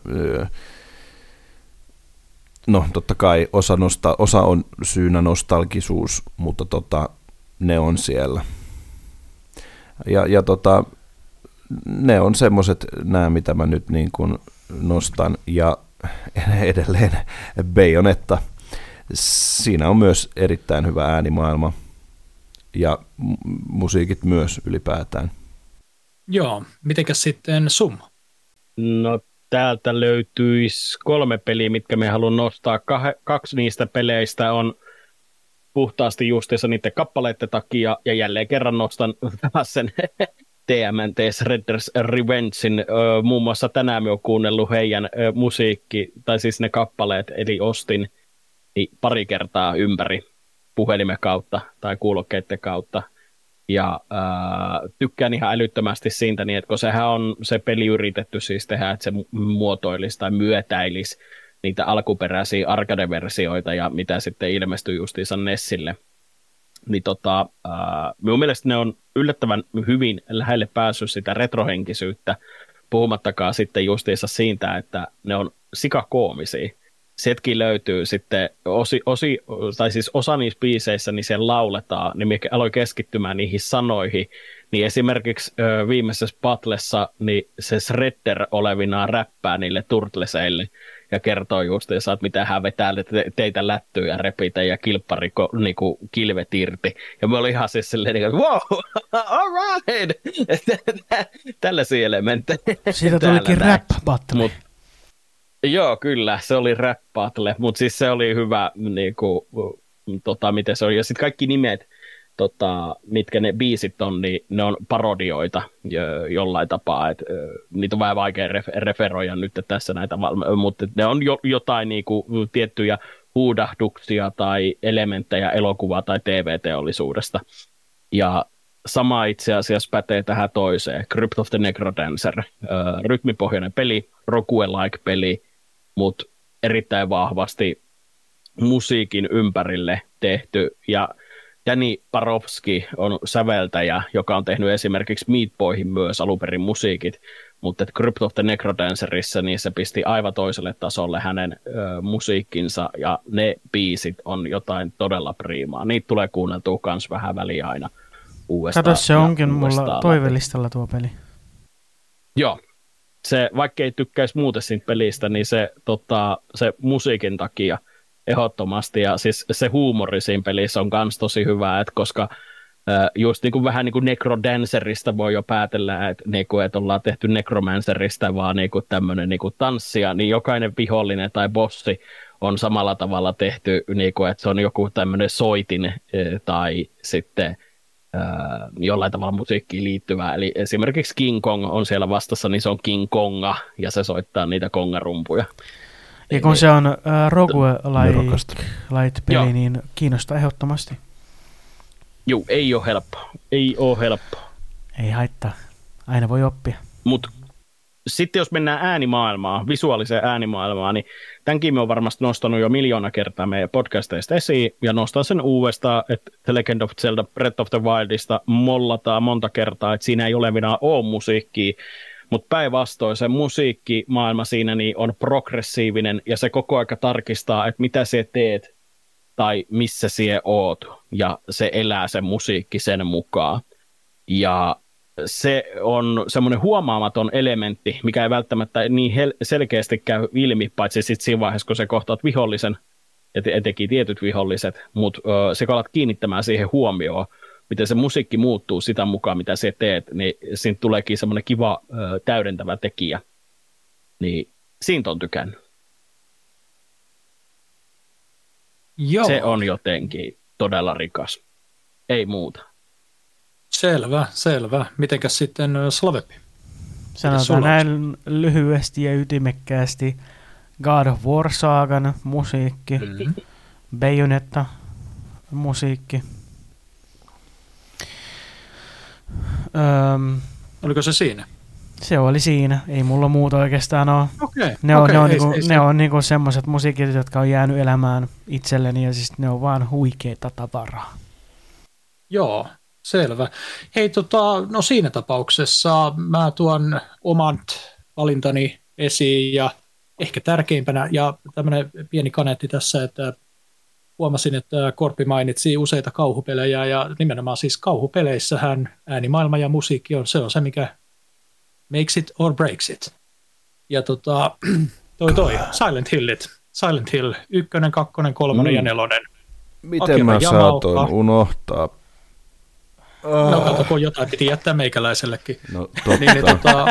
Speaker 4: no totta kai osa, nosta, osa on syynä nostalgisuus, mutta tota, ne on siellä. Ja, ja tota, ne on semmoiset nämä, mitä mä nyt niin kuin nostan, ja edelleen Bayonetta. Siinä on myös erittäin hyvä äänimaailma, ja musiikit myös ylipäätään.
Speaker 2: Joo, mitenkäs sitten Summa?
Speaker 5: No täältä löytyisi kolme peliä, mitkä me haluan nostaa. Kah- kaksi niistä peleistä on puhtaasti justiinsa niiden kappaleiden takia, ja jälleen kerran nostan taas sen T M N T Shredder's Revengein. Muun muassa tänään me oon kuunnellut heidän ö, musiikki, tai siis ne kappaleet, eli ostin niin pari kertaa ympäri puhelimen kautta tai kuulokkeiden kautta. Ja ää, tykkään ihan älyttömästi siitä, niin että kun sehän on se peli yritetty siis tehdä, että se muotoilisi tai myötäilisi niitä alkuperäisiä arcade-versioita ja mitä sitten ilmestyi justiinsa Nessille. Niin tota, ää, minun mielestä ne on yllättävän hyvin lähelle päässyt sitä retrohenkisyyttä, puhumattakaan sitten justiinsa siitä, että ne on sikakoomisia. Sieltäkin löytyy sitten osi, osi, tai siis osa niissä biiseissä, niin siellä lauletaan, niin mikä aloin keskittymään niihin sanoihin, niin esimerkiksi ö, viimeisessä battlessa niin se Shredder olevinaan räppää niille turtleseille ja kertoo justiinsa, että mitä hän vetää te, teitä lättyä ja repitä ja kilppari niinku kilvet irti. Ja me oli ihan siis silleen, että wow, all right, tällaisia elementtejä.
Speaker 3: Siitä tulikin rap battle.
Speaker 5: Joo, kyllä, se oli rap battle, mutta siis se oli hyvä, niinku, tota, miten se oli. Ja sitten kaikki nimet, tota, mitkä ne biisit on, niin ne on parodioita jo, jollain tapaa. Et, niitä on vähän vaikea ref- referoida nyt tässä näitä, mutta ne on jo, jotain niinku, tiettyjä huudahduksia tai elementtejä elokuva- tai T V-teollisuudesta. Ja sama itse asiassa pätee tähän toiseen. Crypt of the Necrodancer, rytmipohjainen peli, roguelike peli, mutta erittäin vahvasti musiikin ympärille tehty. Ja Danny Barofsky on säveltäjä, joka on tehnyt esimerkiksi Meat Boyhin myös alunperin musiikit, mutta Crypt of the Necrodancerissa niin se pisti aivan toiselle tasolle hänen ö, musiikkinsa, ja ne biisit on jotain todella priimaa. Niitä tulee kuunneltua kans vähän väliä aina uudestaan.
Speaker 3: Kato, se onkin mulla toivelistalla tuo peli.
Speaker 5: Joo. Se, vaikka ei tykkäisi muuten siitä pelistä, niin se, tota, se musiikin takia ehdottomasti, ja siis se huumori siinä pelissä on myös tosi hyvä, että koska äh, just niin kuin vähän niin kuin Necrodancerista voi jo päätellä, että, niin kuin, että ollaan tehty Necromancerista vaan niin kuin tämmöinen niin kuin tanssia, niin jokainen vihollinen tai bossi on samalla tavalla tehty, niin kuin, että se on joku tämmöinen soitin äh, tai sitten äh, jollain tavalla musiikkiin liittyvää. Eli esimerkiksi King Kong on siellä vastassa, niin se on King Konga, ja se soittaa niitä kongarumpuja.
Speaker 3: Ja kun se on äh, roguelite-peli, niin kiinnostaa ehdottomasti.
Speaker 5: Joo, ei ole helppoa. Ei ole helppoa.
Speaker 3: Ei haittaa. Aina voi oppia.
Speaker 5: Mutta sitten jos mennään äänimaailmaan, visuaaliseen äänimaailmaan, niin tämänkin me on varmasti nostanut jo miljoona kertaa meidän podcasteista esiin, ja nostan sen uudestaan, että The Legend of Zelda Breath of the Wildista mollataan monta kertaa, että siinä ei olevinaan ole musiikkia, mutta päinvastoin se musiikkimaailma siinä niin on progressiivinen, ja se koko aika tarkistaa, että mitä sä teet tai missä sä oot, ja se elää se musiikki sen mukaan. Ja se on semmoinen huomaamaton elementti, mikä ei välttämättä niin hel- selkeästi käy ilmi, paitsi sitten siinä vaiheessa, kun sä kohtaat vihollisen, et- etenkin tietyt viholliset, mutta se kun alat kiinnittämään siihen huomioon, miten se musiikki muuttuu sitä mukaan, mitä sä teet, niin siinä tuleekin semmoinen kiva ö, täydentävä tekijä. Niin siitä on tykännyt.
Speaker 2: Joo.
Speaker 5: Se on jotenkin todella rikas. Ei muuta.
Speaker 2: Selvä, selvä. Mitenkäs sitten Slavepi?
Speaker 3: Sanotaan näin lyhyesti ja ytimekkäästi God of War-saagan musiikki. Mm-hmm. Bayonetta, musiikki. Öm,
Speaker 2: Oliko se siinä?
Speaker 3: Se oli siinä. Ei mulla muuta oikeastaan ole.
Speaker 2: Okay,
Speaker 3: ne on,
Speaker 2: okay,
Speaker 3: ne on,
Speaker 2: ei,
Speaker 3: niinku,
Speaker 2: ei,
Speaker 3: ne
Speaker 2: ei,
Speaker 3: on niinku semmoiset musiikit, jotka on jäänyt elämään itselleni ja siis ne on vaan huikeita tavaraa.
Speaker 2: Joo, selvä. Hei, tota, no siinä tapauksessa mä tuon omat valintani esiin ja ehkä tärkeimpänä, ja tämmöinen pieni kaneetti tässä, että huomasin, että Korpi mainitsi useita kauhupelejä, ja nimenomaan siis kauhupeleissähän äänimaailma ja musiikki on, se on se, mikä makes it or breaks it. Ja tota, toi toi, Silent Hillit, Silent Hill, ykkönen, kakkonen, kolmonen mm. ja nelonen.
Speaker 4: Miten Akira mä saatoin unohtaa?
Speaker 2: Oh. No kato, kun jotain piti jättää meikäläisellekin.
Speaker 4: No totta.
Speaker 2: niin, niin, tota,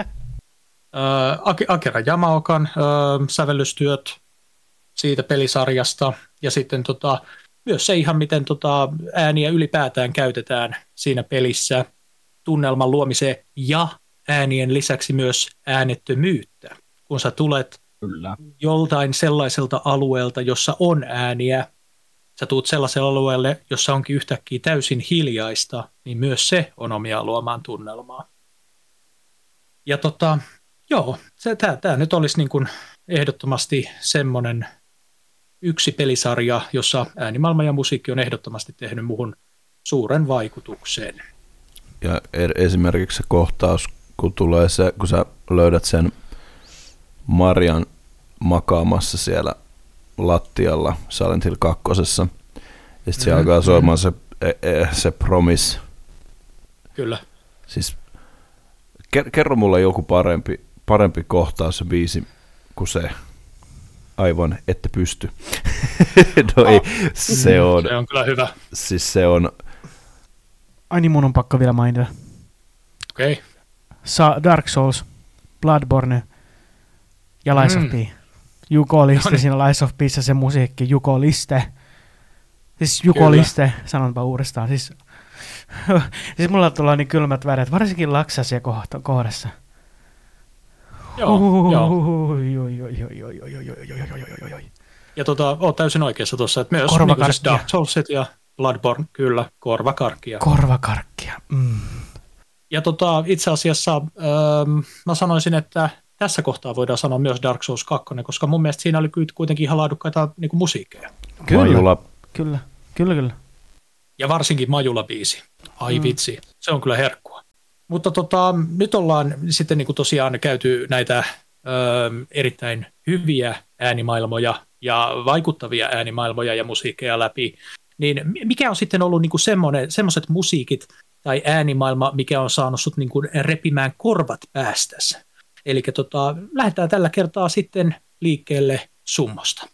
Speaker 2: Äh, Akira Yamaokan äh, sävellystyöt siitä pelisarjasta ja sitten tota, myös se ihan miten tota, ääniä ylipäätään käytetään siinä pelissä tunnelman luomiseen ja äänien lisäksi myös äänettömyyttä. Kun sä tulet
Speaker 5: Kyllä.
Speaker 2: joltain sellaiselta alueelta, jossa on ääniä, sä tuut sellaiselle alueelle, jossa onkin yhtäkkiä täysin hiljaista, niin myös se on omia luomaan tunnelmaa. Ja tota, joo, tämä nyt olisi niin kuin ehdottomasti semmoinen yksi pelisarja, jossa äänimaailma ja musiikki on ehdottomasti tehnyt muhun suuren vaikutuksen.
Speaker 4: Ja esimerkiksi se kohtaus, kun tulee se, kun sä löydät sen Marian makaamassa siellä lattialla Silent Hill kakkosessa, ja sitten se mm-hmm. alkaa soimaan se, se Promise.
Speaker 2: Kyllä.
Speaker 4: Siis kerro mulle joku parempi, parempi kohtaus se biisi kuin se. Aivan, ette pysty. no ei, se on.
Speaker 2: Se on kyllä hyvä.
Speaker 4: Siis se on.
Speaker 3: Ai niin, mun on pakko vielä mainita.
Speaker 2: Okei. Okay.
Speaker 3: Sa- Dark Souls, Bloodborne ja Lies mm. of P. Juko Liste, no niin. Siinä Lies of P:ssä se musiikki, Juko Liste. Siis Juko kyllä. Liste, sanonpa uudestaan. Siis, siis mulla tulee niin kylmät väret, varsinkin Laksasia kohdassa.
Speaker 2: Joo, joo. Ja tota, oot täysin oikeassa tuossa, että myös niin siis Dark Soulsit ja Bloodborne, kyllä, korvakarkkia.
Speaker 3: Korvakarkkia, mm.
Speaker 2: Ja tota, itse asiassa ähm, mä sanoisin, että tässä kohtaa voidaan sanoa myös Dark Souls kaksi, koska mun mielestä siinä oli kuitenkin ihan laadukkaita niin kuin musiikkeja.
Speaker 3: Kyllä, Majula. kyllä, kyllä, kyllä.
Speaker 2: Ja varsinkin Majula-biisi. Ai mm. vitsi, se on kyllä herkkua. Mutta tota, nyt ollaan sitten niin kuin tosiaan käyty näitä ö, erittäin hyviä äänimaailmoja ja vaikuttavia äänimaailmoja ja musiikkeja läpi. Niin mikä on sitten ollut niin kuin semmoiset musiikit tai äänimaailma, mikä on saanut sut niin kuin repimään korvat päästäsi? Eli tota, lähdetään tällä kertaa sitten liikkeelle Summosta.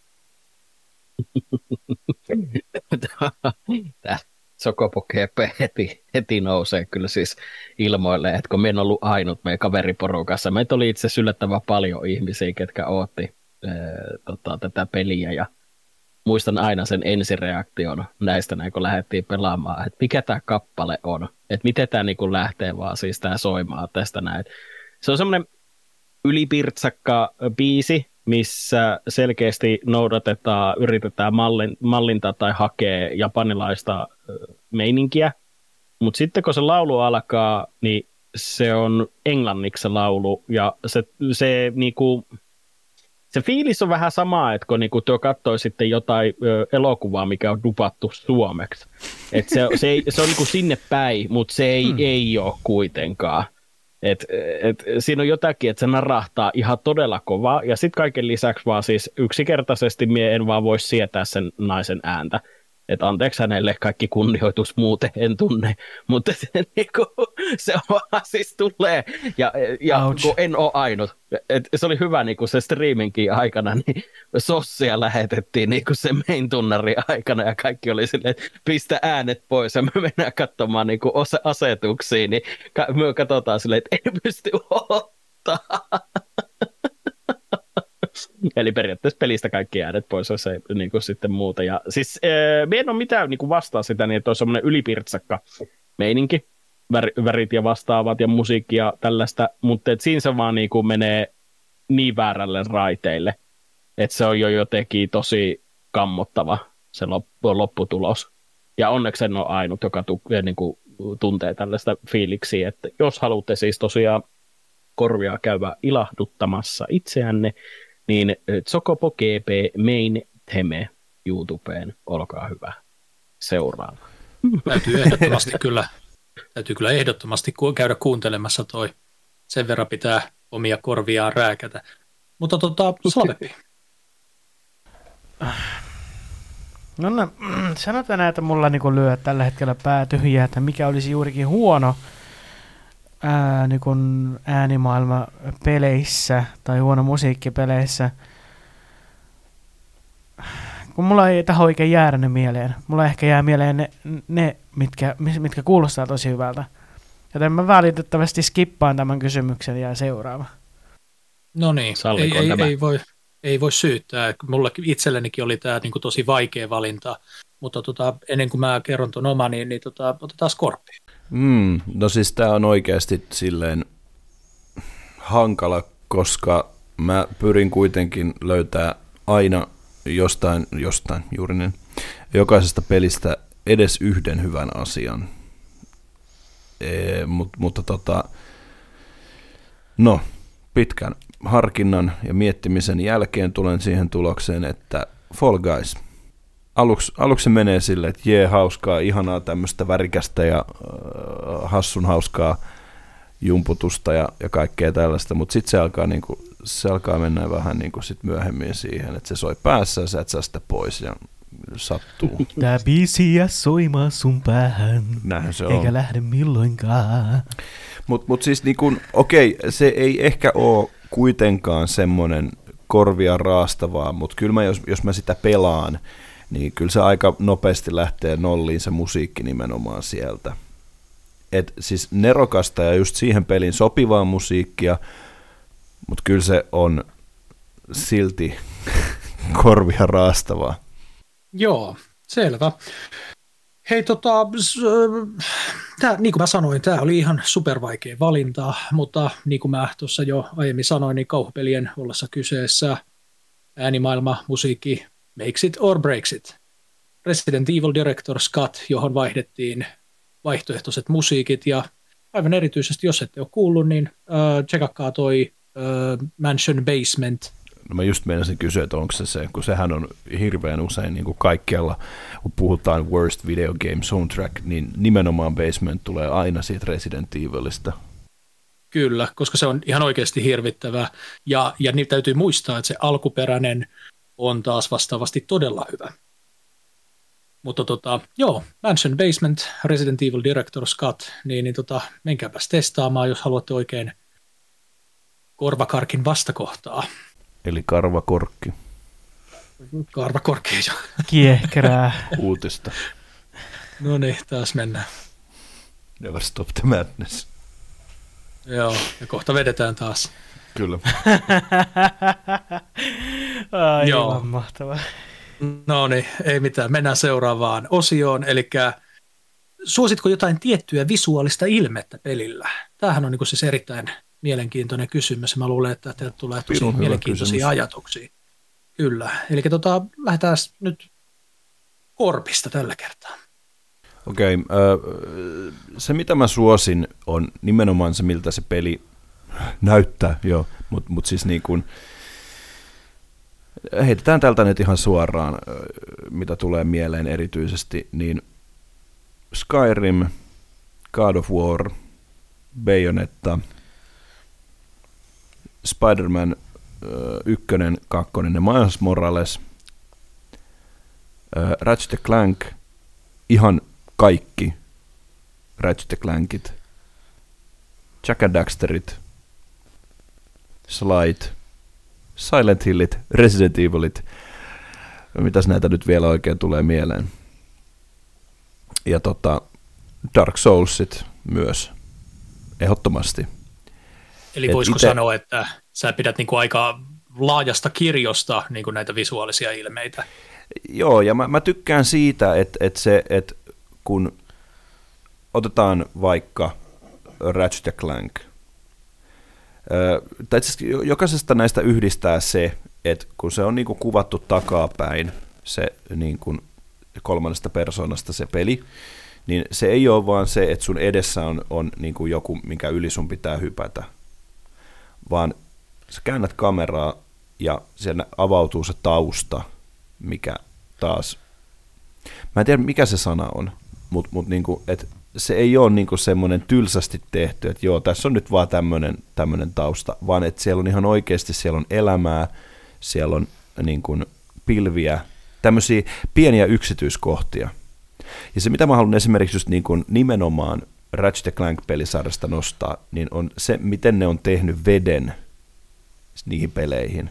Speaker 5: Sokopokepe heti, heti nousee kyllä siis ilmoille, että kun me en ollut ainut meidän kaveriporukassa. Meitä oli itse asiassa yllättävän paljon ihmisiä, ketkä ootti ää, tota, tätä peliä ja muistan aina sen ensireaktion näistä näin, kun lähdettiin pelaamaan, että mikä tämä kappale on, että miten tämä niin lähtee vaan siis tämä soimaan tästä näin. Se on semmoinen ylipirtsakka biisi, missä selkeästi noudatetaan, yritetään mallin, mallintaa tai hakea japanilaista meininkiä. Mutta sitten kun se laulu alkaa, niin se on englanniksi se laulu, ja se, se, niinku, se fiilis on vähän sama, että kun niinku tuo katsoi sitten jotain ö, elokuvaa, mikä on dupattu suomeksi. Et se, se, ei, se on niinku sinne päin, mutta se ei, hmm. ei ole kuitenkaan. Et, et, siinä on jotakin, että se narahtaa ihan todella kovaa, ja sitten kaiken lisäksi vaan siis yksinkertaisesti mie en vaan voi sietää sen naisen ääntä. Että anteeksi hänelle kaikki kunnioitus muuten en tunne, mutta se, niinku, se vaan siis tulee, ja, ja kun en ole ainut. Et se oli hyvä niinku se streaminkin aikana, niin sossia lähetettiin niinku se main tunnari aikana, ja kaikki oli silleen, että pistä äänet pois, ja me mennään katsomaan niinku asetuksia, niin me katsotaan silleen, että ei pysty ottaa. Eli periaatteessa pelistä kaikki äänet pois, jos ei niin kuin sitten muuta. Ja siis ee, me en ole mitään niin kuin vastaa sitä, niin että on semmoinen ylipirtsakka meininki, Vär, värit ja vastaavat ja musiikki ja tällaista, mutta et siinä se vaan niin kuin menee niin väärälle raiteille, että se on jo jotenkin tosi kammottava se lopputulos. Ja onneksi en ole ainut, joka tu, niin kuin, tuntee tällaista fiiliksiä, että jos haluatte siis tosiaan korvia käydä ilahduttamassa itseänne, niin Chocobo G P Main Theme YouTubeen, olkaa hyvä, seuraava.
Speaker 2: Täytyy ehdottomasti kyllä, täytyy kyllä ehdottomasti käydä kuuntelemassa toi, sen verran pitää omia korviaan rääkätä. Mutta tota, Slavepi.
Speaker 3: No, no sanotaan näin, että mulla niinku lyö tällä hetkellä pää tyhjää, että mikä olisi juurikin huono ää, niinku äänimaailma peleissä tai huono musiikki peleissä. Kun mulla ei tähän oikein jäädä ne mieleen. Mulla ehkä jää mieleen ne, ne mitkä, mitkä kuulostaa tosi hyvältä. Joten mä valitettavasti skippaan tämän kysymyksen ja seuraava.
Speaker 2: No niin, ei, ei, ei, voi, ei voi syyttää. Mulla itsellenikin oli tämä niin kuin tosi vaikea valinta, mutta tota, ennen kuin mä kerron ton oma, niin, niin tota, otetaan Skorppi.
Speaker 4: Mm, no siis tää on oikeasti silleen hankala, koska mä pyrin kuitenkin löytää aina jostain, jostain juuri niin, jokaisesta pelistä edes yhden hyvän asian. E, mut, mutta tota, no, pitkän harkinnan ja miettimisen jälkeen tulen siihen tulokseen, että Fall Guys. Aluksi, aluksi se menee silleen, että jee, hauskaa, ihanaa tämmöistä värikästä ja äh, hassun hauskaa jumputusta ja, ja kaikkea tällaista, mutta sitten se alkaa, niinku, se alkaa mennä vähän niinku sit myöhemmin siihen, että se soi päässä ja sä et saa sitä pois ja sattuu.
Speaker 3: Tää biisi jää soimaan sun päähän,
Speaker 4: näin se
Speaker 3: eikä
Speaker 4: on.
Speaker 3: lähde milloinkaan.
Speaker 4: Mutta mut siis niinku, okei, se ei ehkä ole kuitenkaan semmoinen korvia raastavaa, mutta kyllä mä, jos, jos mä sitä pelaan, niin kyllä se aika nopeasti lähtee nolliin se musiikki nimenomaan sieltä. Et siis nerokasta ja just siihen pelin sopivaa musiikkia, mutta kyllä se on silti korvia raastavaa.
Speaker 2: Joo, selvä. Hei, tota, tää, niin kuin mä sanoin, tämä oli ihan supervaikea valinta, mutta niin kuin mä tuossa jo aiemmin sanoin, niin kauhupelien ollessa kyseessä äänimaailma, musiikki, makes it or breaks it. Resident Evil Director's Cut, johon vaihdettiin vaihtoehtoiset musiikit, ja aivan erityisesti, jos ette ole kuullut, niin äh, tsekakkaa toi äh, Mansion Basement.
Speaker 4: No mä just meinasin kysyä, että onko se se, kun sehän on hirveän usein niin kuin kaikkialla, kun puhutaan worst video game soundtrack, niin nimenomaan Basement tulee aina siitä Resident Evilistä.
Speaker 2: Kyllä, koska se on ihan oikeasti hirvittävä, ja, ja niin täytyy muistaa, että se alkuperäinen on taas vastaavasti todella hyvä. Mutta tota, joo, Mansion Basement, Resident Evil Director's Cut, niin, niin tota, menkääpäs testaamaan, jos haluatte oikein korvakarkin vastakohtaa.
Speaker 4: Eli karvakorkki.
Speaker 2: Karvakorkki, jo.
Speaker 3: Kiehkerää.
Speaker 4: Uutista.
Speaker 2: No niin, taas mennään.
Speaker 4: Never stop the madness.
Speaker 2: Joo, ja kohta vedetään taas.
Speaker 4: Kyllä.
Speaker 3: Aivan
Speaker 2: Joo.
Speaker 3: mahtavaa.
Speaker 2: No niin, ei mitään. Mennään seuraavaan osioon. Eli suositko jotain tiettyä visuaalista ilmettä pelillä? Tämähän on niin kuin siis erittäin mielenkiintoinen kysymys. Mä luulen, että teiltä tulee tosi
Speaker 4: Pirun
Speaker 2: mielenkiintoisia
Speaker 4: kysymys.
Speaker 2: ajatuksia. Kyllä. Eli tota, lähdetään nyt Korpista tällä kertaa.
Speaker 4: Okei, okay, se mitä mä suosin on nimenomaan se, miltä se peli näyttää, joo, mutta mut siis niin kuin, heitetään tältä nyt ihan suoraan, mitä tulee mieleen erityisesti, niin Skyrim, God of War, Bayonetta, Spider-Man ykkönen, kakkonen ja Miles Morales, Ratchet Clank, ihan kaikki Ratchet Clankit, Jack and Daxterit, Slide, Silent Hillit, Resident Evilit, mitäs näitä nyt vielä oikein tulee mieleen. Ja tota, Dark Soulsit myös, ehdottomasti.
Speaker 2: Eli
Speaker 4: Et
Speaker 2: voisiko
Speaker 4: ite...
Speaker 2: sanoa, että sä pidät niinku aika laajasta kirjosta niinku näitä visuaalisia ilmeitä?
Speaker 4: Joo, ja mä, mä tykkään siitä, että, että, se, että kun otetaan vaikka Ratchet Clank, tai jokaisesta näistä yhdistää se, että kun se on niin kuin kuvattu takapäin, se niin kuin kolmannesta persoonasta se peli, niin se ei ole vaan se, että sun edessä on, on niin kuin joku, minkä yli sun pitää hypätä, vaan sä käännät kameraa ja siellä avautuu se tausta, mikä taas, mä en tiedä mikä se sana on, mutta mut niinku, se ei ole niinku semmoinen tylsästi tehty, että joo, tässä on nyt vaan tämmöinen tausta, vaan että siellä on ihan oikeasti, siellä on elämää, siellä on niinku pilviä, tämmöisiä pieniä yksityiskohtia. Ja se, mitä mä haluan esimerkiksi just niinku nimenomaan Ratchet and Clank-pelisarjasta nostaa, niin on se, miten ne on tehnyt veden niihin peleihin.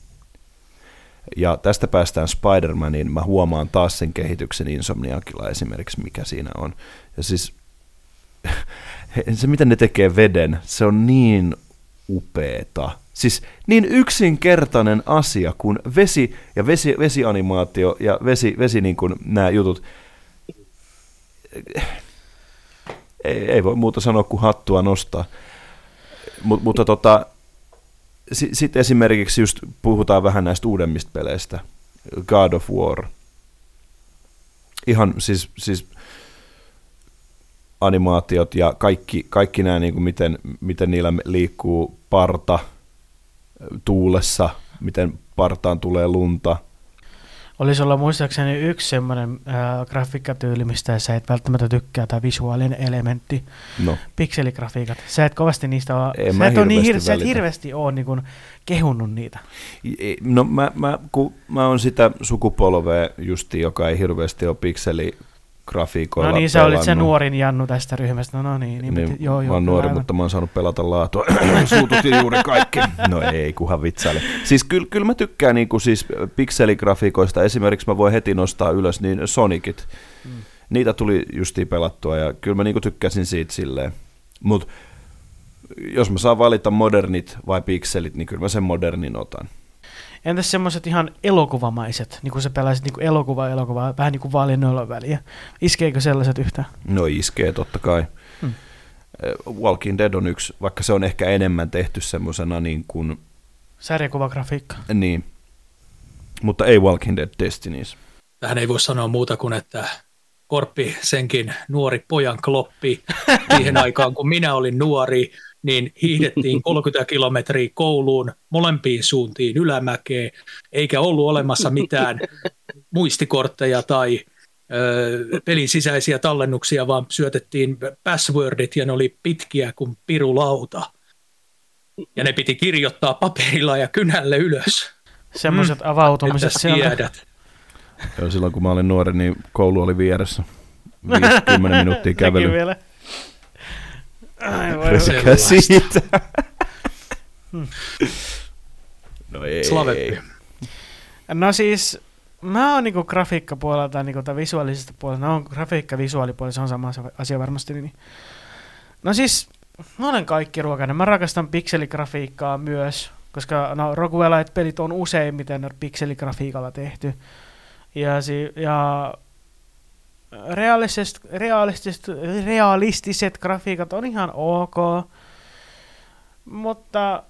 Speaker 4: Ja tästä päästään Spider-Maniin, mä huomaan taas sen kehityksen Insomniacilla esimerkiksi, mikä siinä on. Ja siis se, miten ne tekee veden, se on niin upeeta. Siis niin yksinkertainen asia kuin vesi ja vesi, vesianimaatio ja vesi, vesi niin kuin nämä jutut. Ei, ei voi muuta sanoa kuin hattua nostaa. Mut, mutta tota... Sitten esimerkiksi just puhutaan vähän näistä uudemmista peleistä. God of War. Ihan siis, siis animaatiot ja kaikki, kaikki nämä, niin kuin miten, miten niillä liikkuu parta tuulessa, miten partaan tulee lunta.
Speaker 3: Olisi olla muistaakseni yksi semmoinen äh, grafiikkatyyli, mistä sä et välttämättä tykkää, tai visuaalinen elementti,
Speaker 4: no.
Speaker 3: Pikseligrafiikat. Sä et kovasti niistä ole,
Speaker 4: ei,
Speaker 3: sä, et ole niin hir- sä et hirveästi ole niin kuin kehunnut niitä.
Speaker 4: No mä, mä, kun mä oon sitä sukupolvea justi, joka ei hirveästi ole pikseligrafiikoilla
Speaker 3: No niin, sä olit se nuorin Jannu tästä ryhmästä. No, no niin, niin,
Speaker 4: niin
Speaker 3: joo,
Speaker 4: mä
Speaker 3: joo,
Speaker 4: oon nuori,
Speaker 3: aivan.
Speaker 4: mutta mä oon saanut pelata laatua. Suututin juuri kaikki. No ei, kuhan vitsaile. Siis kyllä, kyllä mä tykkään niin kuin siis pikseligrafiikoista. Esimerkiksi mä voin heti nostaa ylös niin Sonicit. Mm. Niitä tuli justiin pelattua ja kyllä mä niin kuin tykkäsin siitä silleen. Mut jos mä saan valita modernit vai pikselit, niin kyllä mä sen modernin otan.
Speaker 3: Entäs semmoiset ihan elokuvamaiset, niin kuin sä pelasit niin kuin elokuva elokuvaa, vähän niin kuin valinnoilla väliä. Iskeekö sellaiset yhtään?
Speaker 4: No iskee totta kai. Hmm. Walking Dead on yksi, vaikka se on ehkä enemmän tehty semmoisena niin kuin...
Speaker 3: sarjakuvagrafiikka.
Speaker 4: Niin, mutta ei Walking Dead Destinies.
Speaker 2: Tähän ei voi sanoa muuta kuin, että Korppi senkin nuori pojan kloppi siihen aikaan, kun minä olin nuori, niin hiihdettiin kolmekymmentä kilometriä kouluun molempiin suuntiin ylämäkeen, eikä ollut olemassa mitään muistikortteja tai ö, pelin sisäisiä tallennuksia, vaan syötettiin passwordit ja ne oli pitkiä kuin pirulauta. Ja ne piti kirjoittaa paperilla ja kynälle ylös.
Speaker 3: Semmoiset mm. avautumiset siellä.
Speaker 4: Joo, silloin kun mä olin nuori, niin koulu oli vieressä. viisikymmentä minuuttia kävely.
Speaker 3: Sekin vielä.
Speaker 4: Resikää siitä. No ei.
Speaker 2: Slaveppi.
Speaker 3: No siis, mä oon niinku grafiikkapuolelta, niinku tai visuaalisesta puolelta, no on grafiikka visuaalipuolella, se on sama asia varmasti. Niin. No siis, mä olen kaikki ruokainen. Mä rakastan pikseligrafiikkaa myös, koska no, roguelite-pelit on useimmiten pikseligrafiikalla tehty. Ja, si- ja realistiset, realistiset, realistiset grafiikat on ihan ok, mutta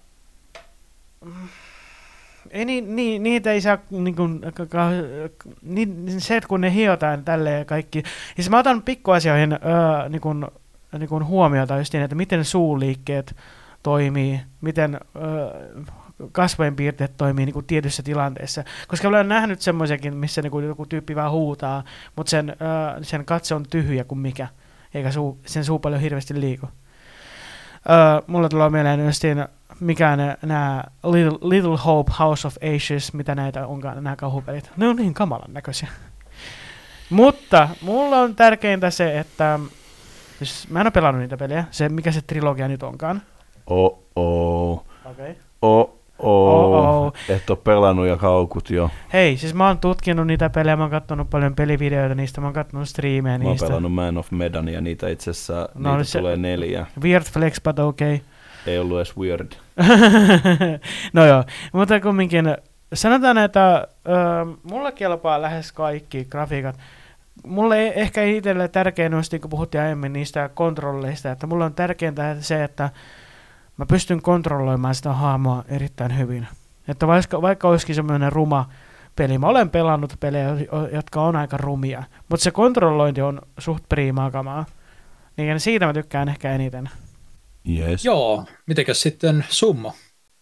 Speaker 3: ei ni, ni, niitä ei saa niin kuin, ka, ni, se, että kun ne hiotaan tälleen kaikki. Ja mä otan pikkuasioihin öö, niin kuin, niin kuin huomiota just niin, että miten suuliikkeet toimii, miten öö, kasvojenpiirteet toimii niin kuin tietyissä tilanteissa. Koska olen nähnyt semmoisiakin, missä niin kuin joku tyyppi vaan huutaa, mutta sen, äh, sen katse on tyhjä kuin mikä, eikä suu, sen suu paljon hirveästi liiku. Äh, mulla tulee mieleen just mikä nämä Little, Little Hope, House of Ashes, mitä näitä onkaan, nämä kauhupelit. Ne on niin kamalan näköisiä. Mutta mulla on tärkeintä se, että siis mä en ole pelannut niitä pelejä, se mikä se trilogia nyt onkaan.
Speaker 4: Oh-oh.
Speaker 3: Okei. Okay.
Speaker 4: Oh.
Speaker 3: Oh,
Speaker 4: et ole pelannut ja haukut jo.
Speaker 3: Hei, siis mä oon tutkinut niitä pelejä, mä oon kattonut paljon pelivideoita niistä, mä oon kattonut striimejä niistä.
Speaker 4: Mä oon pelannut Man of Medania, niitä itse asiassa,
Speaker 3: no,
Speaker 4: niitä tulee neljä.
Speaker 3: Weird flex, but okay.
Speaker 4: Ei ollut edes weird.
Speaker 3: No joo, mutta kumminkin sanotaan, että äh, mulle kelpaa lähes kaikki grafiikat. Mulle ei, ehkä itselle tärkein olisi, kun puhuttiin aiemmin niistä kontrolleista, että mulle on tärkeintä se, että mä pystyn kontrolloimaan sitä hahmoa erittäin hyvin. Että vaikka, vaikka olisikin semmoinen ruma peli. Mä olen pelannut pelejä, jotka on aika rumia, mutta se kontrollointi on suht priimaa kamaa. Niin siitä mä tykkään ehkä eniten.
Speaker 4: Yes.
Speaker 2: Joo, mitenkäs sitten Summo?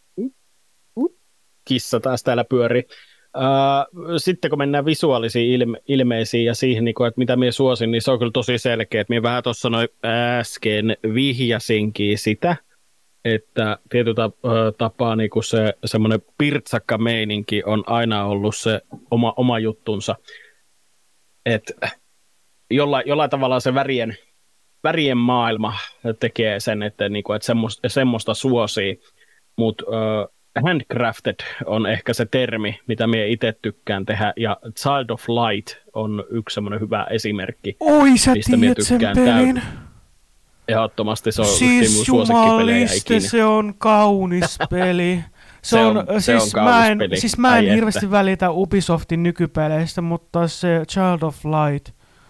Speaker 5: Kissa taas täällä pyörii. Uh, sitten kun mennään visuaalisiin ilme- ilmeisiin ja siihen, niin kuin, että mitä minä suosin, niin se on kyllä tosi selkeä. Minä vähän tuossa noin äsken vihjasinkin sitä, että tietyllä tapaa niin kuin se semmoinen pirtsakka meininki on aina ollut se oma, oma juttunsa. Että jollain, jollain tavalla se värien, värien maailma tekee sen, että, niin kuin, että semmoista, semmoista suosii, mutta uh, handcrafted on ehkä se termi, mitä minä itse tykkään tehdä, ja Child of Light on yksi semmoinen hyvä esimerkki,
Speaker 3: Oi, sä
Speaker 5: mistä minä
Speaker 3: tiedät sen
Speaker 5: tykkään
Speaker 3: pelin.
Speaker 5: täysin. Ehdottomasti se on
Speaker 3: siis jumaliste, se on kaunis peli. Se, se on, on, se siis, on mä en, peli. Siis mä en Ai hirveästi että. välitä Ubisoftin nykypeleistä, mutta se Child of Light.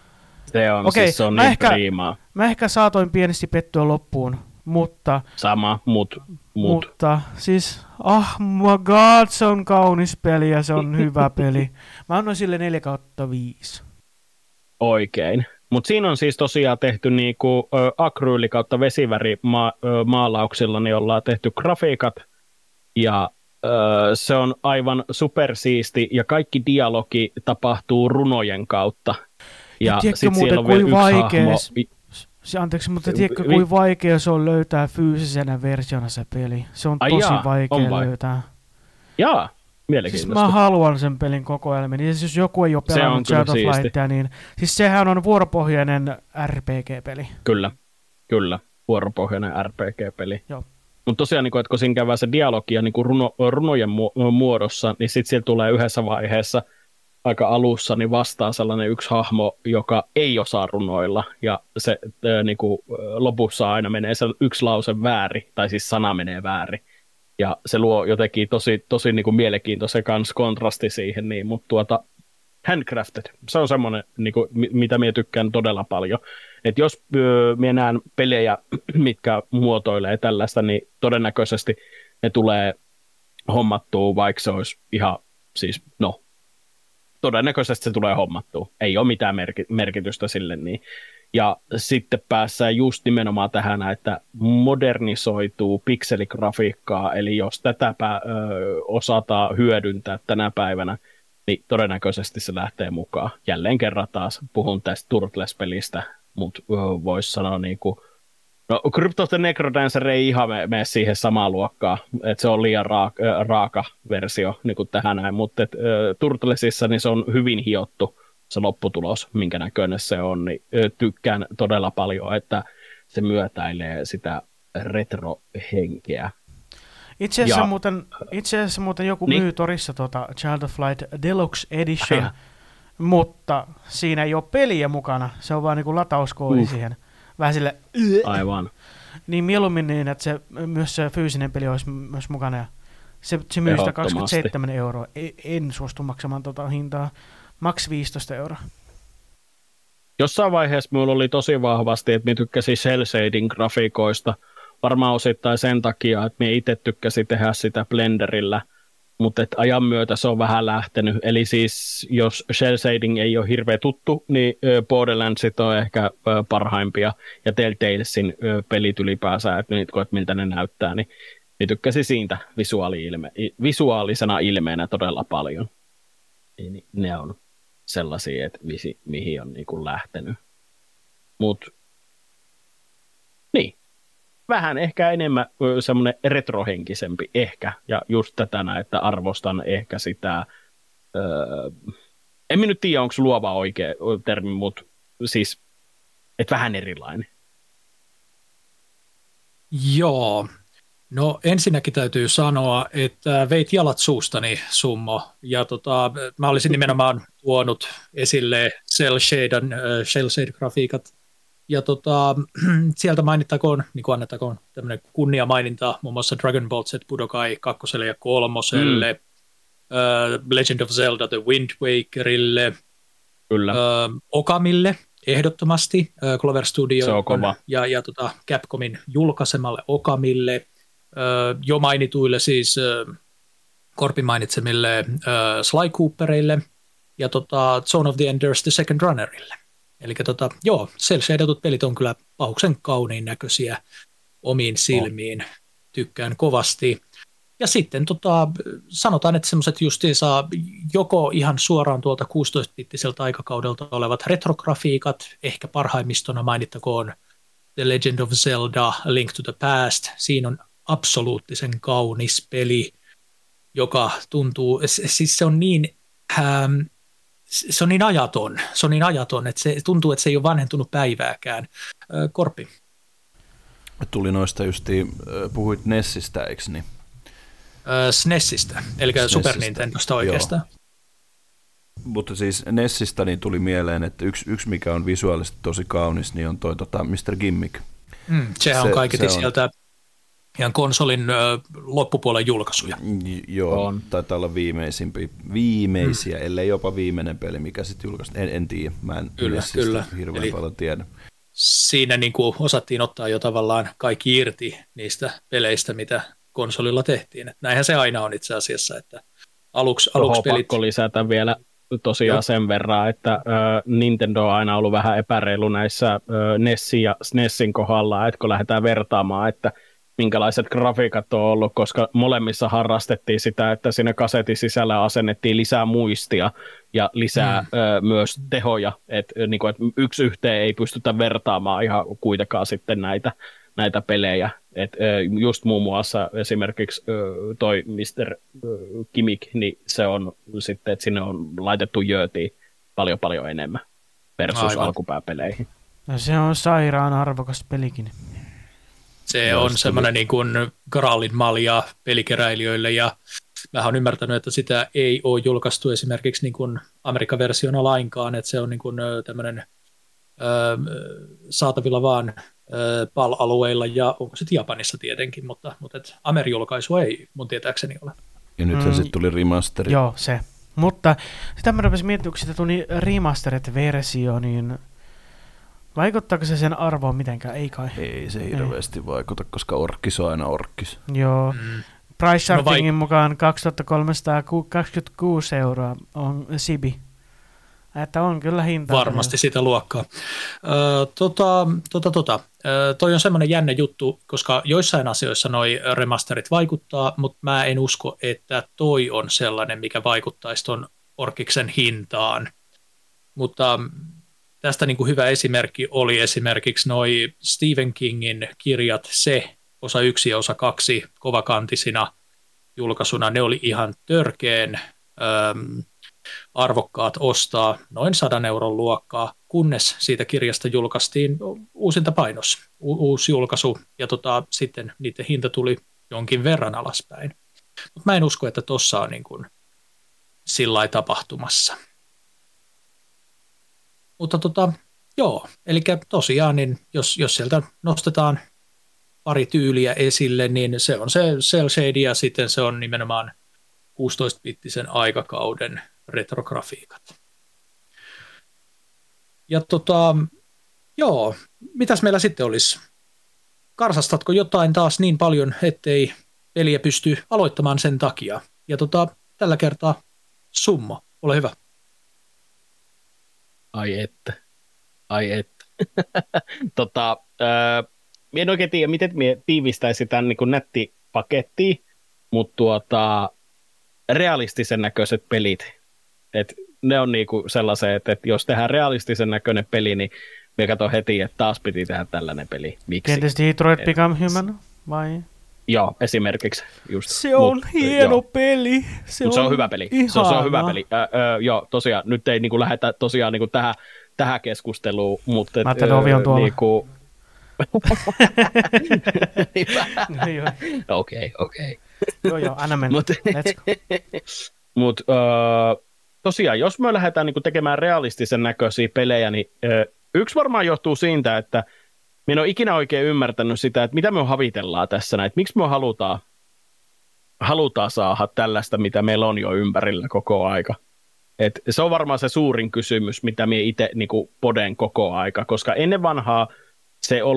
Speaker 5: Se on, okay, siis se on niin
Speaker 3: ehkä,
Speaker 5: priimaa.
Speaker 3: Mä ehkä saatoin pienesti pettyä loppuun, mutta...
Speaker 5: Sama, mut, mut.
Speaker 3: Mutta siis, ah oh my god, se on kaunis peli ja se on hyvä peli. Mä annoin sille neljä kautta viisi.
Speaker 5: Oikein. Mutta siinä on siis tosiaan tehty niinku ö, akryyli kautta vesivärimaalauksilla, niin ollaan tehty grafiikat ja ö, se on aivan supersiisti ja kaikki dialogi tapahtuu runojen kautta. Ja,
Speaker 3: ja tiedätkö muuten kuin vaikea, se, anteeksi, mutta tiedätkö kuin vaikea se on löytää fyysisenä versiona se peli. Se on tosi Ai jaa, vaikea vai? löytää.
Speaker 5: Jaa. Siis
Speaker 3: mä haluan sen pelin kokoelmin. Siis jos joku ei ole pelannut Child of Lightia, niin siis sehän on vuoropohjainen R P G-peli.
Speaker 5: Kyllä, kyllä. Vuoropohjainen R P G-peli. Mutta tosiaan, niin kun, että kun siinä käydään se dialogia niin runo, runojen muodossa, niin sitten siellä tulee yhdessä vaiheessa aika alussa niin vastaa sellainen yksi hahmo, joka ei osaa runoilla. Ja se niin kuin, lopussa aina menee se yksi lause väärin, tai siis sana menee väärin. Ja se luo jotenkin tosi, tosi niin kuin mielenkiintoisen kans kontrasti siihen, niin, mutta tuota, handcrafted, se on semmoinen, niin kuin, mitä minä tykkään todella paljon. Et jos öö, minä näen pelejä, mitkä muotoilee tällaista, niin todennäköisesti ne tulee hommattua, vaikka se olisi ihan, siis no, todennäköisesti se tulee hommattua. Ei ole mitään merki- merkitystä sille niin. Ja sitten päässään just nimenomaan tähän, että modernisoituu pikseligrafiikkaa, eli jos tätä pä- ö, osataan hyödyntää tänä päivänä, niin todennäköisesti se lähtee mukaan. Jälleen kerran taas puhun tästä Turtles-pelistä, mutta voisi sanoa niin kuin, no Crypt of the Necrodancer ei ihan mene siihen samaan luokkaan, että se on liian raaka, äh, raaka versio niin kuin tähän näin, mutta et, äh, Turtlesissa niin se on hyvin hiottu se lopputulos, minkä näköinen se on, niin äh, tykkään todella paljon, että se myötäilee sitä retrohenkeä.
Speaker 3: Itse asiassa, ja, muuten, itse asiassa muuten joku niin? myy torissa tuota Child of Light Deluxe Edition, Ai. mutta siinä ei ole peliä mukana, se on vaan niinku latauskoodi uh. siihen. Vähän sille,
Speaker 5: aivan.
Speaker 3: Niin mieluummin niin, että se, myös se fyysinen peli olisi myös mukana. Ja se, se myy sitä kaksikymmentäseitsemän euroa. En suostu maksamaan tuota hintaa. Maks viisitoista euroa.
Speaker 5: Jossain vaiheessa minulla oli tosi vahvasti, että minä tykkäsin cel shading grafiikoista. Varmaan osittain sen takia, että minä itse tykkäsin tehdä sitä Blenderillä. Mutta ajan myötä se on vähän lähtenyt. Eli siis jos cel shading ei ole hirveän tuttu, niin Borderlandsit on ehkä parhaimpia. Ja Telltalesin pelit ylipäänsä, että miltä ne näyttää, niin, niin tykkäsin siitä visuaali-ilme, visuaalisena ilmeenä todella paljon. Niin ne on sellaisia, että visi, mihin on niin kuin lähtenyt. Mutta niin. Vähän ehkä enemmän semmoinen retrohenkisempi ehkä, ja just tätä, että arvostan ehkä sitä, öö, en minä nyt tiedä, onko luova oikea termi, mutta siis, että vähän erilainen.
Speaker 2: Joo, no ensinnäkin täytyy sanoa, että veit jalat suustani, Summo, ja tota, mä olisin nimenomaan tuonut esille cel-shade-grafiikat, ja tota, sieltä mainittakoon, niin kuin annettakoon tämmöinen kunniamaininta muun muassa Dragon Ball Z Budokai kakkoselle ja kolmoselle, mm. uh, Legend of Zelda The Wind Wakerille,
Speaker 5: Kyllä.
Speaker 2: Uh, Okamille ehdottomasti, uh, Clover Studio ja, ja tota Capcomin julkaisemalle Okamille, uh, jo mainituille siis uh, Korpin mainitsemille äh, Sly Cooperille ja tota, Zone of the Enders The Second Runnerille. Eli tota, joo, cel-shadetut pelit on kyllä pahuksen kauniin näköisiä omiin silmiin. Tykkään kovasti. Ja sitten tota, sanotaan, että semmoiset justiinsa joko ihan suoraan tuolta kuusitoista-bittiseltä aikakaudelta olevat retrografiikat, ehkä parhaimmistona mainittakoon The Legend of Zelda, A Link to the Past. Siinä on absoluuttisen kaunis peli, joka tuntuu, siis se on niin, ähm, se on niin ajaton, se on niin ajaton, että se tuntuu, että se ei ole vanhentunut päivääkään. Äh, Korpi. Tuli
Speaker 4: noista justiin, puhuit Nessistä, eikö niin?
Speaker 2: S N E Sistä, eli S N E Sistä. Super Nintendosta oikeastaan. Joo.
Speaker 4: Mutta siis Nessistä niin tuli mieleen, että yksi, yksi mikä on visuaalisesti tosi kaunis, niin on toi tota mister Gimmick.
Speaker 2: Mm, sehän se, on kaiketi se sieltä on... ihan konsolin ö, loppupuolen julkaisuja.
Speaker 4: J- joo, on. Taitaa olla viimeisimpiä, viimeisiä, mm. ellei jopa viimeinen peli, mikä sitten julkaistiin. En, en tiedä, mä en
Speaker 2: kyllä, kyllä.
Speaker 4: hirveän
Speaker 2: Eli
Speaker 4: paljon tiedä.
Speaker 2: Siinä niin kuin osattiin ottaa jo tavallaan kaikki irti niistä peleistä, mitä konsolilla tehtiin. Että näinhän se aina on itse asiassa, että aluksi, aluksi pelit...
Speaker 5: pakko lisätä vielä tosiaan Joo. sen verran, että ö, Nintendo on aina ollut vähän epäreilu näissä ö, Nessin ja S N E Sin kohdalla, että kun lähdetään vertaamaan, että minkälaiset grafiikat on ollut, koska molemmissa harrastettiin sitä, että siinä kasetin sisällä asennettiin lisää muistia ja lisää mm. ö, myös tehoja, että niin kuin, että yksi yhteen ei pystytä vertaamaan ihan kuitenkaan sitten näitä, näitä pelejä. Et, just muun muassa esimerkiksi toi mister Gimmick, niin se on sitten, että sinne on laitettu jöötiä paljon paljon enemmän versus Aivan. alkupääpeleihin.
Speaker 3: No se on sairaan arvokas pelikin.
Speaker 2: Se ja on semmoinen niin kuin Graalin malja pelikeräilijöille, ja mä oon ymmärtänyt, että sitä ei ole julkaistu esimerkiksi niin kuin Amerikan versiona lainkaan, että se on niin kuin tämmöinen ö, saatavilla vaan P A L-alueilla, ja onko se Japanissa tietenkin, mutta, mutta et Ameri-julkaisu ei mun tietääkseni ole.
Speaker 4: Ja nythän mm, sitten tuli remasteri.
Speaker 3: Joo, se. Mutta sitä mä rupesin miettimään, kun sitä tuli remastered-versio, niin vaikuttaako se sen arvoon mitenkään? Ei kai.
Speaker 4: Ei se hirveästi ei. vaikuta, koska orkkis on aina orkkis.
Speaker 3: Joo. Mm. Price Chartingin no vai... mukaan kaksituhattakolmesataakaksikymmentäkuusi euroa on Sibi. Että on kyllä hinta.
Speaker 2: Varmasti sitä luokkaa. Ö, tota, tota, tota. Ö, toi on semmoinen jännä juttu, koska joissain asioissa noi remasterit vaikuttaa, mutta mä en usko, että toi on sellainen, mikä vaikuttaisi ton Orkiksen hintaan. Mutta tästä niin kuin hyvä esimerkki oli esimerkiksi noi Stephen Kingin kirjat Se, osa yksi ja osa kaksi kovakantisina julkaisuna. Ne oli ihan törkeen Öm, arvokkaat ostaa noin sadan euron luokkaa, kunnes siitä kirjasta julkaistiin uusinta painos, u- uusi julkaisu, ja tota, sitten niiden hinta tuli jonkin verran alaspäin. Mutta mä en usko, että tossa on niin kuin sillai tapahtumassa. Mutta tota, joo, eli tosiaan, niin jos, jos sieltä nostetaan pari tyyliä esille, niin se on se cel shade, ja sitten se on nimenomaan kuusitoista-bittisen aikakauden retrografiikat. Ja tota, joo, mitäs meillä sitten olisi? Karsastatko jotain taas niin paljon, ettei peliä pysty aloittamaan sen takia? Ja tota, tällä kertaa Summo, ole hyvä.
Speaker 5: Ai että, ai että. tota, äh, en oikein tiedä, miten minä tiivistäisin tämän niin kuin nettipakettiin, mutta tuota, realistisen näköiset pelit, et ne on niinku sellaiset, että et jos tehdään realistisen näköinen peli, niin me katson heti, että taas piti tehdä tällainen peli. Miksi?
Speaker 3: Kenties Detroit et, Become Human, vai?
Speaker 5: Joo, esimerkiksi. Just.
Speaker 3: Se on Mut, hieno joo. peli. Se on,
Speaker 5: se on hyvä peli. Se on, se on hyvä peli. Äh, äh, joo, tosiaan, nyt ei niinku lähdetä tosiaan niinku tähän, tähän keskusteluun, mutta...
Speaker 3: Mä ajattelin, ovi on tuolla.
Speaker 5: Niinku... Okei, okei.
Speaker 3: Joo, joo, anna mennä.
Speaker 5: Mut, mut uh, tosiaan, jos me lähdetään niinku tekemään realistisen näköisiä pelejä, niin uh, yksi varmaan johtuu siitä, että minä en ole ikinä oikein ymmärtänyt sitä, että mitä me havitellaan tässä näin, että miksi me halutaan, halutaan saada tällaista, mitä meillä on jo ympärillä koko aika. Et se on varmaan se suurin kysymys, mitä minä itse niinku poden koko aika, koska ennen vanhaa se oli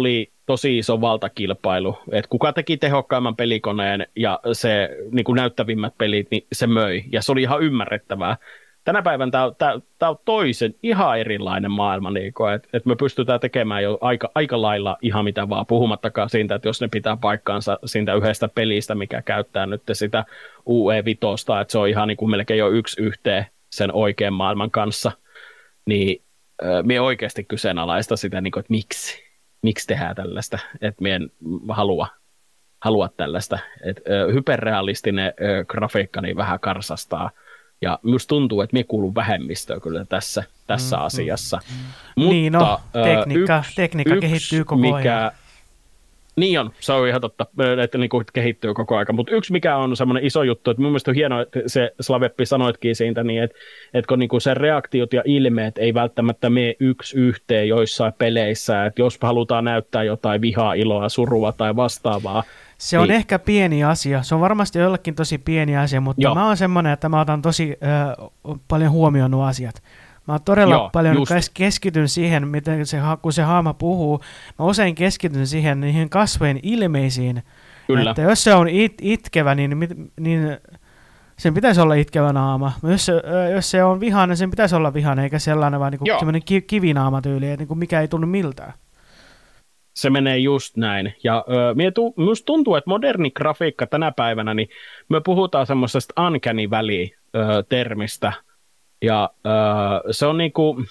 Speaker 5: tosi iso valtakilpailu, että kuka teki tehokkaimman pelikoneen ja se niin kuin näyttävimmät pelit, niin se möi, ja se oli ihan ymmärrettävää. Tänä päivänä tämä on, tämä, tämä on toisen ihan erilainen maailma, niin että, että me pystytään tekemään jo aika, aika lailla ihan mitä vaan, puhumattakaan siitä, että jos ne pitää paikkaansa siitä yhdestä pelistä, mikä käyttää nyt sitä U E viisi, että se on ihan niin kuin melkein jo yksi yhteen sen oikean maailman kanssa, niin me oikeasti kyseenalaista sitä, niin kuin, että miksi, miksi tehdään tällaista, että me en halua, halua tällaista, että hyperrealistinen grafiikka niin vähän karsastaa. Ja minusta tuntuu, että me kuulun vähemmistöön kyllä tässä, tässä mm, asiassa. Mm, mm. Mutta,
Speaker 3: niin no, tekniikka, yksi, tekniikka yksi, kehittyy koko mikä, ajan.
Speaker 5: Niin on, se on ihan totta, että niin kuin kehittyy koko ajan. Mutta yksi mikä on semmoinen iso juttu, että mun mielestä on hienoa, että se Slaveppi sanoitkin siitä, niin että, että kun niin kuin se reaktiot ja ilmeet ei välttämättä mene yksi yhteen joissain peleissä, että jos halutaan näyttää jotain vihaa, iloa, surua tai vastaavaa.
Speaker 3: Se on niin. Ehkä pieni asia, se on varmasti jollekin tosi pieni asia, mutta Joo. mä oon semmoinen, että mä otan tosi äh, paljon huomioon nuo asiat. Mä oon todella Joo, paljon just. keskityn siihen, miten se, kun se haama puhuu, mä usein keskityn siihen niihin kasvojen ilmeisiin. Kyllä. Että jos se on it, itkevä, niin, niin sen pitäisi olla itkevä naama. Jos se, jos se on vihainen, sen pitäisi olla vihainen, eikä sellainen vaan niin semmoinen kivinaama-tyyli, että niin mikä ei tunnu miltään.
Speaker 5: Se menee just näin. Ja uh, minusta tuntuu, että moderni grafiikka tänä päivänä, niin me puhutaan semmoisesta uncanny valley-termistä. Ja uh, se on niinku,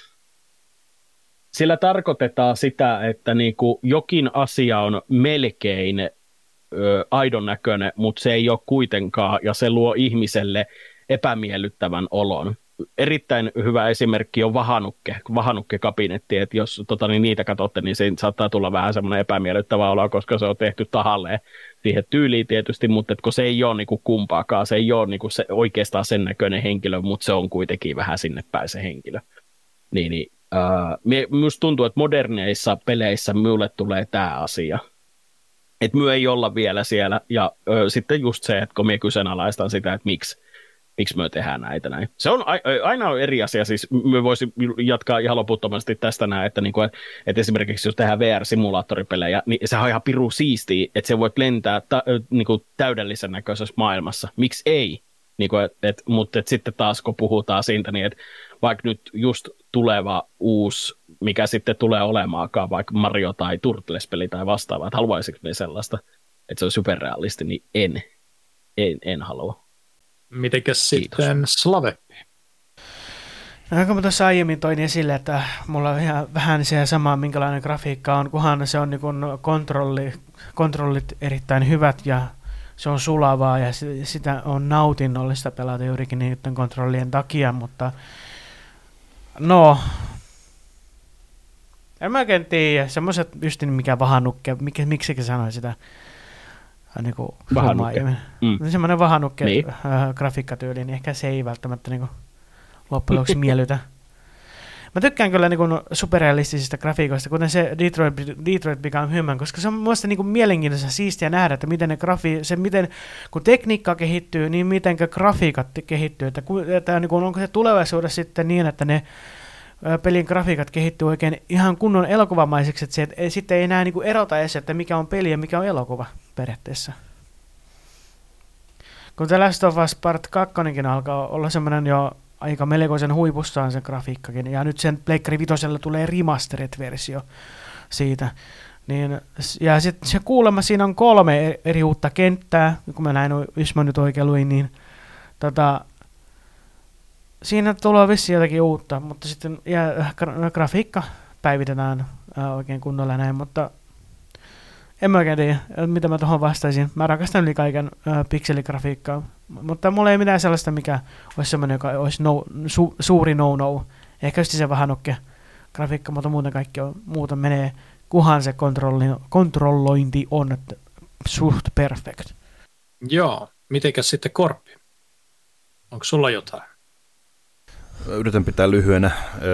Speaker 5: sillä tarkoitetaan sitä, että niinku jokin asia on melkein uh, aidon näköinen, mutta se ei ole kuitenkaan, ja se luo ihmiselle epämiellyttävän olon. Erittäin hyvä esimerkki on vahanukke, vahanukke-kabinetti, että jos tota, niin niitä katsotte, niin siinä saattaa tulla vähän semmoinen epämiellyttävä olo, koska se on tehty tahalleen siihen tyyliin tietysti, mutta kun se ei ole niin kuin kumpaakaan, se ei ole niin kuin se, oikeastaan sen näköinen henkilö, mutta se on kuitenkin vähän sinne päin se henkilö. Niin, niin, äh, minusta tuntuu, että moderneissa peleissä minulle tulee tämä asia. Että me ei olla vielä siellä, ja äh, sitten just se, että kun minä kyseenalaistan sitä, että miksi, miksi me tehdään näitä näin. Se on aina on eri asia, siis me voisin jatkaa ihan loputtomasti tästä näin, että, niinku, että, että esimerkiksi jos tehdään V R-simulaattoripelejä, niin sehän on ihan piru siistiä, että se voit lentää ta, niinku, täydellisen näköisessä maailmassa. Miksi ei? Niinku, et, et, mutta et sitten taas kun puhutaan siitä, niin että vaikka nyt just tuleva uusi, mikä sitten tulee olemaankaan, vaikka Mario tai Turtles-peli tai vastaavaa, että haluaisiko me sellaista, että se on superrealisti, niin en, en, en halua.
Speaker 2: Mitenkäs sitten Slaveppi?
Speaker 3: No, kun mä tuossa aiemmin toin esille, että mulla on ihan vähän se sama, minkälainen grafiikka on, kunhan se on niin kun kontrolli, kontrollit erittäin hyvät ja se on sulavaa ja sitä on nautinnollista pelata juurikin niiden kontrollien takia, mutta no, en mä oikein tiedä, semmoiset just mikä vahanukke, mikä, miksi sanoin sitä, niin kuin
Speaker 5: vahanukke.
Speaker 3: Mm. Semmoinen vahanukke niin. äh, grafiikkatyyli, niin ehkä se ei välttämättä niin kuin, loppujen lopuksi miellytä. Mä tykkään kyllä niin kuin, superrealistisista grafiikoista, kuten se Detroit, Detroit Become Human, koska se on muista niin kuin, mielenkiintoista siistiä nähdä, että miten ne grafi, se miten, kun tekniikka kehittyy, niin miten grafiikat kehittyy, että, että niin kuin, onko se tulevaisuudessa sitten niin, että ne pelin grafiikat kehittyy oikein ihan kunnon elokuvamaiseksi, että se et, sitten ei enää niin kuin erota edes, että mikä on peli ja mikä on elokuva periaatteessa. Kun The Last of Us Part kaksi alkaa olla semmoinen jo aika melkoisen huipussaan se grafiikkakin, ja nyt sen Pleikkari vitosella tulee remastered-versio siitä. Niin, ja sitten se kuulemma siinä on kolme eri uutta kenttää, kun mä näin, jos mä nyt oikein luin, niin tota, siinä tulee vissiin jotakin uutta, mutta sitten ja, gra- grafiikka päivitetään ää, oikein kunnolla näin, mutta en mä oikein tiedä, mitä mä tuohon vastaisin. Mä rakastan yli kaiken ää, pikseligrafiikkaa, mutta mulla ei mitään sellaista, mikä olisi semmoinen, joka olisi no, su- suuri no-no. Ehkä just se vahanukke grafiikka, mutta muuten kaikki on, muuta menee, kunhan se kontrolli, kontrollointi on suht perfect.
Speaker 2: Joo, mitenkäs sitten Korppi? Onko sulla jotain?
Speaker 4: Yritän pitää lyhyenä.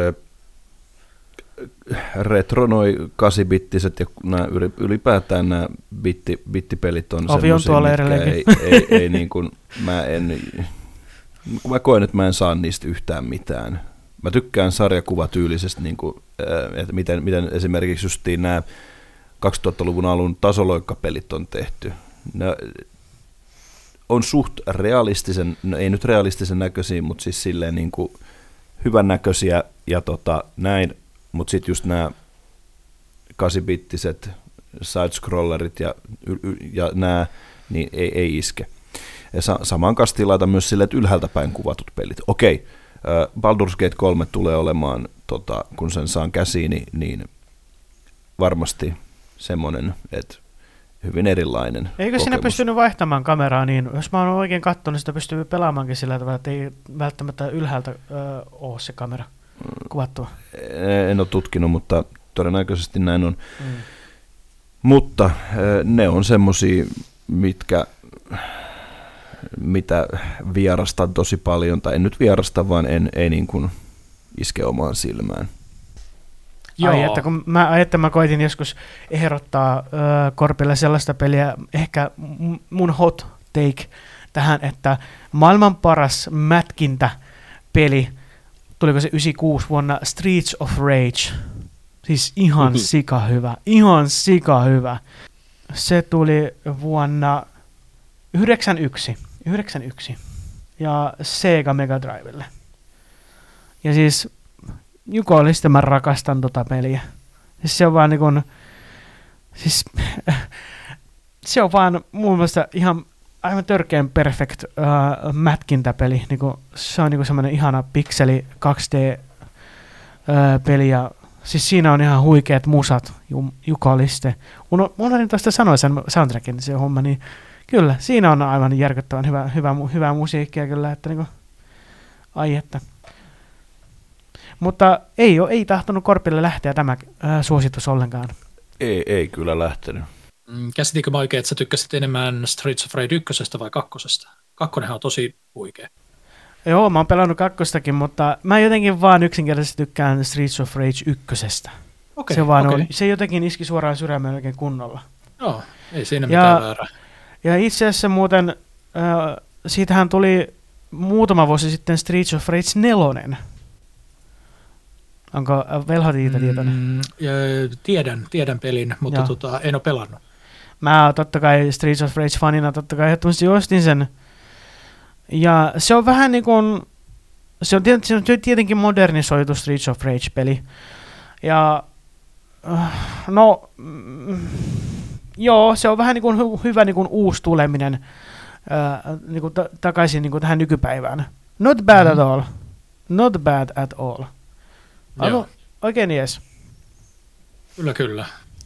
Speaker 4: Retro, noi kahdeksanbittiset ja nämä ylipäätään nämä bitti, bittipelit on semmoisia, mitkä ei, ei, ei niin kuin, mä en, mä koen, että mä en saa niistä yhtään mitään. Mä tykkään sarjakuvatyylisesti, niin kuin, että miten, miten esimerkiksi justiin nämä kaksituhattaluvun alun tasoloikkapelit on tehty. Ne on suht realistisen, no ei nyt realistisen näköisiä, mutta siis silleen niin kuin hyvän näköisiä ja tota, näin, mutta sitten just nämä kahdeksanbittiset side-scrollerit ja, ja nämä, niin ei, ei iske. Ja sa- samaan kastiin laita myös silleen, että ylhäältä päin kuvatut pelit. Okei, äh, Baldur's Gate kolme tulee olemaan, tota, kun sen saan käsiini, niin varmasti semmoinen, että hyvin erilainen
Speaker 3: Eikö
Speaker 4: kokemus.
Speaker 3: siinä pystynyt vaihtamaan kameraa, niin jos mä oon oikein katsonut, niin sitä pystyy pelaamaankin sillä tavalla, että ei välttämättä ylhäältä ö, ole se kamera kuvattua.
Speaker 4: En ole tutkinut, mutta todennäköisesti näin on. Mm. Mutta ne on semmosia, mitkä, mitä vierastan tosi paljon, tai en nyt vierasta, vaan en, ei niin kuin iske omaan silmään.
Speaker 3: Joo. Ai, että kun mä, että mä koitin joskus ehdottaa ö, Korpille sellaista peliä, ehkä mun hot take tähän, että maailman paras mätkintäpeli, tuliko se yhdeksänkymmentäkuusi vuonna, Streets of Rage. Siis ihan mm-hmm. sika hyvä, ihan sika hyvä. Se tuli vuonna yhdeksänkymmentäyksi, yhdeksänkymmentäyksi ja Sega Mega Drivelle. Ja siis jukollisesti mä rakastan tota peliä. Siis se on vaan niin kuin, siis se on vaan mun mielestä ihan aivan törkeän perfect uh, mätkintäpeli. Niin kuin, se on niin kuin semmoinen ihana pikseli kaksi D-peli uh, ja siis siinä on ihan huikeat musat, jukaliste. Unohdin tuosta sanoa sen soundtrackin, se homma, niin kyllä, siinä on aivan järkyttävän hyvä, hyvä, hyvä musiikkia kyllä, että niinku, ai että. Mutta ei ole, ei tahtonut Korpille lähteä tämä ää, suositus ollenkaan.
Speaker 4: Ei, ei kyllä lähtenyt.
Speaker 2: Käsitinkö mä oikein, että sä tykkäsit enemmän Streets of Rage ykkösestä vai kakkosesta? Kakkonenhan on tosi huikea.
Speaker 3: Joo, mä oon pelannut kakkostakin, mutta mä jotenkin vaan yksinkertaisesti tykkään Streets of Rage ykkösestä.
Speaker 2: Okay,
Speaker 3: se, vaan
Speaker 2: okay.
Speaker 3: on, se jotenkin iski suoraan sydämeen oikein kunnolla.
Speaker 2: Joo, ei siinä mitään
Speaker 3: ja,
Speaker 2: väärää.
Speaker 3: Ja itse asiassa muuten, äh, siitähän tuli muutama vuosi sitten Streets of Rage nelonen. Onko äh, velhotiita tietoinen?
Speaker 2: Mm, tiedän, tiedän pelin, mutta tota, en ole pelannut.
Speaker 3: Mä totta kai Streets of Rage-fanina totta kai ehdottomasti ostin sen. Ja se on vähän niin kuin, se on tietenkin modernisoitu Streets of Rage-peli. Ja no, mm, joo, se on vähän niin kuin hy- hyvä niin kuin uusi tuleminen äh, niin kuin ta- takaisin niin kuin tähän nykypäivään. Not bad mm. at all. Not bad at all. Aivan, oikein jees.
Speaker 2: Kyllä, kyllä.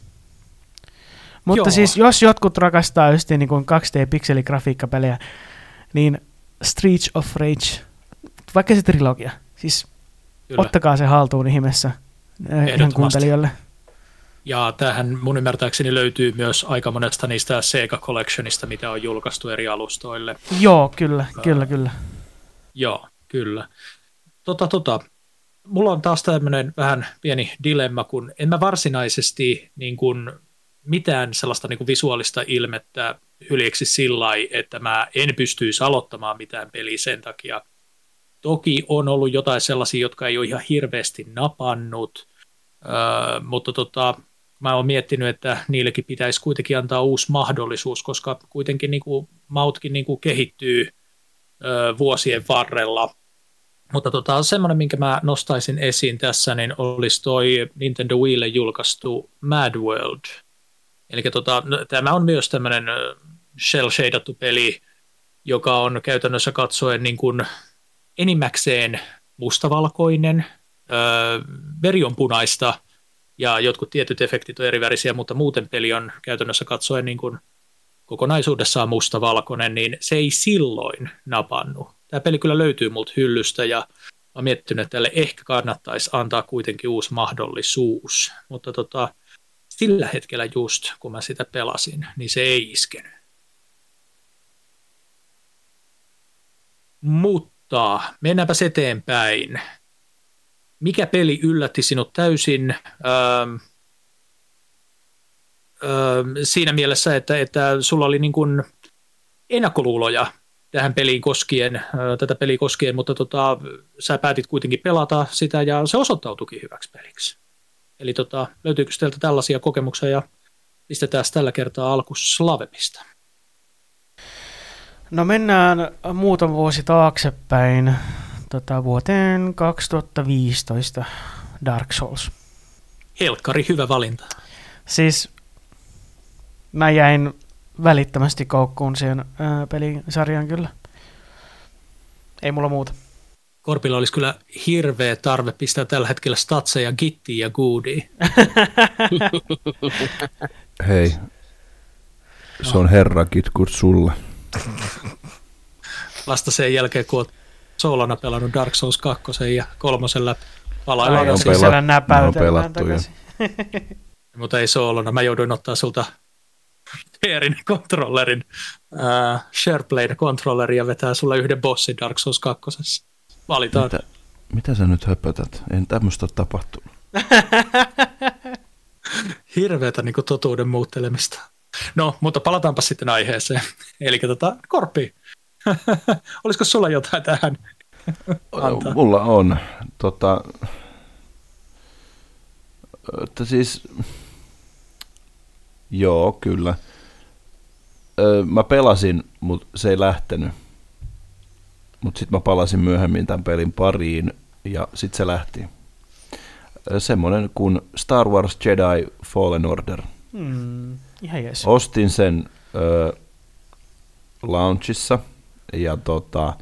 Speaker 3: Mutta
Speaker 2: Joo.
Speaker 3: siis jos jotkut rakastaa just niin kuin kaksi D-pikseligrafiikkapelejä, niin Streets of Rage, vaikka se trilogia, siis kyllä. Ottakaa se haltuun ihmeessä ihan kuuntelijoille.
Speaker 2: Ja tämähän mun ymmärtääkseni löytyy myös aika monesta niistä Sega Collectionista, mitä on julkaistu eri alustoille.
Speaker 3: Joo, kyllä, uh, kyllä, kyllä.
Speaker 2: Joo, kyllä. Tota, tota. Mulla on taas tämmöinen vähän pieni dilemma, kun en mä varsinaisesti niin kuin mitään sellaista niin kuin visuaalista ilmettä hyljeksi sillai, että mä en pystyisi aloittamaan mitään peliä sen takia. Toki on ollut jotain sellaisia, jotka ei ole ihan hirveästi napannut, öö, mutta tota, mä oon miettinyt, että niillekin pitäisi kuitenkin antaa uusi mahdollisuus, koska kuitenkin niin kuin, mautkin niin kuin kehittyy öö, vuosien varrella. Mutta tota, semmoinen, minkä mä nostaisin esiin tässä, niin olisi toi Nintendo Wiille julkaistu Mad World. Eli tota, tämä on myös tämmöinen shell-shadattu peli, joka on käytännössä katsoen niin kuin enimmäkseen mustavalkoinen, öö, veri on punaista ja jotkut tietyt efektit on erivärisiä, mutta muuten peli on käytännössä katsoen niin kuin kokonaisuudessaan mustavalkoinen, niin se ei silloin napannut. Tämä peli kyllä löytyy multa hyllystä ja mä oon miettinyt, että tälle ehkä kannattaisi antaa kuitenkin uusi mahdollisuus, mutta tota, sillä hetkellä just, kun mä sitä pelasin, niin se ei iskenyt. Mutta mennäänpäs eteenpäin. Mikä peli yllätti sinut täysin ähm, ähm, siinä mielessä, että, että sulla oli niin kuin ennakkoluuloja tähän peliin koskien, äh, tätä peliä koskien, mutta tota, sä päätit kuitenkin pelata sitä ja se osoittautuikin hyväksi peliksi. Eli tota, löytyykö teiltä tällaisia kokemuksia ja pistetään tällä kertaa alku Slavemista.
Speaker 3: No mennään muutama vuosi taaksepäin tota, vuoteen kaksituhattaviisitoista Dark Souls.
Speaker 2: Helkkari, hyvä valinta.
Speaker 3: Siis mä jäin välittömästi koukkuun siihen ää, pelisarjan kyllä. Ei mulla muuta.
Speaker 2: Korpilla olisi kyllä hirveä tarve pistää tällä hetkellä statseja Gittiin ja Goodiin.
Speaker 4: Hei, se on herra Gitkut sulle.
Speaker 2: Vasta sen jälkeen, kun olet soolona pelannut Dark Souls kaksi ja kolmosen läpi. Palaillaan
Speaker 4: on
Speaker 3: siis
Speaker 4: pelattu,
Speaker 3: näpäytellään
Speaker 4: on pelattu jo.
Speaker 2: Mutta ei soolona. Mä jouduin ottaa sulta Peerin kontrollerin, uh, SharePlay-kontrollerin ja vetää sulle yhden bossin Dark Souls kaksi. Valitaan.
Speaker 4: Mitä, mitä sä nyt höpötät? Ei tämmöistä ole tapahtunut.
Speaker 2: Hirveätä niin kuin totuuden muuttelemista. No, mutta palataanpa sitten aiheeseen. Eli tota, Korppi, olisiko sulla jotain tähän antaa?
Speaker 4: Mulla on. Tota, että siis, joo, kyllä. Mä pelasin, mutta se ei lähtenyt. Mutta sitten mä palasin myöhemmin tämän pelin pariin ja sitten se lähti. Semmoinen kuin Star Wars Jedi Fallen Order.
Speaker 3: Hmm, ihan jees.
Speaker 4: Ostin sen ö, launchissa ja tota,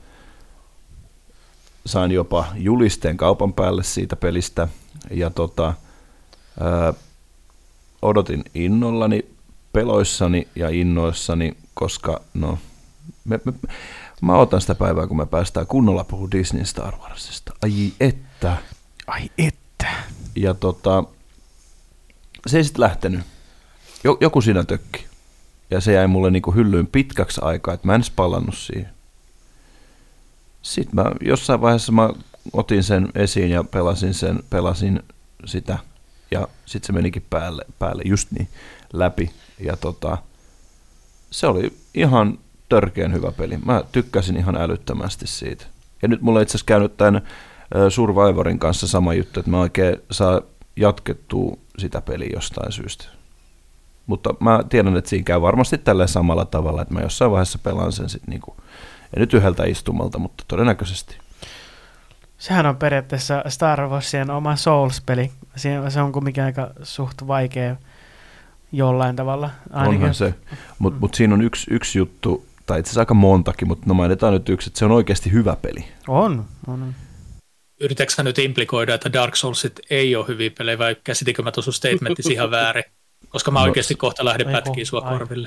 Speaker 4: sain jopa julisteen kaupan päälle siitä pelistä ja tota, ö, odotin innollani, peloissani ja innoissani, koska no, me, me, mä otan sitä päivää, kun me päästään kunnolla puhua Disneyn Star Warsista. Ai että.
Speaker 3: Ai että.
Speaker 4: Ja tota, se ei sitten lähtenyt. Joku siinä tökki. Ja se jäi mulle niinku hyllyyn pitkäksi aikaa, että mä en edes palannut siihen. Sitten mä jossain vaiheessa mä otin sen esiin ja pelasin sen, pelasin sitä. Ja sitten se menikin päälle, päälle just niin läpi. Ja tota, se oli ihan törkeän hyvä peli. Mä tykkäsin ihan älyttömästi siitä. Ja nyt mulla on itse asiassa käynyt tämän Survivorin kanssa sama juttu, että mä oikein saa jatkettua sitä peliä jostain syystä. Mutta mä tiedän, että siinä käy varmasti tällä samalla tavalla, että mä jossain vaiheessa pelaan sen sitten niinku, ei nyt yhdeltä istumalta, mutta todennäköisesti.
Speaker 3: Sehän on periaatteessa Star Warsien oma Souls-peli. Se on kumminkin aika suht vaikea jollain tavalla. Ainakin.
Speaker 4: Onhan se, mutta mut siinä on yksi, yksi juttu, tai itse asiassa aika montakin, mutta no mainitaan nyt yksi, että se on oikeasti hyvä peli.
Speaker 3: On, on.
Speaker 2: Yritätkö sä nyt implikoida, että Dark Soulsit ei ole hyviä pelejä, vai käsitinkö mä tuossa statementissa ihan väärin? Koska mä oikeasti no, kohta lähden pätkiin sua ai. korville.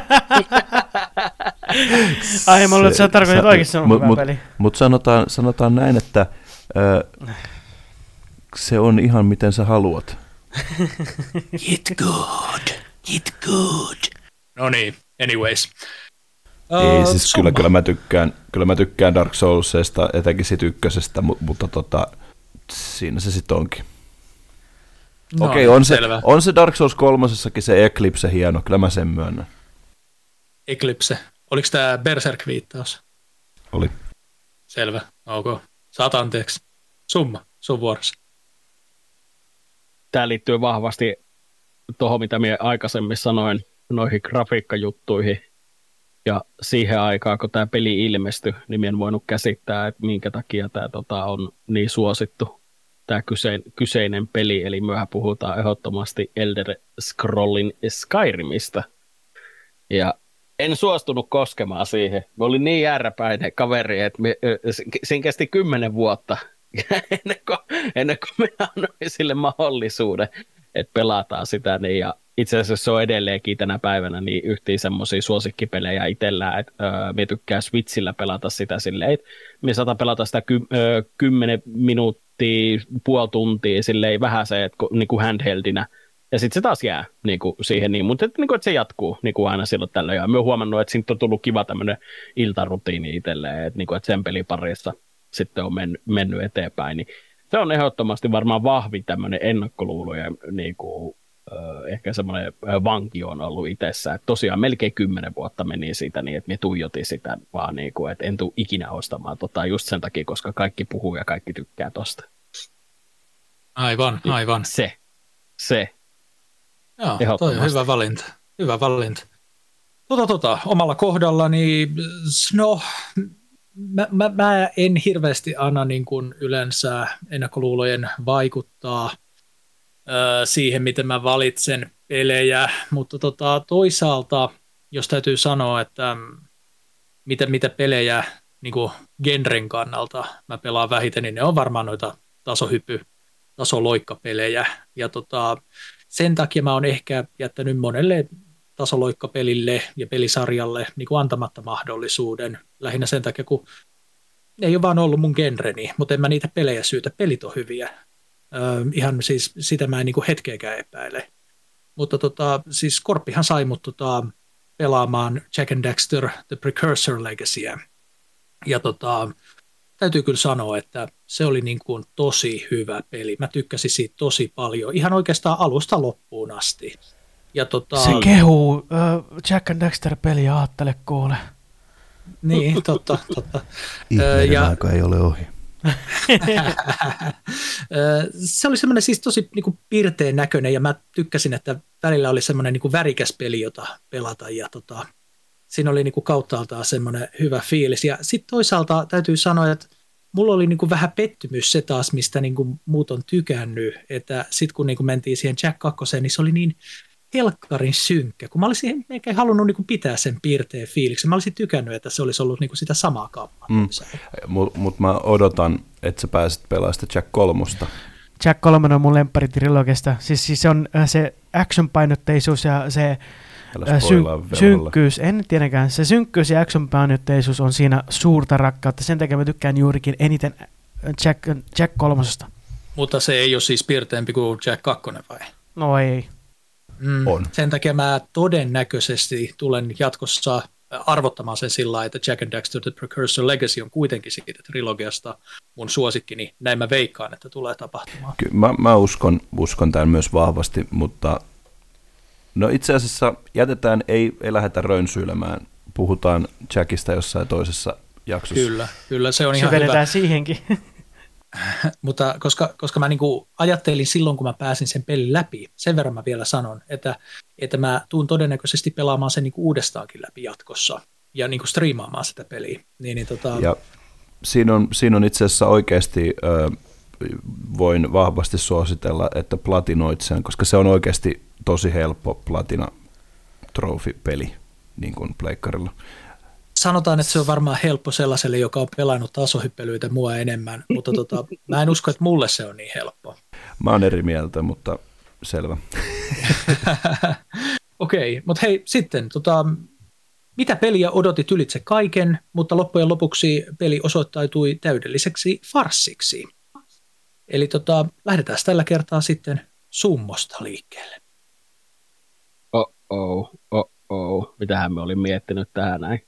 Speaker 3: Ai, mä luulen, että sä tarkoitat oikeasti se on
Speaker 4: mut,
Speaker 3: hyvä
Speaker 4: mut,
Speaker 3: peli.
Speaker 4: Mutta sanotaan, sanotaan näin, että ö, se on ihan miten sä haluat.
Speaker 2: Get good, get good. No niin, anyways.
Speaker 4: Ei, uh, siis kyllä, kyllä, mä tykkään, kyllä mä tykkään Dark Soulsista, etenkin siitä ykkösestä, mutta, mutta tota, siinä se sitten onkin. No, Okei, okay, on, se, on se Dark Souls kolmosessakin se Eclipse hieno, kyllä mä sen myönnän.
Speaker 2: Eclipse. Oliko tämä Berserk-viittaus?
Speaker 4: Oli.
Speaker 2: Selvä, ok. Saat anteeksi. Summa, sun vuorossa.
Speaker 5: Tämä liittyy vahvasti tuohon, mitä minä aikaisemmin sanoin, noihin grafiikkajuttuihin. Ja siihen aikaan, kun tämä peli ilmestyi, niin minä en voinut käsittää, että minkä takia tämä tota, on niin suosittu. Tämä kysein, kyseinen peli, eli myöhän puhutaan ehdottomasti Elder Scrollin Skyrimistä. Ja en suostunut koskemaan siihen. Mä olin niin jääräpäinen kaveri, että me, siinä kesti kymmenen vuotta ennen kuin, ennen kuin minä annoin sille mahdollisuuden, että pelataan sitä. Niin, ja itse asiassa se on edelleenkin tänä päivänä niin yhtiin semmoisia suosikkipelejä itsellään, että öö, me tykkää Switchillä pelata sitä silleen, että me saatan pelata sitä ky, öö, kymmenen minuuttia, puoli tuntia silleen vähän se, että niin kuin handheldinä. Ja sitten se taas jää niin kuin siihen niin, mutta että, niin kuin, että se jatkuu niin kuin aina silloin tällöin. Ja mä oon huomannut, että siitä on tullut kiva tämmöinen iltarutiini itselleen, että, niin kuin, että sen pelin parissa sitten on mennyt, mennyt eteenpäin. Niin se on ehdottomasti varmaan vahvin tämmöinen ennakkoluulo ja niin kuin, äh, ehkä semmoinen vanki on ollut itsessä. Että tosiaan melkein kymmenen vuotta meni siitä niin, että me tuijotin sitä vaan niin kuin, että en tule ikinä ostamaan tota just sen takia, koska kaikki puhuu ja kaikki tykkää tosta.
Speaker 2: Aivan, aivan.
Speaker 5: Se, se.
Speaker 2: Joo, toi on hyvä valinta. Hyvä valinta. Tota, tota, omalla kohdallani, no, mä, mä, mä en hirveästi anna niin kuin yleensä ennakkoluulojen vaikuttaa ö, siihen, miten mä valitsen pelejä, mutta tota, toisaalta, jos täytyy sanoa, että mitä, mitä pelejä niin kuin genren kannalta mä pelaan vähiten, niin ne on varmaan noita tasohyppy, tasoloikkapelejä, ja tota, sen takia mä oon ehkä jättänyt monelle tasoloikkapelille ja pelisarjalle niin kuin antamatta mahdollisuuden. Lähinnä sen takia, kun ei ole vaan ollut mun genreni, mutta en mä niitä pelejä syytä. Pelit on hyviä. Öö, ihan siis sitä mä en niin kuin hetkeäkään epäile. Mutta tota, siis Korppihan sai mut tota, pelaamaan Jack and Daxter The Precursor Legacyä. Ja tota, täytyy kyllä sanoa, että se oli niin kuin tosi hyvä peli. Mä tykkäsin siitä tosi paljon. Ihan oikeastaan alusta loppuun asti. Ja tota,
Speaker 3: se kehuu uh, Jack and Daxter-peliä, aattele kuule.
Speaker 2: Niin, totta, totta.
Speaker 4: Ihmeiden ja aika ei ole ohi.
Speaker 2: Se oli semmoinen siis tosi niin kuin pirteen näköinen, ja mä tykkäsin, että välillä oli semmoinen niin kuin värikäs peli, jota pelata, ja tota, siinä oli niin kuin kauttaaltaan semmoinen hyvä fiilis. Ja sitten toisaalta täytyy sanoa, että mulla oli niin kuin vähän pettymys se taas, mistä niin kuin muut on tykännyt, että sitten kun niin kuin mentiin siihen Jack kakkoseen, niin se oli niin helkkarin synkkä, kun mä olisin eikä halunnut niin kuin pitää sen piirteen fiiliksen. Mä olisin tykännyt, että se olisi ollut niin kuin sitä samaa kauppaa.
Speaker 4: Mm. Mutta mut mä odotan, että sä pääset pelaamaan sitä Jack kolmosta.
Speaker 3: Jack kolmonen on mun lemppari trilogista. Siis, siis se on se action-painotteisuus ja se syn- synkkyys. En tietenkään. Se synkkyys ja action-painotteisuus on siinä suurta rakkautta. Sen takia mä tykkään juurikin eniten Jack, Jack kolmosesta.
Speaker 2: Mutta se ei ole siis piirteempi kuin Jack kakkonen vai?
Speaker 3: No ei.
Speaker 2: Mm, on. Sen takia mä todennäköisesti tulen jatkossa arvottamaan sen sillä lailla, että Jack and Daxter The Precursor Legacy on kuitenkin siitä trilogiasta mun suosikkini. Näin mä veikkaan, että tulee tapahtumaan.
Speaker 4: Kyllä, mä, mä uskon, uskon tämän myös vahvasti, mutta no itse asiassa jätetään, ei, ei lähdetä rönsyilemään. Puhutaan Jackista jossain toisessa jaksossa.
Speaker 2: Kyllä, kyllä se on ihan
Speaker 3: se
Speaker 2: hyvä.
Speaker 3: siihenkin.
Speaker 2: Mutta koska, koska mä niinku ajattelin silloin, kun mä pääsin sen pelin läpi, sen verran mä vielä sanon, että, että mä tuun todennäköisesti pelaamaan sen niinku uudestaankin läpi jatkossa ja niinku striimaamaan sitä peliä. Niin, niin tota...
Speaker 4: Ja siinä on, siinä on itse asiassa oikeasti, ö, voin vahvasti suositella, että platinoit sen, koska se on oikeasti tosi helppo platina trophy-peli niin kuin pleikkarilla.
Speaker 2: Sanotaan, että se on varmaan helppo sellaiselle, joka on pelannut tasohyppelyitä mua enemmän, mutta tota, mä en usko, että mulle se on niin helppo.
Speaker 4: Mä oon eri mieltä, mutta selvä.
Speaker 2: Okei, okay, mutta hei sitten, tota, mitä peliä odotit ylitse kaiken, mutta loppujen lopuksi peli osoittautui täydelliseksi farssiksi. Eli tota, lähdetään tällä kertaa sitten summosta liikkeelle.
Speaker 5: Oh-oh, oh-oh, mitähän me olin miettinyt tähän näin.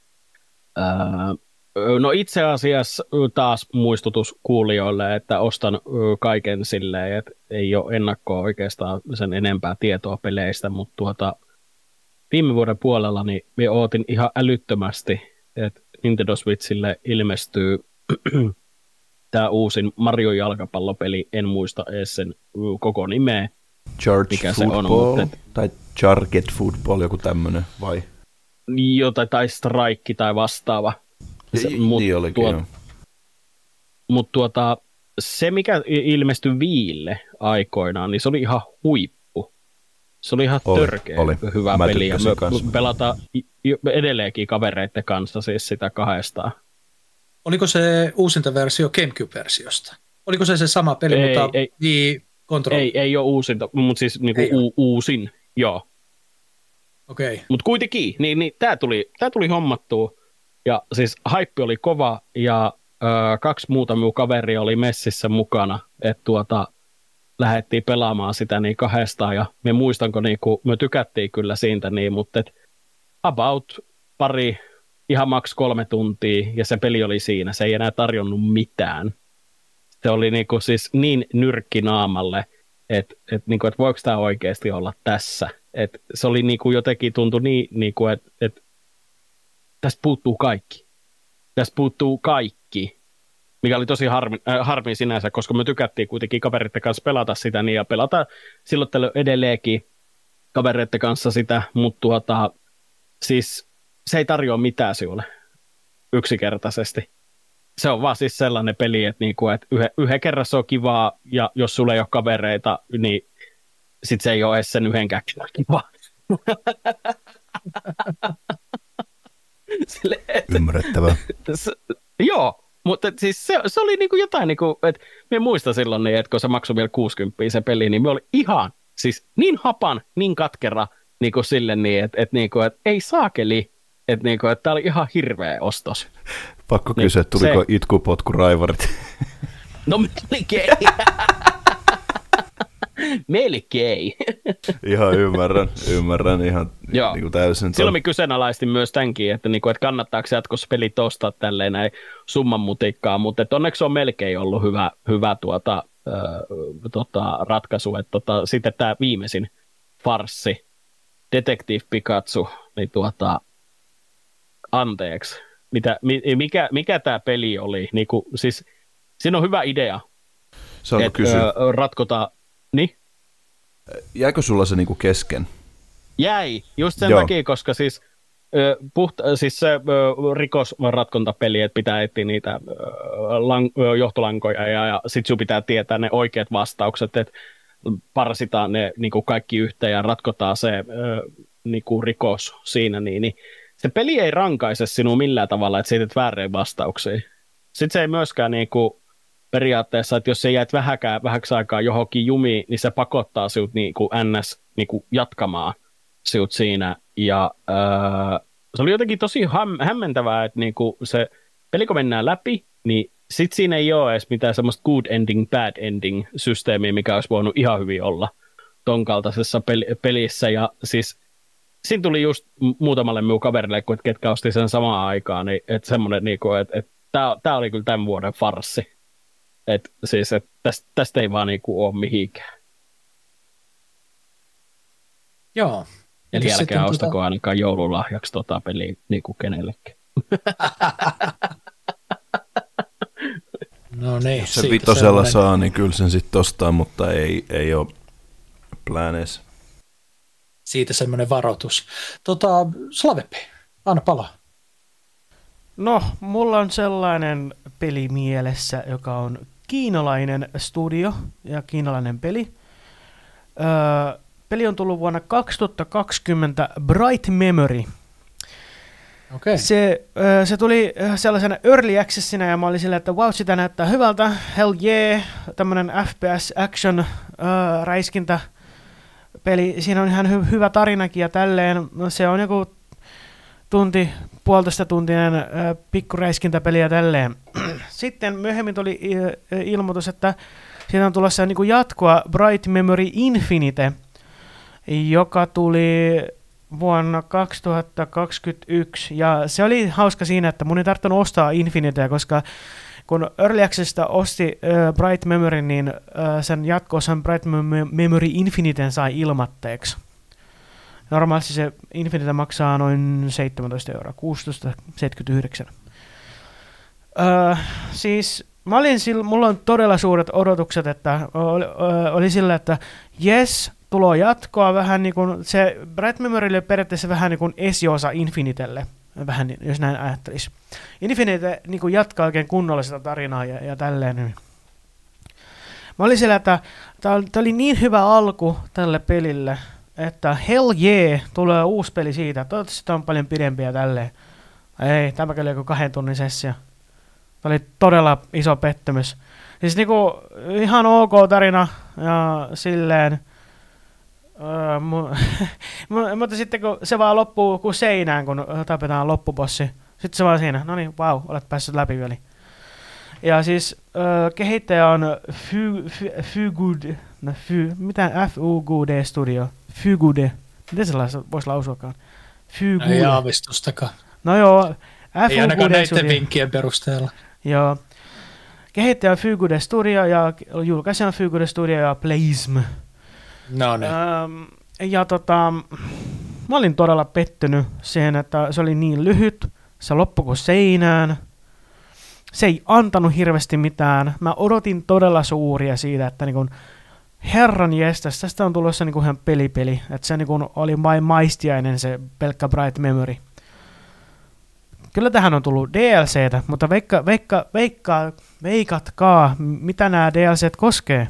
Speaker 5: No itse asiassa taas muistutus kuulijoille, että ostan kaiken silleen, että ei ole ennakkoa oikeastaan sen enempää tietoa peleistä, mutta tuota, viime vuoden puolella niin minä ootin ihan älyttömästi, että Nintendo Switchille ilmestyy tämä uusin Mario jalkapallopeli, en muista edes sen koko nimeä,
Speaker 4: Charge
Speaker 5: mikä
Speaker 4: Football,
Speaker 5: se on. Mutta
Speaker 4: tai Charged Football, joku tämmöinen, vai?
Speaker 5: Jotain, tai Strike tai vastaava.
Speaker 4: Se, mut, niin olikin, tuot,
Speaker 5: Mutta tuota, se, mikä ilmestyi Viille aikoinaan, niin se oli ihan huippu. Se oli ihan oli, törkeä oli. hyvä Mä peli. Ja me pelataan edelleenkin kavereiden kanssa siis sitä kahdestaan.
Speaker 2: Oliko se uusinta versio GameCube-versiosta? Oliko se se sama peli,
Speaker 5: ei,
Speaker 2: mutta
Speaker 5: ei,
Speaker 2: Wii Control?
Speaker 5: Ei, ei ole uusinta, mutta siis niinku u- uusin, joo.
Speaker 2: Okei. Okay.
Speaker 5: Mutta kuitenkin, niin, niin tämä tuli, tää tuli hommattua, ja siis haippi oli kova, ja ö, kaksi muuta minun kaveria oli messissä mukana, että tuota, lähdettiin pelaamaan sitä niin kahdestaan, ja me muistanko, niin kun, me tykättiin kyllä siitä, niin, mutta et about pari, ihan maks kolme tuntia, ja se peli oli siinä, se ei enää tarjonnut mitään. Se oli niinku siis niin nyrkki naamalle, että et, niinku, et voiko tämä oikeasti olla tässä. Et se oli niinku jotenkin tuntui niin, niinku, että et, tästä puuttuu kaikki. Tästä puuttuu kaikki, mikä oli tosi harmi, äh, harmi sinänsä, koska me tykättiin kuitenkin kaveritten kanssa pelata sitä niin, ja pelata silloin tällöin edelleenkin. kavereiden kanssa sitä, mutta tuota, siis se ei tarjoa mitään sinulle yksinkertaisesti. Se on vaan siis sellainen peli, että, niinku, että yhden, yhden kerran se on kivaa, ja jos sulla ei ole kavereita, niin sit se ei ole edes sen yhdenkään kivaa. Sille, että,
Speaker 4: ymmärrettävää.
Speaker 5: Se, joo, mutta siis se, se oli niinku jotain, niinku, että minä muistan silloin, niin, että kun se maksoi vielä kuusikymmentä se peli, niin me oli ihan siis niin hapan, niin katkera niinku sille, niin, että, että, niinku, että ei saakeli, että, niinku, että tämä oli ihan hirveä ostos.
Speaker 4: Pakko niin, kysyä, tuliko se... itkupotkuraivarit?
Speaker 5: No melkein. Melkein.
Speaker 4: Ihan ymmärrän, ymmärrän ihan niin kuin täysin.
Speaker 5: Silloin me kyseenalaistin myös tämänkin, että, niin kuin, että kannattaako se jatkossa pelit ostaa tälleen näin summan mutikkaa, mutta että onneksi on melkein ollut hyvä, hyvä tuota, äh, tota, ratkaisu. Että, tota, sitten tämä viimeisin farssi, Detective Pikachu, niin tuota, anteeksi. Mitä, mikä, mikä tämä peli oli? Niin kuin, siis, siinä on hyvä idea, että äh, ratkotaan. Niin?
Speaker 4: Jäikö sulla se niinku kesken?
Speaker 5: Jäi, just sen Joo. takia, koska siis, ö, puhta, siis se ö, rikosratkontapeli, että pitää etsiä niitä ö, lang, ö, johtolankoja ja, ja sit sun pitää tietää ne oikeat vastaukset, että parsitaan ne niinku kaikki yhteen ja ratkotaan se ö, niinku rikos siinä, niin, niin se peli ei rankaise sinua millään tavalla, että siitä väärin vastauksia. Sitten se ei myöskään niinku periaatteessa, että jos sä jäät vähäkään, vähäksi aikaa johonkin jumiin, niin se pakottaa sinut niin kuin ns. Niin kuin jatkamaan sinut siinä. Ja öö, se oli jotenkin tosi häm- hämmentävää, että niin kuin se peli kun mennään läpi, niin sit siinä ei ole edes mitään semmoista good ending, bad ending systeemiä, mikä olisi voinut ihan hyvin olla ton kaltaisessa pel- pelissä. Ja siis siinä tuli just muutamalle minun kaverille, ketkä osti sen samaan aikaan, niin että semmoinen, niin kuin, että, että tämä oli kyllä tämän vuoden farssi. Että siis, et tästä, tästä ei vaan niinku ole mihinkään.
Speaker 2: Joo.
Speaker 5: Eli älkää ostako tuota... ainakaan joululahjaksi tota peliä niinku kenellekään.
Speaker 2: No niin.
Speaker 4: Jos se vitosella saa, niin kyllä sen sitten ostaa, mutta ei, ei ole plääneessä.
Speaker 2: Siitä semmoinen varoitus. Tota, Slavepi, anna palaa.
Speaker 3: No, mulla on sellainen peli mielessä, joka on kiinalainen studio ja kiinalainen peli. Öö, peli on tullut vuonna kaksituhattakaksikymmentä, Bright Memory.
Speaker 2: Okay. Se,
Speaker 3: öö, se tuli sellaisena early accessina ja mä olin silleen, että wow, sitä näyttää hyvältä, hell yeah, tämmönen F P S action öö, räiskintä peli. Siinä on ihan hy- hyvä tarinakin ja tälleen. Se on joku tunti, puolitoista tuntinen äh, pikkuräiskintäpeli ja tälleen. Sitten myöhemmin tuli äh, ilmoitus, että siitä on tulossa niin kuin jatkoa Bright Memory Infinite, joka tuli vuonna kaksituhattakaksikymmentäyksi. Ja se oli hauska siinä, että mun ei tarvinnut ostaa Infinitea, koska kun Early Accessista osti äh, Bright Memory, niin äh, sen jatkoosan Bright Memory Infiniten sai ilmatteeksi. Normaalisti se Infinite maksaa noin seitsemäntoista euroa, kuusitoista seitsemänkymmentäyhdeksän. Öö, siis mä olin sillä, mulla on todella suuret odotukset, että oli, öö, oli sillä, että jes, tulo jatkoa vähän niin kuin, se Bright Memory oli periaatteessa vähän niin kuin esiosa Infinitelle, vähän niin, jos näin ajattelisi. Infinite niin kuin jatkaa oikein kunnolla sitä tarinaa ja, ja tälleen. Mä olin sillä, että tää oli niin hyvä alku tälle pelille, että hell yeah, tulee uusi peli siitä. Toivottavasti tämä on paljon pidempiä ja tälleen. Ei, tämäkin oli joku kahden tunnin sessio. Tämä oli todella iso pettymys. Siis niinku ihan ok tarina ja silleen. Öö, mu- mutta sitten kun se vaan loppuu kuin seinään, kun tapetaan loppubossi. Sitten se vaan siinä, no niin, vau, wow, olet päässyt läpi vielä. Ja siis öö, kehittäjä on Fugud, no, Fy, mitä F U G D Studio. Fugude. Miten sellaista voisi lausuakaan? Fugude.
Speaker 2: Ei aavistustakaan.
Speaker 3: No joo. F
Speaker 2: Ei ainakaan näiden vinkkien perusteella.
Speaker 3: Joo. Kehittäjä on Fugude Studio ja julkaisija on Fugude Studio ja Plasm.
Speaker 2: No niin.
Speaker 3: Ähm, ja tota, mä olin todella pettynyt siihen, että se oli niin lyhyt. Se loppui kuin seinään. Se ei antanut hirveästi mitään. Mä odotin todella suuria siitä, että niin kun herran jestas, tästä on tulossa niinku ihan pelipeli, että se niinku oli vain maistiainen se pelkkä Bright Memory. Kyllä tähän on tullut D L C:tä, mutta veikka, veikka, veikka, veikatkaa, mitä nämä D L C:t koskee?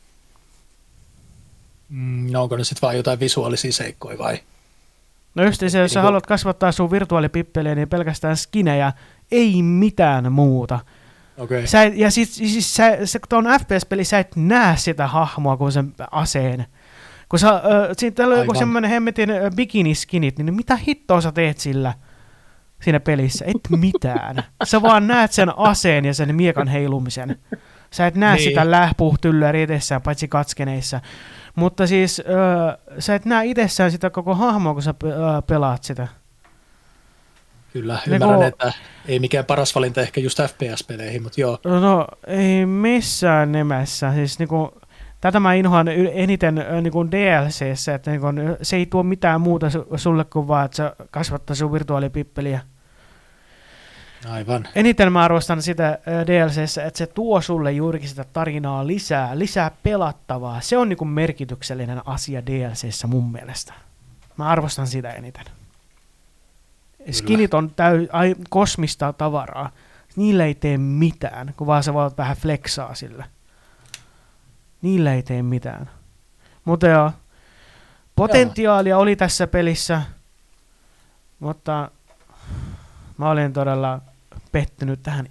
Speaker 2: Mm, no onko ne sitten vaan jotain visuaalisia seikkoja vai?
Speaker 3: No just se, jos sä haluat kasvattaa sun virtuaalipippeliä, niin pelkästään skinejä, ei mitään muuta.
Speaker 2: Okay.
Speaker 3: Sä, ja siis, siis sä, se, tuon F P S-peli sä et näe sitä hahmoa kuin sen aseen. Kun sä, äh, siinä täällä on joku semmoinen hemmetin äh, bikiniskinit, niin mitä hittoa sä teet sillä siinä pelissä? Et mitään. Sä vaan näet sen aseen ja sen miekan heilumisen. Sä et näe niin. sitä lähpuhtyllyä itsessään, paitsi katskeneissa. Mutta siis äh, sä et näe itsessään sitä koko hahmoa, kun sä äh, pelaat sitä.
Speaker 2: Kyllä, ymmärrän, niin kun, että ei mikään paras valinta ehkä just F P S-peleihin, mutta joo.
Speaker 3: No ei missään nimessä. Siis niinku, tätä mä inhoan eniten niinku D L C:ssä, että niinku, se ei tuo mitään muuta sulle kuin vaan, että sä kasvattaa sun virtuaalipippeliä.
Speaker 2: Aivan.
Speaker 3: Eniten mä arvostan sitä D L C:ssä, että se tuo sulle juurikin sitä tarinaa lisää, lisää pelattavaa. Se on niinku merkityksellinen asia D L C:ssä mun mielestä. Mä arvostan sitä eniten. Skinit on täy, ai, kosmista tavaraa. Niillä ei tee mitään, kun vaan sä voit vähän flexaa sillä. Niillä ei tee mitään. Mutta joo, potentiaalia oli tässä pelissä, mutta mä olin todella pettynyt tähän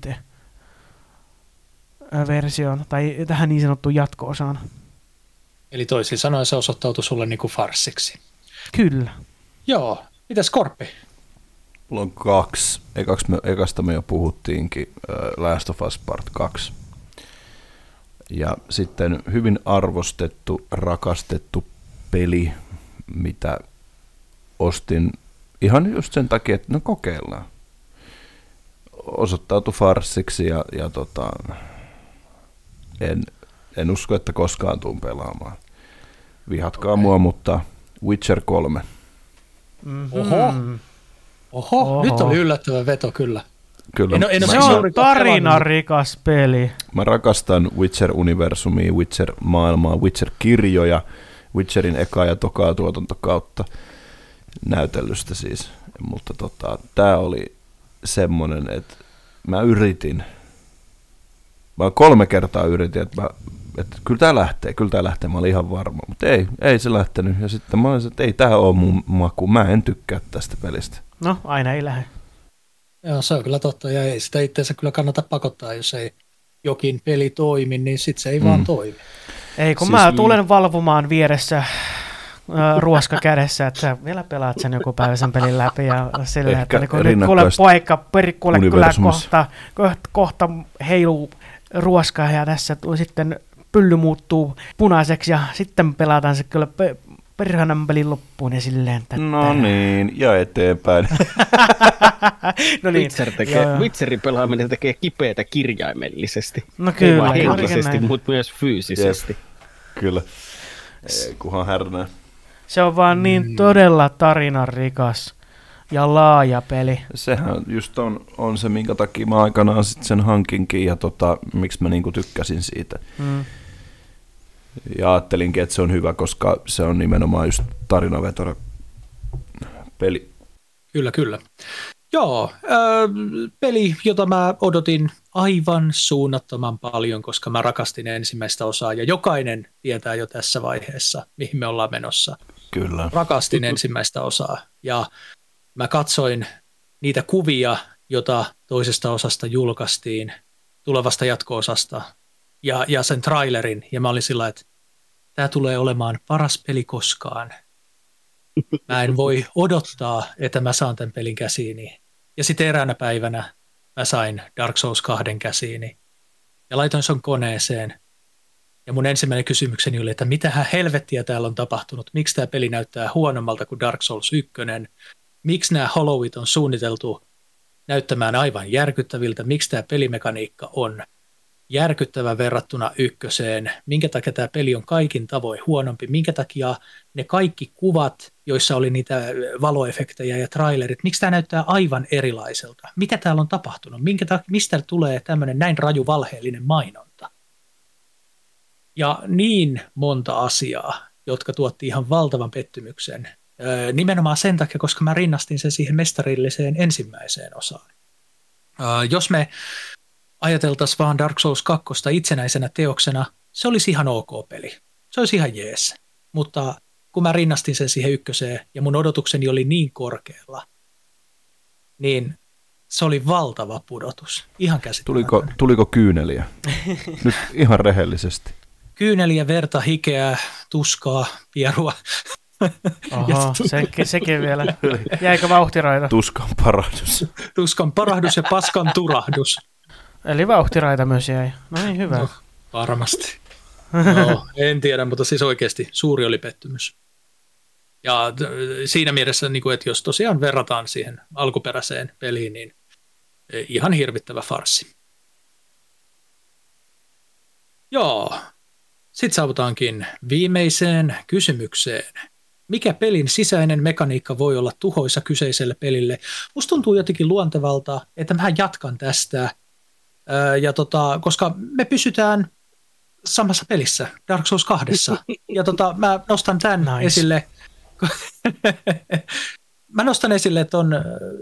Speaker 3: Infinite-versioon, tai tähän niin sanottuun jatko-osaan.
Speaker 2: Eli toisin sanoen se osoittautui sulle niinku farssiksi.
Speaker 3: Kyllä.
Speaker 2: Joo, mitäs Korppi?
Speaker 4: Mulla on kaksi. Ekaks me, ekasta me jo puhuttiinkin, uh, Last of Us Part kaksi. Ja sitten hyvin arvostettu, rakastettu peli, mitä ostin ihan just sen takia, että no kokeillaan. Osoittautui farssiksi ja, ja tota, en, en usko, että koskaan tuun pelaamaan. Vihatkaa okay. mua, mutta Witcher kolme.
Speaker 3: Mm-hmm.
Speaker 2: Oho. Oho, Oho, nyt oli yllättävä veto kyllä.
Speaker 4: Kyllä.
Speaker 2: En, en
Speaker 3: se on tarinarikas peli.
Speaker 4: Mä rakastan Witcher-universumia, Witcher-maailmaa, Witcher-kirjoja, Witcherin ekaa ja tokaa tuotantokautta, näytellystä siis. Mutta tota, tää oli semmonen, että mä yritin, mä kolme kertaa yritin, että, mä, että kyllä tää lähtee, kyllä tää lähtee, mä olin ihan varma, mutta ei, ei se lähtenyt. Ja sitten mä olin, että ei tää ole mun maku, mä en tykkää tästä pelistä.
Speaker 3: No, aina ei lähde.
Speaker 2: Joo, se on kyllä totta, ja ei sitä itseensä kyllä kannata pakottaa, jos ei jokin peli toimi, niin sitten se ei mm. vaan toimi.
Speaker 3: Ei, kun
Speaker 4: siis
Speaker 3: mä tulen valvomaan vieressä äh, ruoska kädessä, että sä vielä pelaat sen joku päivä sen pelin läpi, ja sillä, että niin nyt kuule poika, perikuule kyllä kohta, kohta heiluu ruoska, ja tässä sitten pylly muuttuu punaiseksi, ja sitten pelataan se kyllä pe- perhanan pelin loppuun ja silleen. Tätä.
Speaker 4: No niin, ja eteenpäin.
Speaker 5: no niin. Witcher tekee, Witcherin pelaaminen tekee kipeätä kirjaimellisesti.
Speaker 3: No kyllä.
Speaker 5: Ei vaan henkisesti, mutta myös fyysisesti.
Speaker 4: Yes. Kyllä. Ei, kunhan härnää.
Speaker 3: Se on vaan niin mm. todella tarinarikas ja laaja peli.
Speaker 4: Sehän just on, on se, minkä takia mä aikanaan sit sen hankinkin ja tota, miksi mä niinku tykkäsin siitä. Mm. Ja ajattelinkin, että se on hyvä, koska se on nimenomaan just tarinavetora peli.
Speaker 2: Kyllä, kyllä. Joo, äh, peli, jota mä odotin aivan suunnattoman paljon, koska mä rakastin ensimmäistä osaa, ja jokainen tietää jo tässä vaiheessa, mihin me ollaan menossa.
Speaker 4: Kyllä.
Speaker 2: Rakastin ensimmäistä osaa, ja mä katsoin niitä kuvia, jota toisesta osasta julkaistiin, tulevasta jatko-osasta, ja, ja sen trailerin, ja mä olin sillä, että tämä tulee olemaan paras peli koskaan. Mä en voi odottaa, että mä saan tämän pelin käsiini. Ja sitten eräänä päivänä mä sain Dark Souls kahden käsiini. Ja laitoin sen koneeseen. Ja mun ensimmäinen kysymykseni oli, että mitähän helvettiä täällä on tapahtunut? Miksi tämä peli näyttää huonommalta kuin Dark Souls yksi? Miksi nämä Hollowit on suunniteltu näyttämään aivan järkyttäviltä? Miksi tämä pelimekaniikka on järkyttävä verrattuna ykköseen, minkä takia tämä peli on kaikin tavoin huonompi, minkä takia ne kaikki kuvat, joissa oli niitä valoefektejä ja trailerit, miksi tämä näyttää aivan erilaiselta? Mitä täällä on tapahtunut? Minkä takia, mistä tulee tämmöinen näin raju valheellinen mainonta? ja niin monta asiaa, jotka tuotti ihan valtavan pettymyksen. Öö, nimenomaan sen takia, koska mä rinnastin sen siihen mestarilliseen ensimmäiseen osaan. Öö, jos me ajateltaisiin vaan Dark Souls kaksi itsenäisenä teoksena, se olisi ihan ok peli. Se olisi ihan jees. Mutta kun mä rinnastin sen siihen ykköseen ja mun odotukseni oli niin korkealla, niin se oli valtava pudotus. Ihan käsittämätön.
Speaker 4: Tuliko, tuliko kyyneliä? Nyt ihan rehellisesti.
Speaker 2: Kyyneliä, verta, hikeä, tuskaa, pierua.
Speaker 3: Oho, se, sekin vielä. Jäikö vauhtiraita?
Speaker 4: Tuskan parahdus.
Speaker 2: Tuskan parahdus ja paskan turahdus.
Speaker 3: Eli vauhtiraita myös jäi. No niin, hyvä.
Speaker 2: No, varmasti. No, en tiedä, mutta siis oikeasti suuri oli pettymys. Ja siinä mielessä, että jos tosiaan verrataan siihen alkuperäiseen peliin, niin ihan hirvittävä farssi. Joo, sitten saavutaankin viimeiseen kysymykseen. Mikä pelin sisäinen mekaniikka voi olla tuhoisa kyseiselle pelille? Musta tuntuu jotenkin luontevalta, että mä jatkan tästä, ja tota, koska me pysytään samassa pelissä, Dark Souls kahdessa. Ja tota, mä nostan tämän nice. esille. Mä nostan esille ton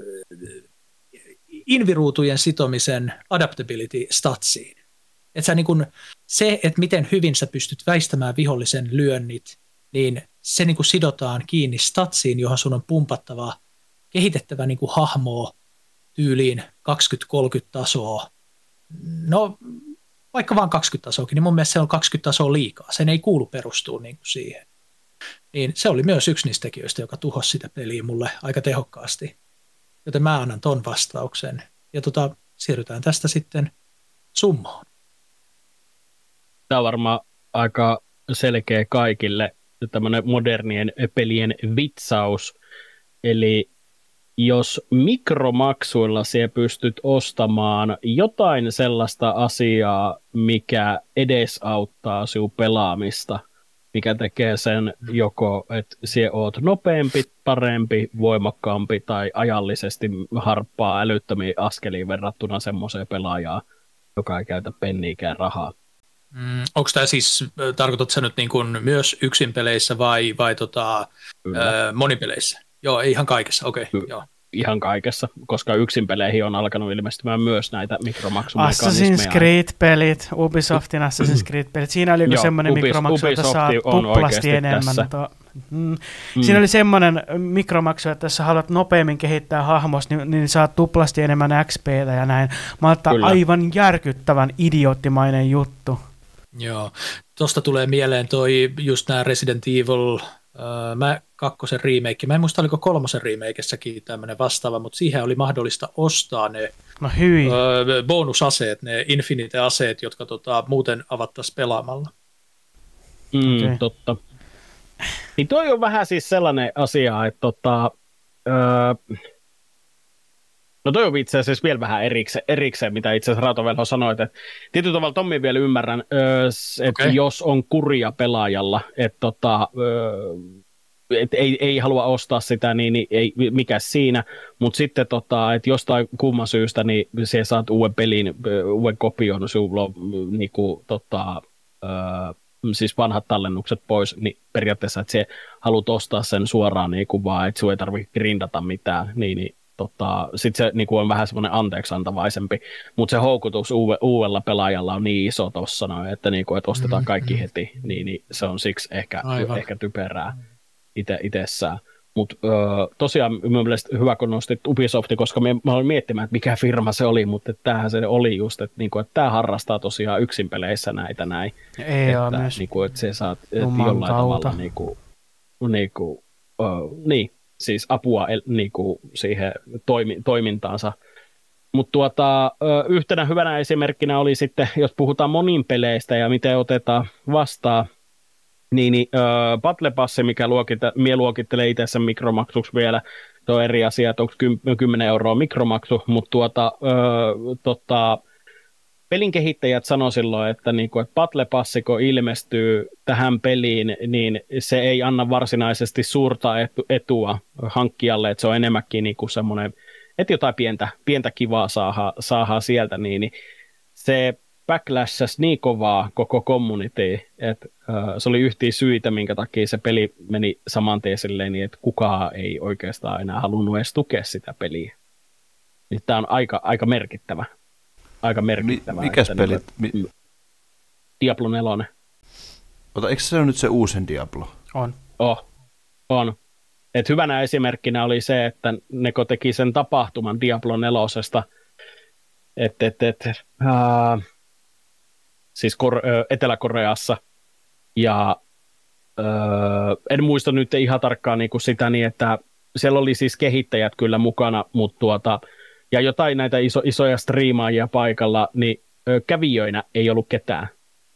Speaker 2: inviruutujen sitomisen adaptability statsiin. Että sä niin kun, se, että miten hyvin sä pystyt väistämään vihollisen lyönnit, niin se niin kun sidotaan kiinni statsiin, johon sun on pumpattava, kehitettävä niin kun hahmoa tyyliin kaksikymmentä kolmekymmentä tasoa. No, vaikka vaan kaksikymmentä tasoakin, niin mun mielestä se on kaksikymmentä tasoa liikaa. Sen ei kuulu perustua niin kuin siihen. Niin se oli myös yksi niistä tekijöistä, joka tuhosi sitä peliä mulle aika tehokkaasti. Joten mä annan ton vastauksen. Ja tota, siirrytään tästä sitten summaan.
Speaker 5: Tämä on varmaan aika selkeä kaikille tämmöinen modernien pelien vitsaus. Eli jos mikromaksuilla siellä pystyt ostamaan jotain sellaista asiaa, mikä edesauttaa sinun pelaamista, mikä tekee sen joko, että sinä olet nopeampi, parempi, voimakkaampi tai ajallisesti harppaa älyttömiin askeliin verrattuna semmoiseen pelaajaan, joka ei käytä penniikään rahaa.
Speaker 2: Mm, onko tämä siis, tarkoitatko sä nyt niin kuin myös yksinpeleissä vai, vai tota, ää, monipeleissä? Joo, ei ihan kaikessa, okei. Okay, joo.
Speaker 5: Ihan kaikessa, koska yksinpeleihin on alkanut ilmestymään myös näitä mikromaksumekanismeja.
Speaker 3: Assassin's Creed-pelit, Ubisoftin Assassin's Creed-pelit. Siinä oli joku semmoinen
Speaker 5: Ubis,
Speaker 3: mikromaksu, että saa tuplasti enemmän. To, mm. Mm. Siinä oli semmoinen mikromaksu, että jos sä haluat nopeammin kehittää hahmos, niin, niin saat tuplasti enemmän X P:tä ja näin. Mä ottaa aivan järkyttävän idioottimainen juttu.
Speaker 2: Joo, tosta tulee mieleen toi just nämä Resident Evil Öö, mä kakkosen remake, mä en muista oliko kolmosen remakeissäkin tämmöinen vastaava, mutta siihen oli mahdollista ostaa ne
Speaker 3: no
Speaker 2: öö, bonusaseet, ne Infinite-aseet, jotka tota, muuten avattaisiin pelaamalla.
Speaker 5: Mm, okay. Totta. Niin toi on vähän siis sellainen asia, että tota, öö, no toi on itse asiassa vielä vähän erikseen, erikseen mitä itse asiassa Raatovelho sanoi, että tietyllä tavalla Tommin vielä ymmärrän, että okay. jos on kuria pelaajalla, että tota, et ei, ei halua ostaa sitä, niin, niin ei, mikä siinä, mutta sitten tota, että jostain kumman syystä, niin se saat uuden pelin, uuden kopion, sulla on niin kuin, tota, siis vanhat tallennukset pois, niin periaatteessa, että se haluat ostaa sen suoraan niin kuin vaan, että sinua ei tarvitse grindata mitään, niin, niin Tota, sitten se niinku on vähän semmoinen anteeksiantavaisempi, mutta se houkutus uue, uudella pelaajalla on niin iso tuossa, no, että, niinku, että ostetaan kaikki heti, niin, niin se on siksi ehkä, ehkä typerää ite, itsessään. Mutta tosiaan minun mielestä hyvä, kun nostit Ubisofti, koska mä, mä olin miettimään, että mikä firma se oli, mutta tämähän se oli just, että, niinku, että tämä harrastaa tosiaan yksinpeleissä näitä näin.
Speaker 3: Ei
Speaker 5: että,
Speaker 3: ole myös
Speaker 5: niinku, että se saat et jollain tavalla niinku, niinku, uh, niin. Siis apua niin kuin siihen toimi, toimintaansa. Mutta tuota, yhtenä hyvänä esimerkkinä oli sitten, jos puhutaan monin peleistä ja miten otetaan vastaan, niin, niin äh, Battle Pass, mikä luokita, mie luokittelee itse sen mikromaksuksi vielä, se on eri asia, että onko kymmenen euroa mikromaksu, mutta tuota, äh, tota, pelin kehittäjät sanoi silloin, että, niinku, että Battle Pass, kun ilmestyy tähän peliin, niin se ei anna varsinaisesti suurta etua hankkijalle, että se on enemmänkin niinku semmoinen, että jotain pientä, pientä kivaa saadaan, saadaan sieltä, niin, niin se backlashas niin kovaa koko community, että uh, se oli yhtiä syitä, minkä takia se peli meni saman tien silleen, niin että kukaan ei oikeastaan enää halunnut edes tukea sitä peliä. Niin tämä on aika, aika merkittävä. Aika merkittävä.
Speaker 4: Mi- mikäs peli? Mi-
Speaker 5: Diablo neljä.
Speaker 4: Ota, eikö se ole nyt se uusin Diablo?
Speaker 3: On.
Speaker 5: Oh, on. Et hyvänä esimerkkinä oli se, että ne kun teki sen tapahtuman Diablo nelosesta, että et, et, uh, siis Kor- Etelä-Koreassa, ja uh, en muista nyt ihan tarkkaan niinku sitä niin, että siellä oli siis kehittäjät kyllä mukana, mutta tuota, ja jotain näitä iso, isoja striimaajia paikalla, niin ö, kävijöinä ei ollut ketään.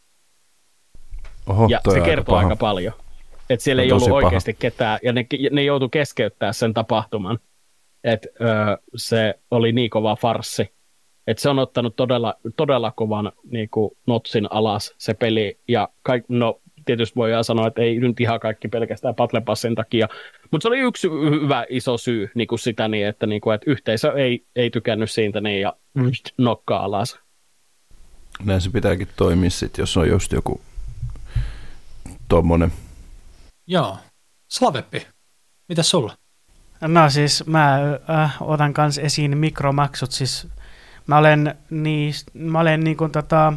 Speaker 4: Oho,
Speaker 5: ja se
Speaker 4: aika
Speaker 5: kertoo
Speaker 4: paha.
Speaker 5: aika paljon, että siellä ei ollut paha. Oikeasti ketään, ja ne, ne joutui keskeyttää sen tapahtuman, että se oli niin kova farssi, että se on ottanut todella, todella kovan niin kuin notsin alas se peli, ja kaik, no tietysti voidaan sanoa, että ei nyt ihan kaikki pelkästään Battle Passin takia, mutta se oli yksi hyvä iso syy niin kuin sitä, niin, että, niin kuin, että yhteisö ei, ei tykännyt siitä niin, ja mm. nokkaa alas.
Speaker 4: Näin se pitääkin toimia sitten, jos on just joku tommonen.
Speaker 2: Joo. Slaveppi, mitäs sulla?
Speaker 3: No siis mä äh, otan kans esiin mikromaksut, siis mä olen, niist, mä olen niin kuin tota,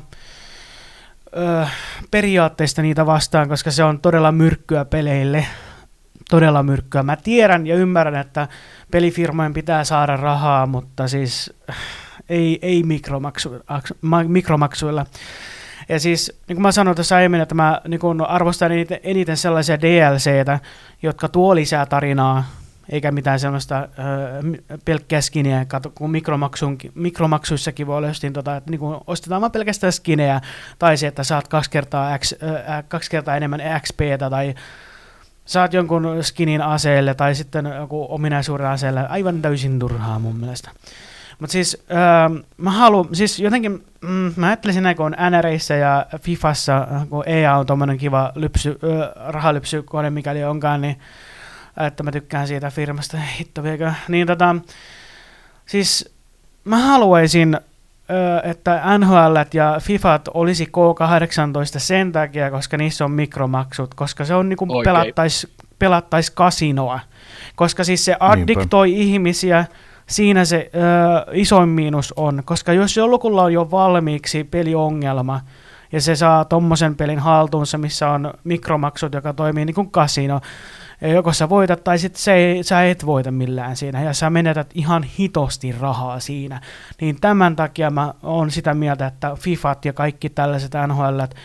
Speaker 3: äh, periaatteesta niitä vastaan, koska se on todella myrkkyä peleille, todella myrkkyä. Mä tiedän ja ymmärrän, että pelifirmojen pitää saada rahaa, mutta siis äh, ei, ei mikromaksu, äh, mikromaksuilla. Ja siis, niin kuin mä sanoin tuossa aiemmin, että mä niin kuin arvostan eniten, eniten sellaisia D L C:tä, jotka tuo lisää tarinaa, eikä mitään sellaista öö, pelkkää skiniä, kun mikromaksuissakin voi olla justiin, tota, että niin kuin ostetaan vaan pelkästään skinejä, tai se, että saat kaksi kertaa, X, äh, kaksi kertaa enemmän X P:tä, tai saat jonkun skinin aseelle, tai sitten joku ominaisuuden aseelle, aivan täysin turhaa mun mielestä. Mutta siis, öö, mä haluan, siis jotenkin, mm, mä ajattelisin näin, kun on N R I:ssä ja Fifassa, kun E A on tommonen kiva lypsy, öö, rahalypsykone, mikäli onkaan, niin että mä tykkään siitä firmasta, hitto viekö. Niin tota, siis mä haluaisin, öö, että N H L ja Fifat olisi K kahdeksantoista sen takia, koska niissä on mikromaksut, koska se on niinku pelattais, pelattais kasinoa. Koska siis se addiktoi Niinpä. ihmisiä. Siinä se ö, isoin miinus on, koska jos jollakulla on jo valmiiksi peliongelma ja se saa tommosen pelin haltuunsa, missä on mikromaksut, joka toimii niin kuin kasino, ja joko sä voitat tai sitten sä et voita millään siinä ja sä menetät ihan hitosti rahaa siinä, niin tämän takia mä oon sitä mieltä, että Fifat ja kaikki tällaiset N H L:t,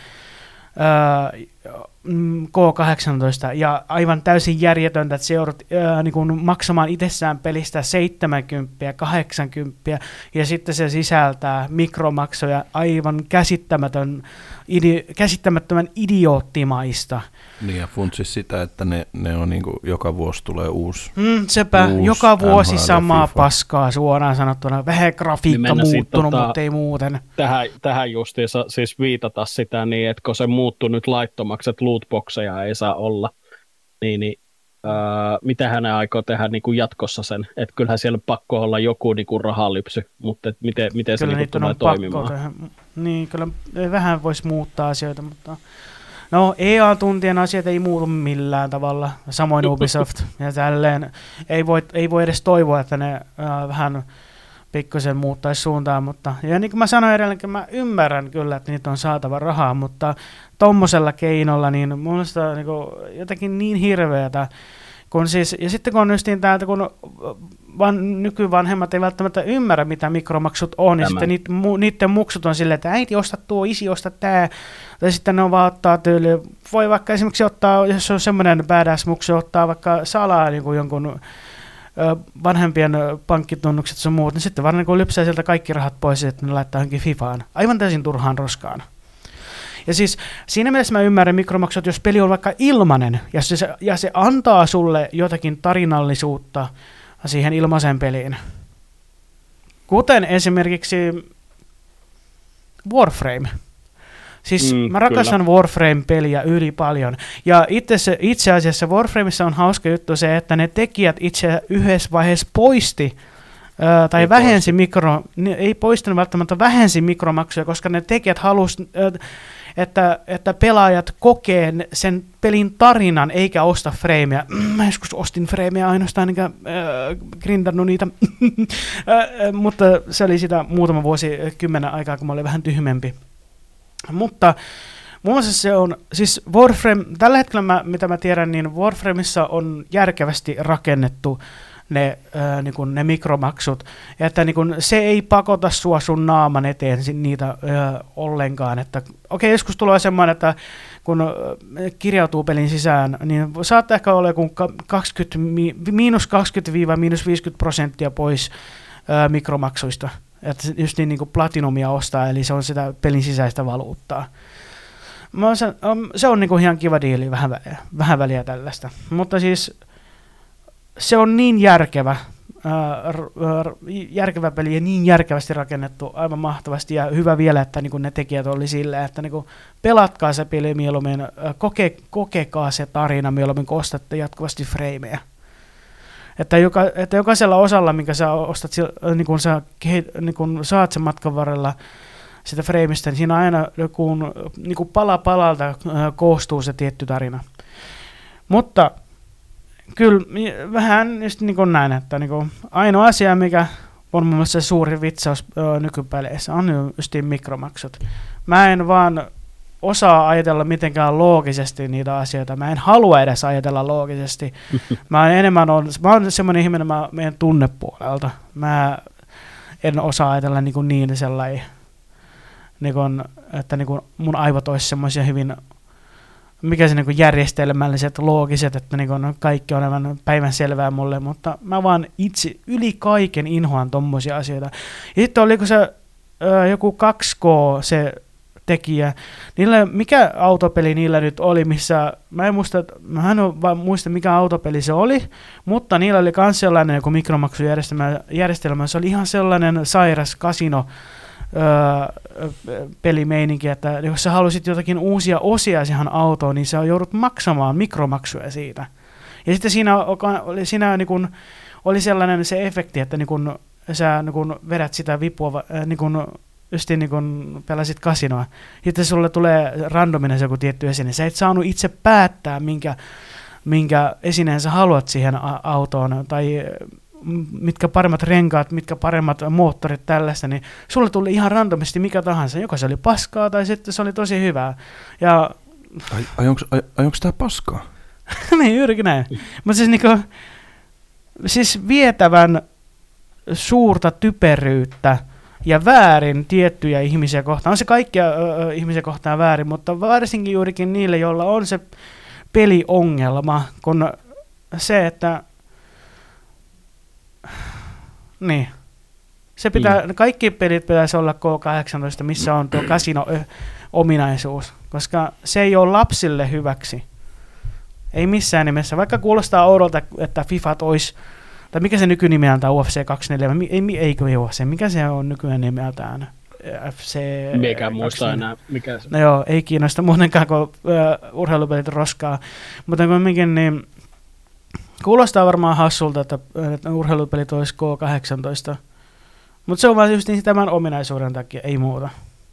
Speaker 3: K kahdeksantoista ja aivan täysin järjetöntä, että se joudut ää, niin kuin maksamaan itsessään pelistä seitsemänkymmentä, kahdeksankymmentä ja sitten se sisältää mikromaksoja aivan käsittämätön, idi, käsittämättömän idioottimaista.
Speaker 4: Niin ja funtsi sitä, että ne, ne on niin kuin, joka vuosi tulee uusi.
Speaker 3: Mm, sepä,
Speaker 4: uusi
Speaker 3: joka vuosi
Speaker 4: N H L
Speaker 3: samaa
Speaker 4: FIFA.
Speaker 3: Paskaa suoraan sanottuna. Vähän grafiikka
Speaker 5: niin
Speaker 3: muuttunut,
Speaker 5: tota,
Speaker 3: mutta ei muuten.
Speaker 5: Tähän, tähän justiinsa siis viitata sitä niin, että kun se muuttuu nyt laittomaksi, että lootboxeja ei saa olla, niin, niin öö, mitä hän aikoo tehdä niin kuin jatkossa sen, että kyllähän siellä pakko olla joku niin kuin rahalypsy, mutta et miten, miten se niin kuin tulee toimimaan.
Speaker 3: Tehdä. Niin, kyllä vähän voisi muuttaa asioita, mutta no E A-tuntien asiat ei muutu millään tavalla, samoin Ubisoft ja tälleen. Ei voi, ei voi edes toivoa, että ne äh, vähän pikkusen muuttaisi suuntaan, mutta ja niin kuin mä sanoin edelleenkin, mä ymmärrän kyllä, että niitä on saatava rahaa, mutta tommosella keinolla niin mun mielestä niin kuin, jotenkin niin hirveätä, kun siis, ja sitten kun on justiin täältä, kun van, nykyvanhemmat ei välttämättä ymmärrä, mitä mikromaksut on, Tämä. ja sitten niit, mu, niiden muksut on silleen, että äiti osta tuo, isi osta tää, tai sitten ne on vaan ottaa tyyli, voi vaikka esimerkiksi ottaa, jos on semmoinen badass muksu, ottaa vaikka salaa niin kuin jonkun vanhempien pankkitunnukset sun muut, niin sitten vaan niin lypsää sieltä kaikki rahat pois, että ne laittaa johonkin Fifaan. Aivan täysin turhaan roskaan. Ja siis siinä mielessä mä ymmärrän mikromaksut, jos peli on vaikka ilmanen, ja se, ja se antaa sulle jotakin tarinallisuutta siihen ilmaisen peliin. Kuten esimerkiksi Warframe. Siis mm, mä rakastan kyllä. Warframe-peliä yli paljon. Ja itse, se, itse asiassa Warframeissa on hauska juttu se, että ne tekijät itse yhdessä vaiheessa poisti Öö, tai
Speaker 5: ei
Speaker 3: vähensi mikro, ei poistanut välttämättä, vähensi mikromaksuja, koska ne tekijät halusivat, että, että pelaajat kokee sen pelin tarinan, eikä osta freimejä. Mä joskus ostin freimejä ainoastaan, enkä äh, grindannut niitä, äh, mutta se oli sitä muutama vuosi, kymmenen aikaa, kun mä olin vähän tyhmempi. Mutta muun muassa se on, siis Warframe, tällä hetkellä mä, mitä mä tiedän, niin Warframeissa on järkevästi rakennettu ne, äh, niin kuin ne mikromaksut, ja että niin kuin, se ei pakota sua sun naaman eteen niitä äh, ollenkaan, että okei, okay, joskus tulee semmoinen, että kun äh, kirjautuu pelin sisään, niin saattaa ehkä olla joku kaksikymmentä, miinus kaksikymmentä miinus viisikymmentä prosenttia pois äh, mikromaksuista, että just niin, niin kuin platinumia ostaa, eli se on sitä pelin sisäistä valuuttaa. Se, se on niin kuin ihan kiva diili, vähän väliä, vähän väliä tällaista, mutta siis se on niin järkevä, ää, r, järkevä peli ja niin järkevästi rakennettu, aivan mahtavasti, ja hyvä vielä, että niin kuin ne tekijät oli silleen, että niin kuin pelatkaa se peli mieluummin, koke, kokekaa se tarina mieluummin, kun ostatte jatkuvasti freimejä. Että, joka, että jokaisella osalla, minkä sä ostat, niin kun sä niin kun saat sen matkan varrella sitä freimistä, niin siinä aina joku, niin kuin pala palalta äh, koostuu se tietty tarina. Mutta kyllä vähän just niin kuin näin, että niin kuin ainoa asia, mikä on mun mielestä se suuri vitsaus äh, nykypeleissä, on just mikromaksut. Mä en vaan osaa ajatella mitenkään loogisesti niitä asioita. Mä en halua edes ajatella loogisesti. Mä oon enemmän on, mä oon semmoinen ihminen mä, meidän tunnepuolelta. Mä en osaa ajatella niin, niin sellainen, niin kuin, että niin kuin mun aivot olisi semmoisia hyvin, mikä se niin kuin järjestelmälliset, loogiset, että niin kuin kaikki on aivan päivänselvää mulle, mutta mä vaan itse yli kaiken inhoan tommosia asioita. Ja sitten oliko se ö, joku kaksi K se tekijä, niillä, mikä autopeli niillä nyt oli, missä, mä en muista, mä en vaan muista mikä autopeli se oli, mutta niillä oli myös sellainen joku mikromaksujärjestelmä, järjestelmä, se oli ihan sellainen sairas kasino, Öö, pelimeininki, että jos sä halusit jotakin uusia osia siihen autoon, niin sä joudut maksamaan mikromaksuja siitä. Ja sitten siinä oli, siinä niin kun, oli sellainen se efekti, että niin kun sä niin kun vedät sitä vipua, niin kun, just niin kun pelasit kasinoa, sitten sulle tulee randomina se joku tietty esine. Sä et saanut itse päättää, minkä, minkä esineen sä haluat siihen autoon, tai mitkä paremmat renkaat, mitkä paremmat moottorit tällaista, niin sulle tuli ihan randomisti mikä tahansa. Joko se oli paskaa tai sitten se oli tosi hyvää. Ja
Speaker 4: ai, ai onko ai, ai tää paskaa?
Speaker 3: niin, juurikin näin. Mutta siis, niinku, siis vietävän suurta typeryyttä ja väärin tiettyjä ihmisiä kohtaan. On se kaikkia ö, ihmisiä kohtaan väärin, mutta varsinkin juurikin niille, joilla on se peliongelma, kun se, että niin. Se pitää, mm. kaikki pelit pitäisi olla K kahdeksantoista, missä on tuo kasino-ominaisuus, koska se ei ole lapsille hyväksi. Ei missään nimessä. Vaikka kuulostaa oudolta, että FIFA olisi, tai mikä se nykynimi on, U F C kaksikymmentäneljä, ei, eikö U F C, mikä se on nykyään nimeltään? F C...
Speaker 5: Mikä muista enää, mikä se?
Speaker 3: No joo, ei kiinnosta muutenkaan, kun uh, urheilupelit roskaa. Mutta kuitenkin niin kuulostaa varmaan hassulta, että, että urheilupelit olisi K kahdeksantoista, mutta se on vain just niin tämän ominaisuuden takia, ei muuta.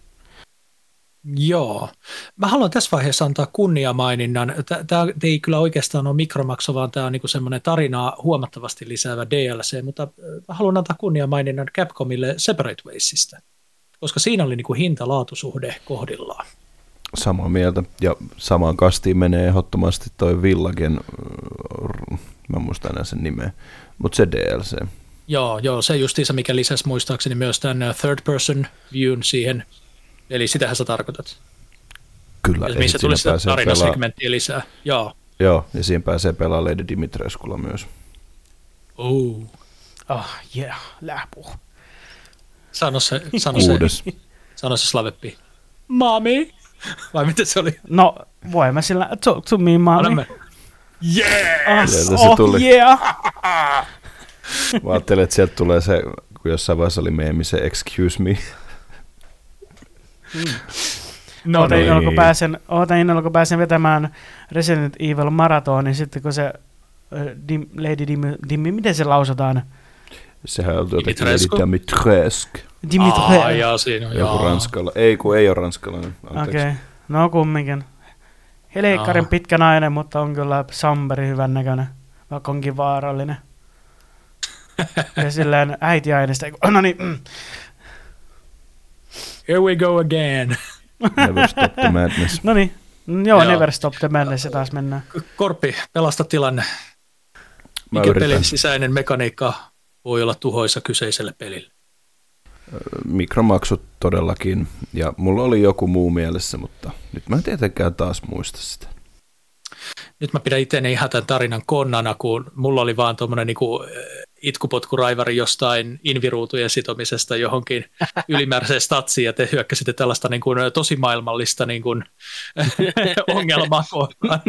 Speaker 2: Joo. Mä haluan tässä vaiheessa antaa kunniamaininnan. Tämä ei kyllä oikeastaan ole mikromaksu, vaan tämä on niinku semmoinen tarinaa huomattavasti lisäävä D L C, mutta mä haluan antaa kunniamaininnan Capcomille Separate Waysista, koska siinä oli niinku hinta-laatusuhde kohdillaan.
Speaker 4: Samaa mieltä, ja samaan kastiin menee ehdottomasti toi Villagen, mä muistan enää sen nimeä, mutta se D L C.
Speaker 2: Joo, joo, se justiinsa, mikä lisäsi muistaakseni myös tämän third person viewn siihen, eli sitähän sä tarkoitat.
Speaker 4: Kyllä,
Speaker 2: ja missä tuli sitä tarinasegmenttiä lisää, joo.
Speaker 4: Joo, ja siinä pääsee pelaamaan Lady Dimitresculla myös.
Speaker 2: Oh.
Speaker 3: Oh, yeah, läpu.
Speaker 2: Sano se, sano se, sano se Slaveppi. Mami! Vai miten se oli?
Speaker 3: No, voi mä sillä, talk to me, mami.
Speaker 2: Yes!
Speaker 3: Oh, oh yeah!
Speaker 4: Mä ajattelin, että sieltä tulee se, kun jossain vaiheessa oli meemi se excuse me.
Speaker 3: Mm. No, oota innolla, kun pääsen, oota innolla, kun pääsen vetämään Resident Evil maratonin, sitten kun se uh, dim, Lady Dimmy, Dimmy, miten se lausutaan?
Speaker 4: Sehän on jotenkin Dimitrescu.
Speaker 3: Dimitrescu.
Speaker 2: Aa, jaa, siinä on,
Speaker 4: joku ranskala. Ei, kun ei ole ranskalainen.
Speaker 3: Okei, okay. No kumminkin. Helikkarin Aa. pitkä nainen, mutta on kyllä Samberi hyvän näköinen, vaikka onkin vaarallinen. Ja silleen äitiaineista. No niin.
Speaker 2: Here we go again.
Speaker 4: Never stop the madness.
Speaker 3: No niin. Joo, Joo, never stop the madness ja taas mennään.
Speaker 2: Korppi, pelasta tilanne.
Speaker 4: Mä
Speaker 2: Mikä
Speaker 4: yritän.
Speaker 2: pelin sisäinen mekaniikka voi olla tuhoisa kyseiselle pelille?
Speaker 4: Mikromaksut todellakin. Ja mulla oli joku muu mielessä, mutta nyt mä en tietenkään taas muista sitä.
Speaker 2: Nyt mä pidän itseäni ihan tämän tarinan konnana, kun mulla oli vaan tuommoinen niinku itkupotkuraivari jostain inviruutujen sitomisesta johonkin ylimääräiseen statsiin, ja te hyökkäsitte tällaista niin kuin tosi maailmallista niin kuin ongelmaa kohtaan.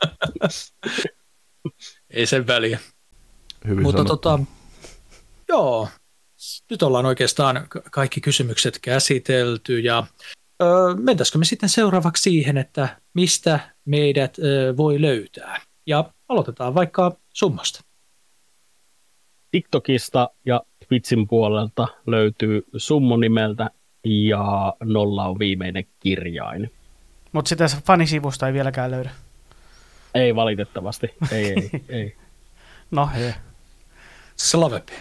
Speaker 2: Ei sen väliä.
Speaker 4: Hyvin
Speaker 2: Mutta
Speaker 4: sanottu.
Speaker 2: tota, joo, nyt ollaan oikeastaan kaikki kysymykset käsitelty, ja ö, mentäisikö me sitten seuraavaksi siihen, että mistä meidät ö, voi löytää. Ja aloitetaan vaikka Summosta.
Speaker 5: TikTokista ja Twitchin puolelta löytyy Summo nimeltä, ja nolla on viimeinen kirjain.
Speaker 3: Mutta sitä fanisivusta ei vieläkään löydä.
Speaker 5: Ei valitettavasti, ei, ei, ei.
Speaker 3: No hei.
Speaker 2: Slavepi.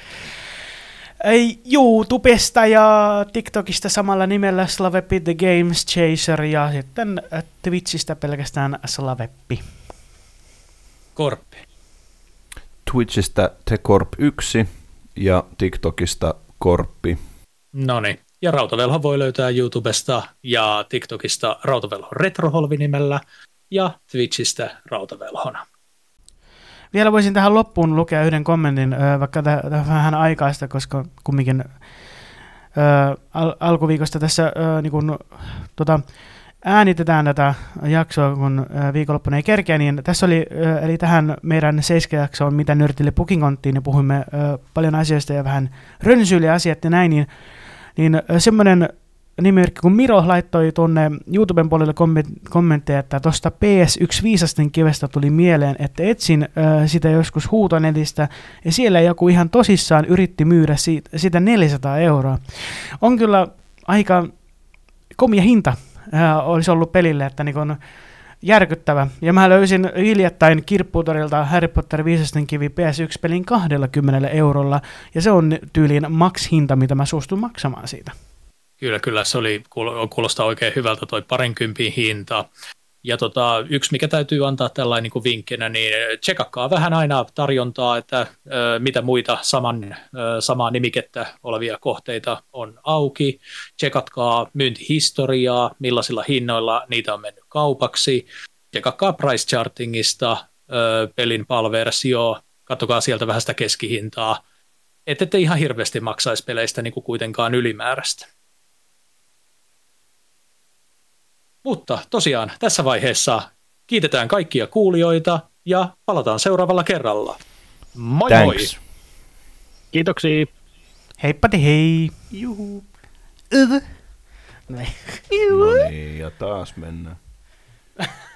Speaker 3: Ei, YouTubesta ja TikTokista samalla nimellä Slavepi The Games Chaser ja sitten Twitchistä pelkästään Slaveppi.
Speaker 2: Korppi.
Speaker 4: Twitchistä TheKorp yksi ja TikTokista Korppi.
Speaker 2: Noniin. Ja Rautavelho voi löytää YouTubesta ja TikTokista Rautavelho Retroholvi nimellä ja Twitchistä Rautavelhona.
Speaker 3: Vielä voisin tähän loppuun lukea yhden kommentin, vaikka tämä on vähän aikaista, koska kumminkin al- alkuviikosta tässä niin kun, tota, äänitetään tätä jaksoa, kun viikonloppuna ei kerkeä, niin tässä oli, eli tähän meidän seiska-jaksoon, mitä nörtille pukinkonttiin, niin puhuimme paljon asioista ja vähän rönsyille asiat ja näin, niin, niin semmoinen nimimerkki kun Miro laittoi tuonne YouTuben puolelle kommentteja, että tuosta P S yksi viisasten kivestä tuli mieleen, että etsin äh, sitä joskus huutonetistä, ja siellä joku ihan tosissaan yritti myydä siitä, sitä neljäsataa euroa. On kyllä aika komia hinta äh, olisi ollut pelille, että niin kun järkyttävä. Ja mä löysin hiljattain Kirpputorilta Harry Potter viisasten kivi P S yksi-pelin kaksikymmentä eurolla, ja se on tyyliin max-hinta, mitä mä suostun maksamaan siitä.
Speaker 2: Kyllä, kyllä, se oli, kuulostaa oikein hyvältä toi parinkympin hinta. Ja tota, yksi, mikä täytyy antaa tällainen niin kuin vinkkinä, niin tsekakkaa vähän aina tarjontaa, että ö, mitä muita saman, ö, samaa nimikettä olevia kohteita on auki. Tsekatkaa myyntihistoriaa, millaisilla hinnoilla niitä on mennyt kaupaksi. Tsekakkaa price chartingista, ö, pelin PAL-versio, katsokaa sieltä vähän sitä keskihintaa. Ette te ihan hirveästi maksaisi peleistä niin kuin kuitenkaan ylimääräistä. Mutta tosiaan tässä vaiheessa kiitetään kaikkia kuulijoita ja palataan seuraavalla kerralla. Moi
Speaker 4: Thanks.
Speaker 2: moi!
Speaker 5: Kiitoksia.
Speaker 3: Heippati hei! Juhu! Yvy!
Speaker 4: No niin, ja taas mennään.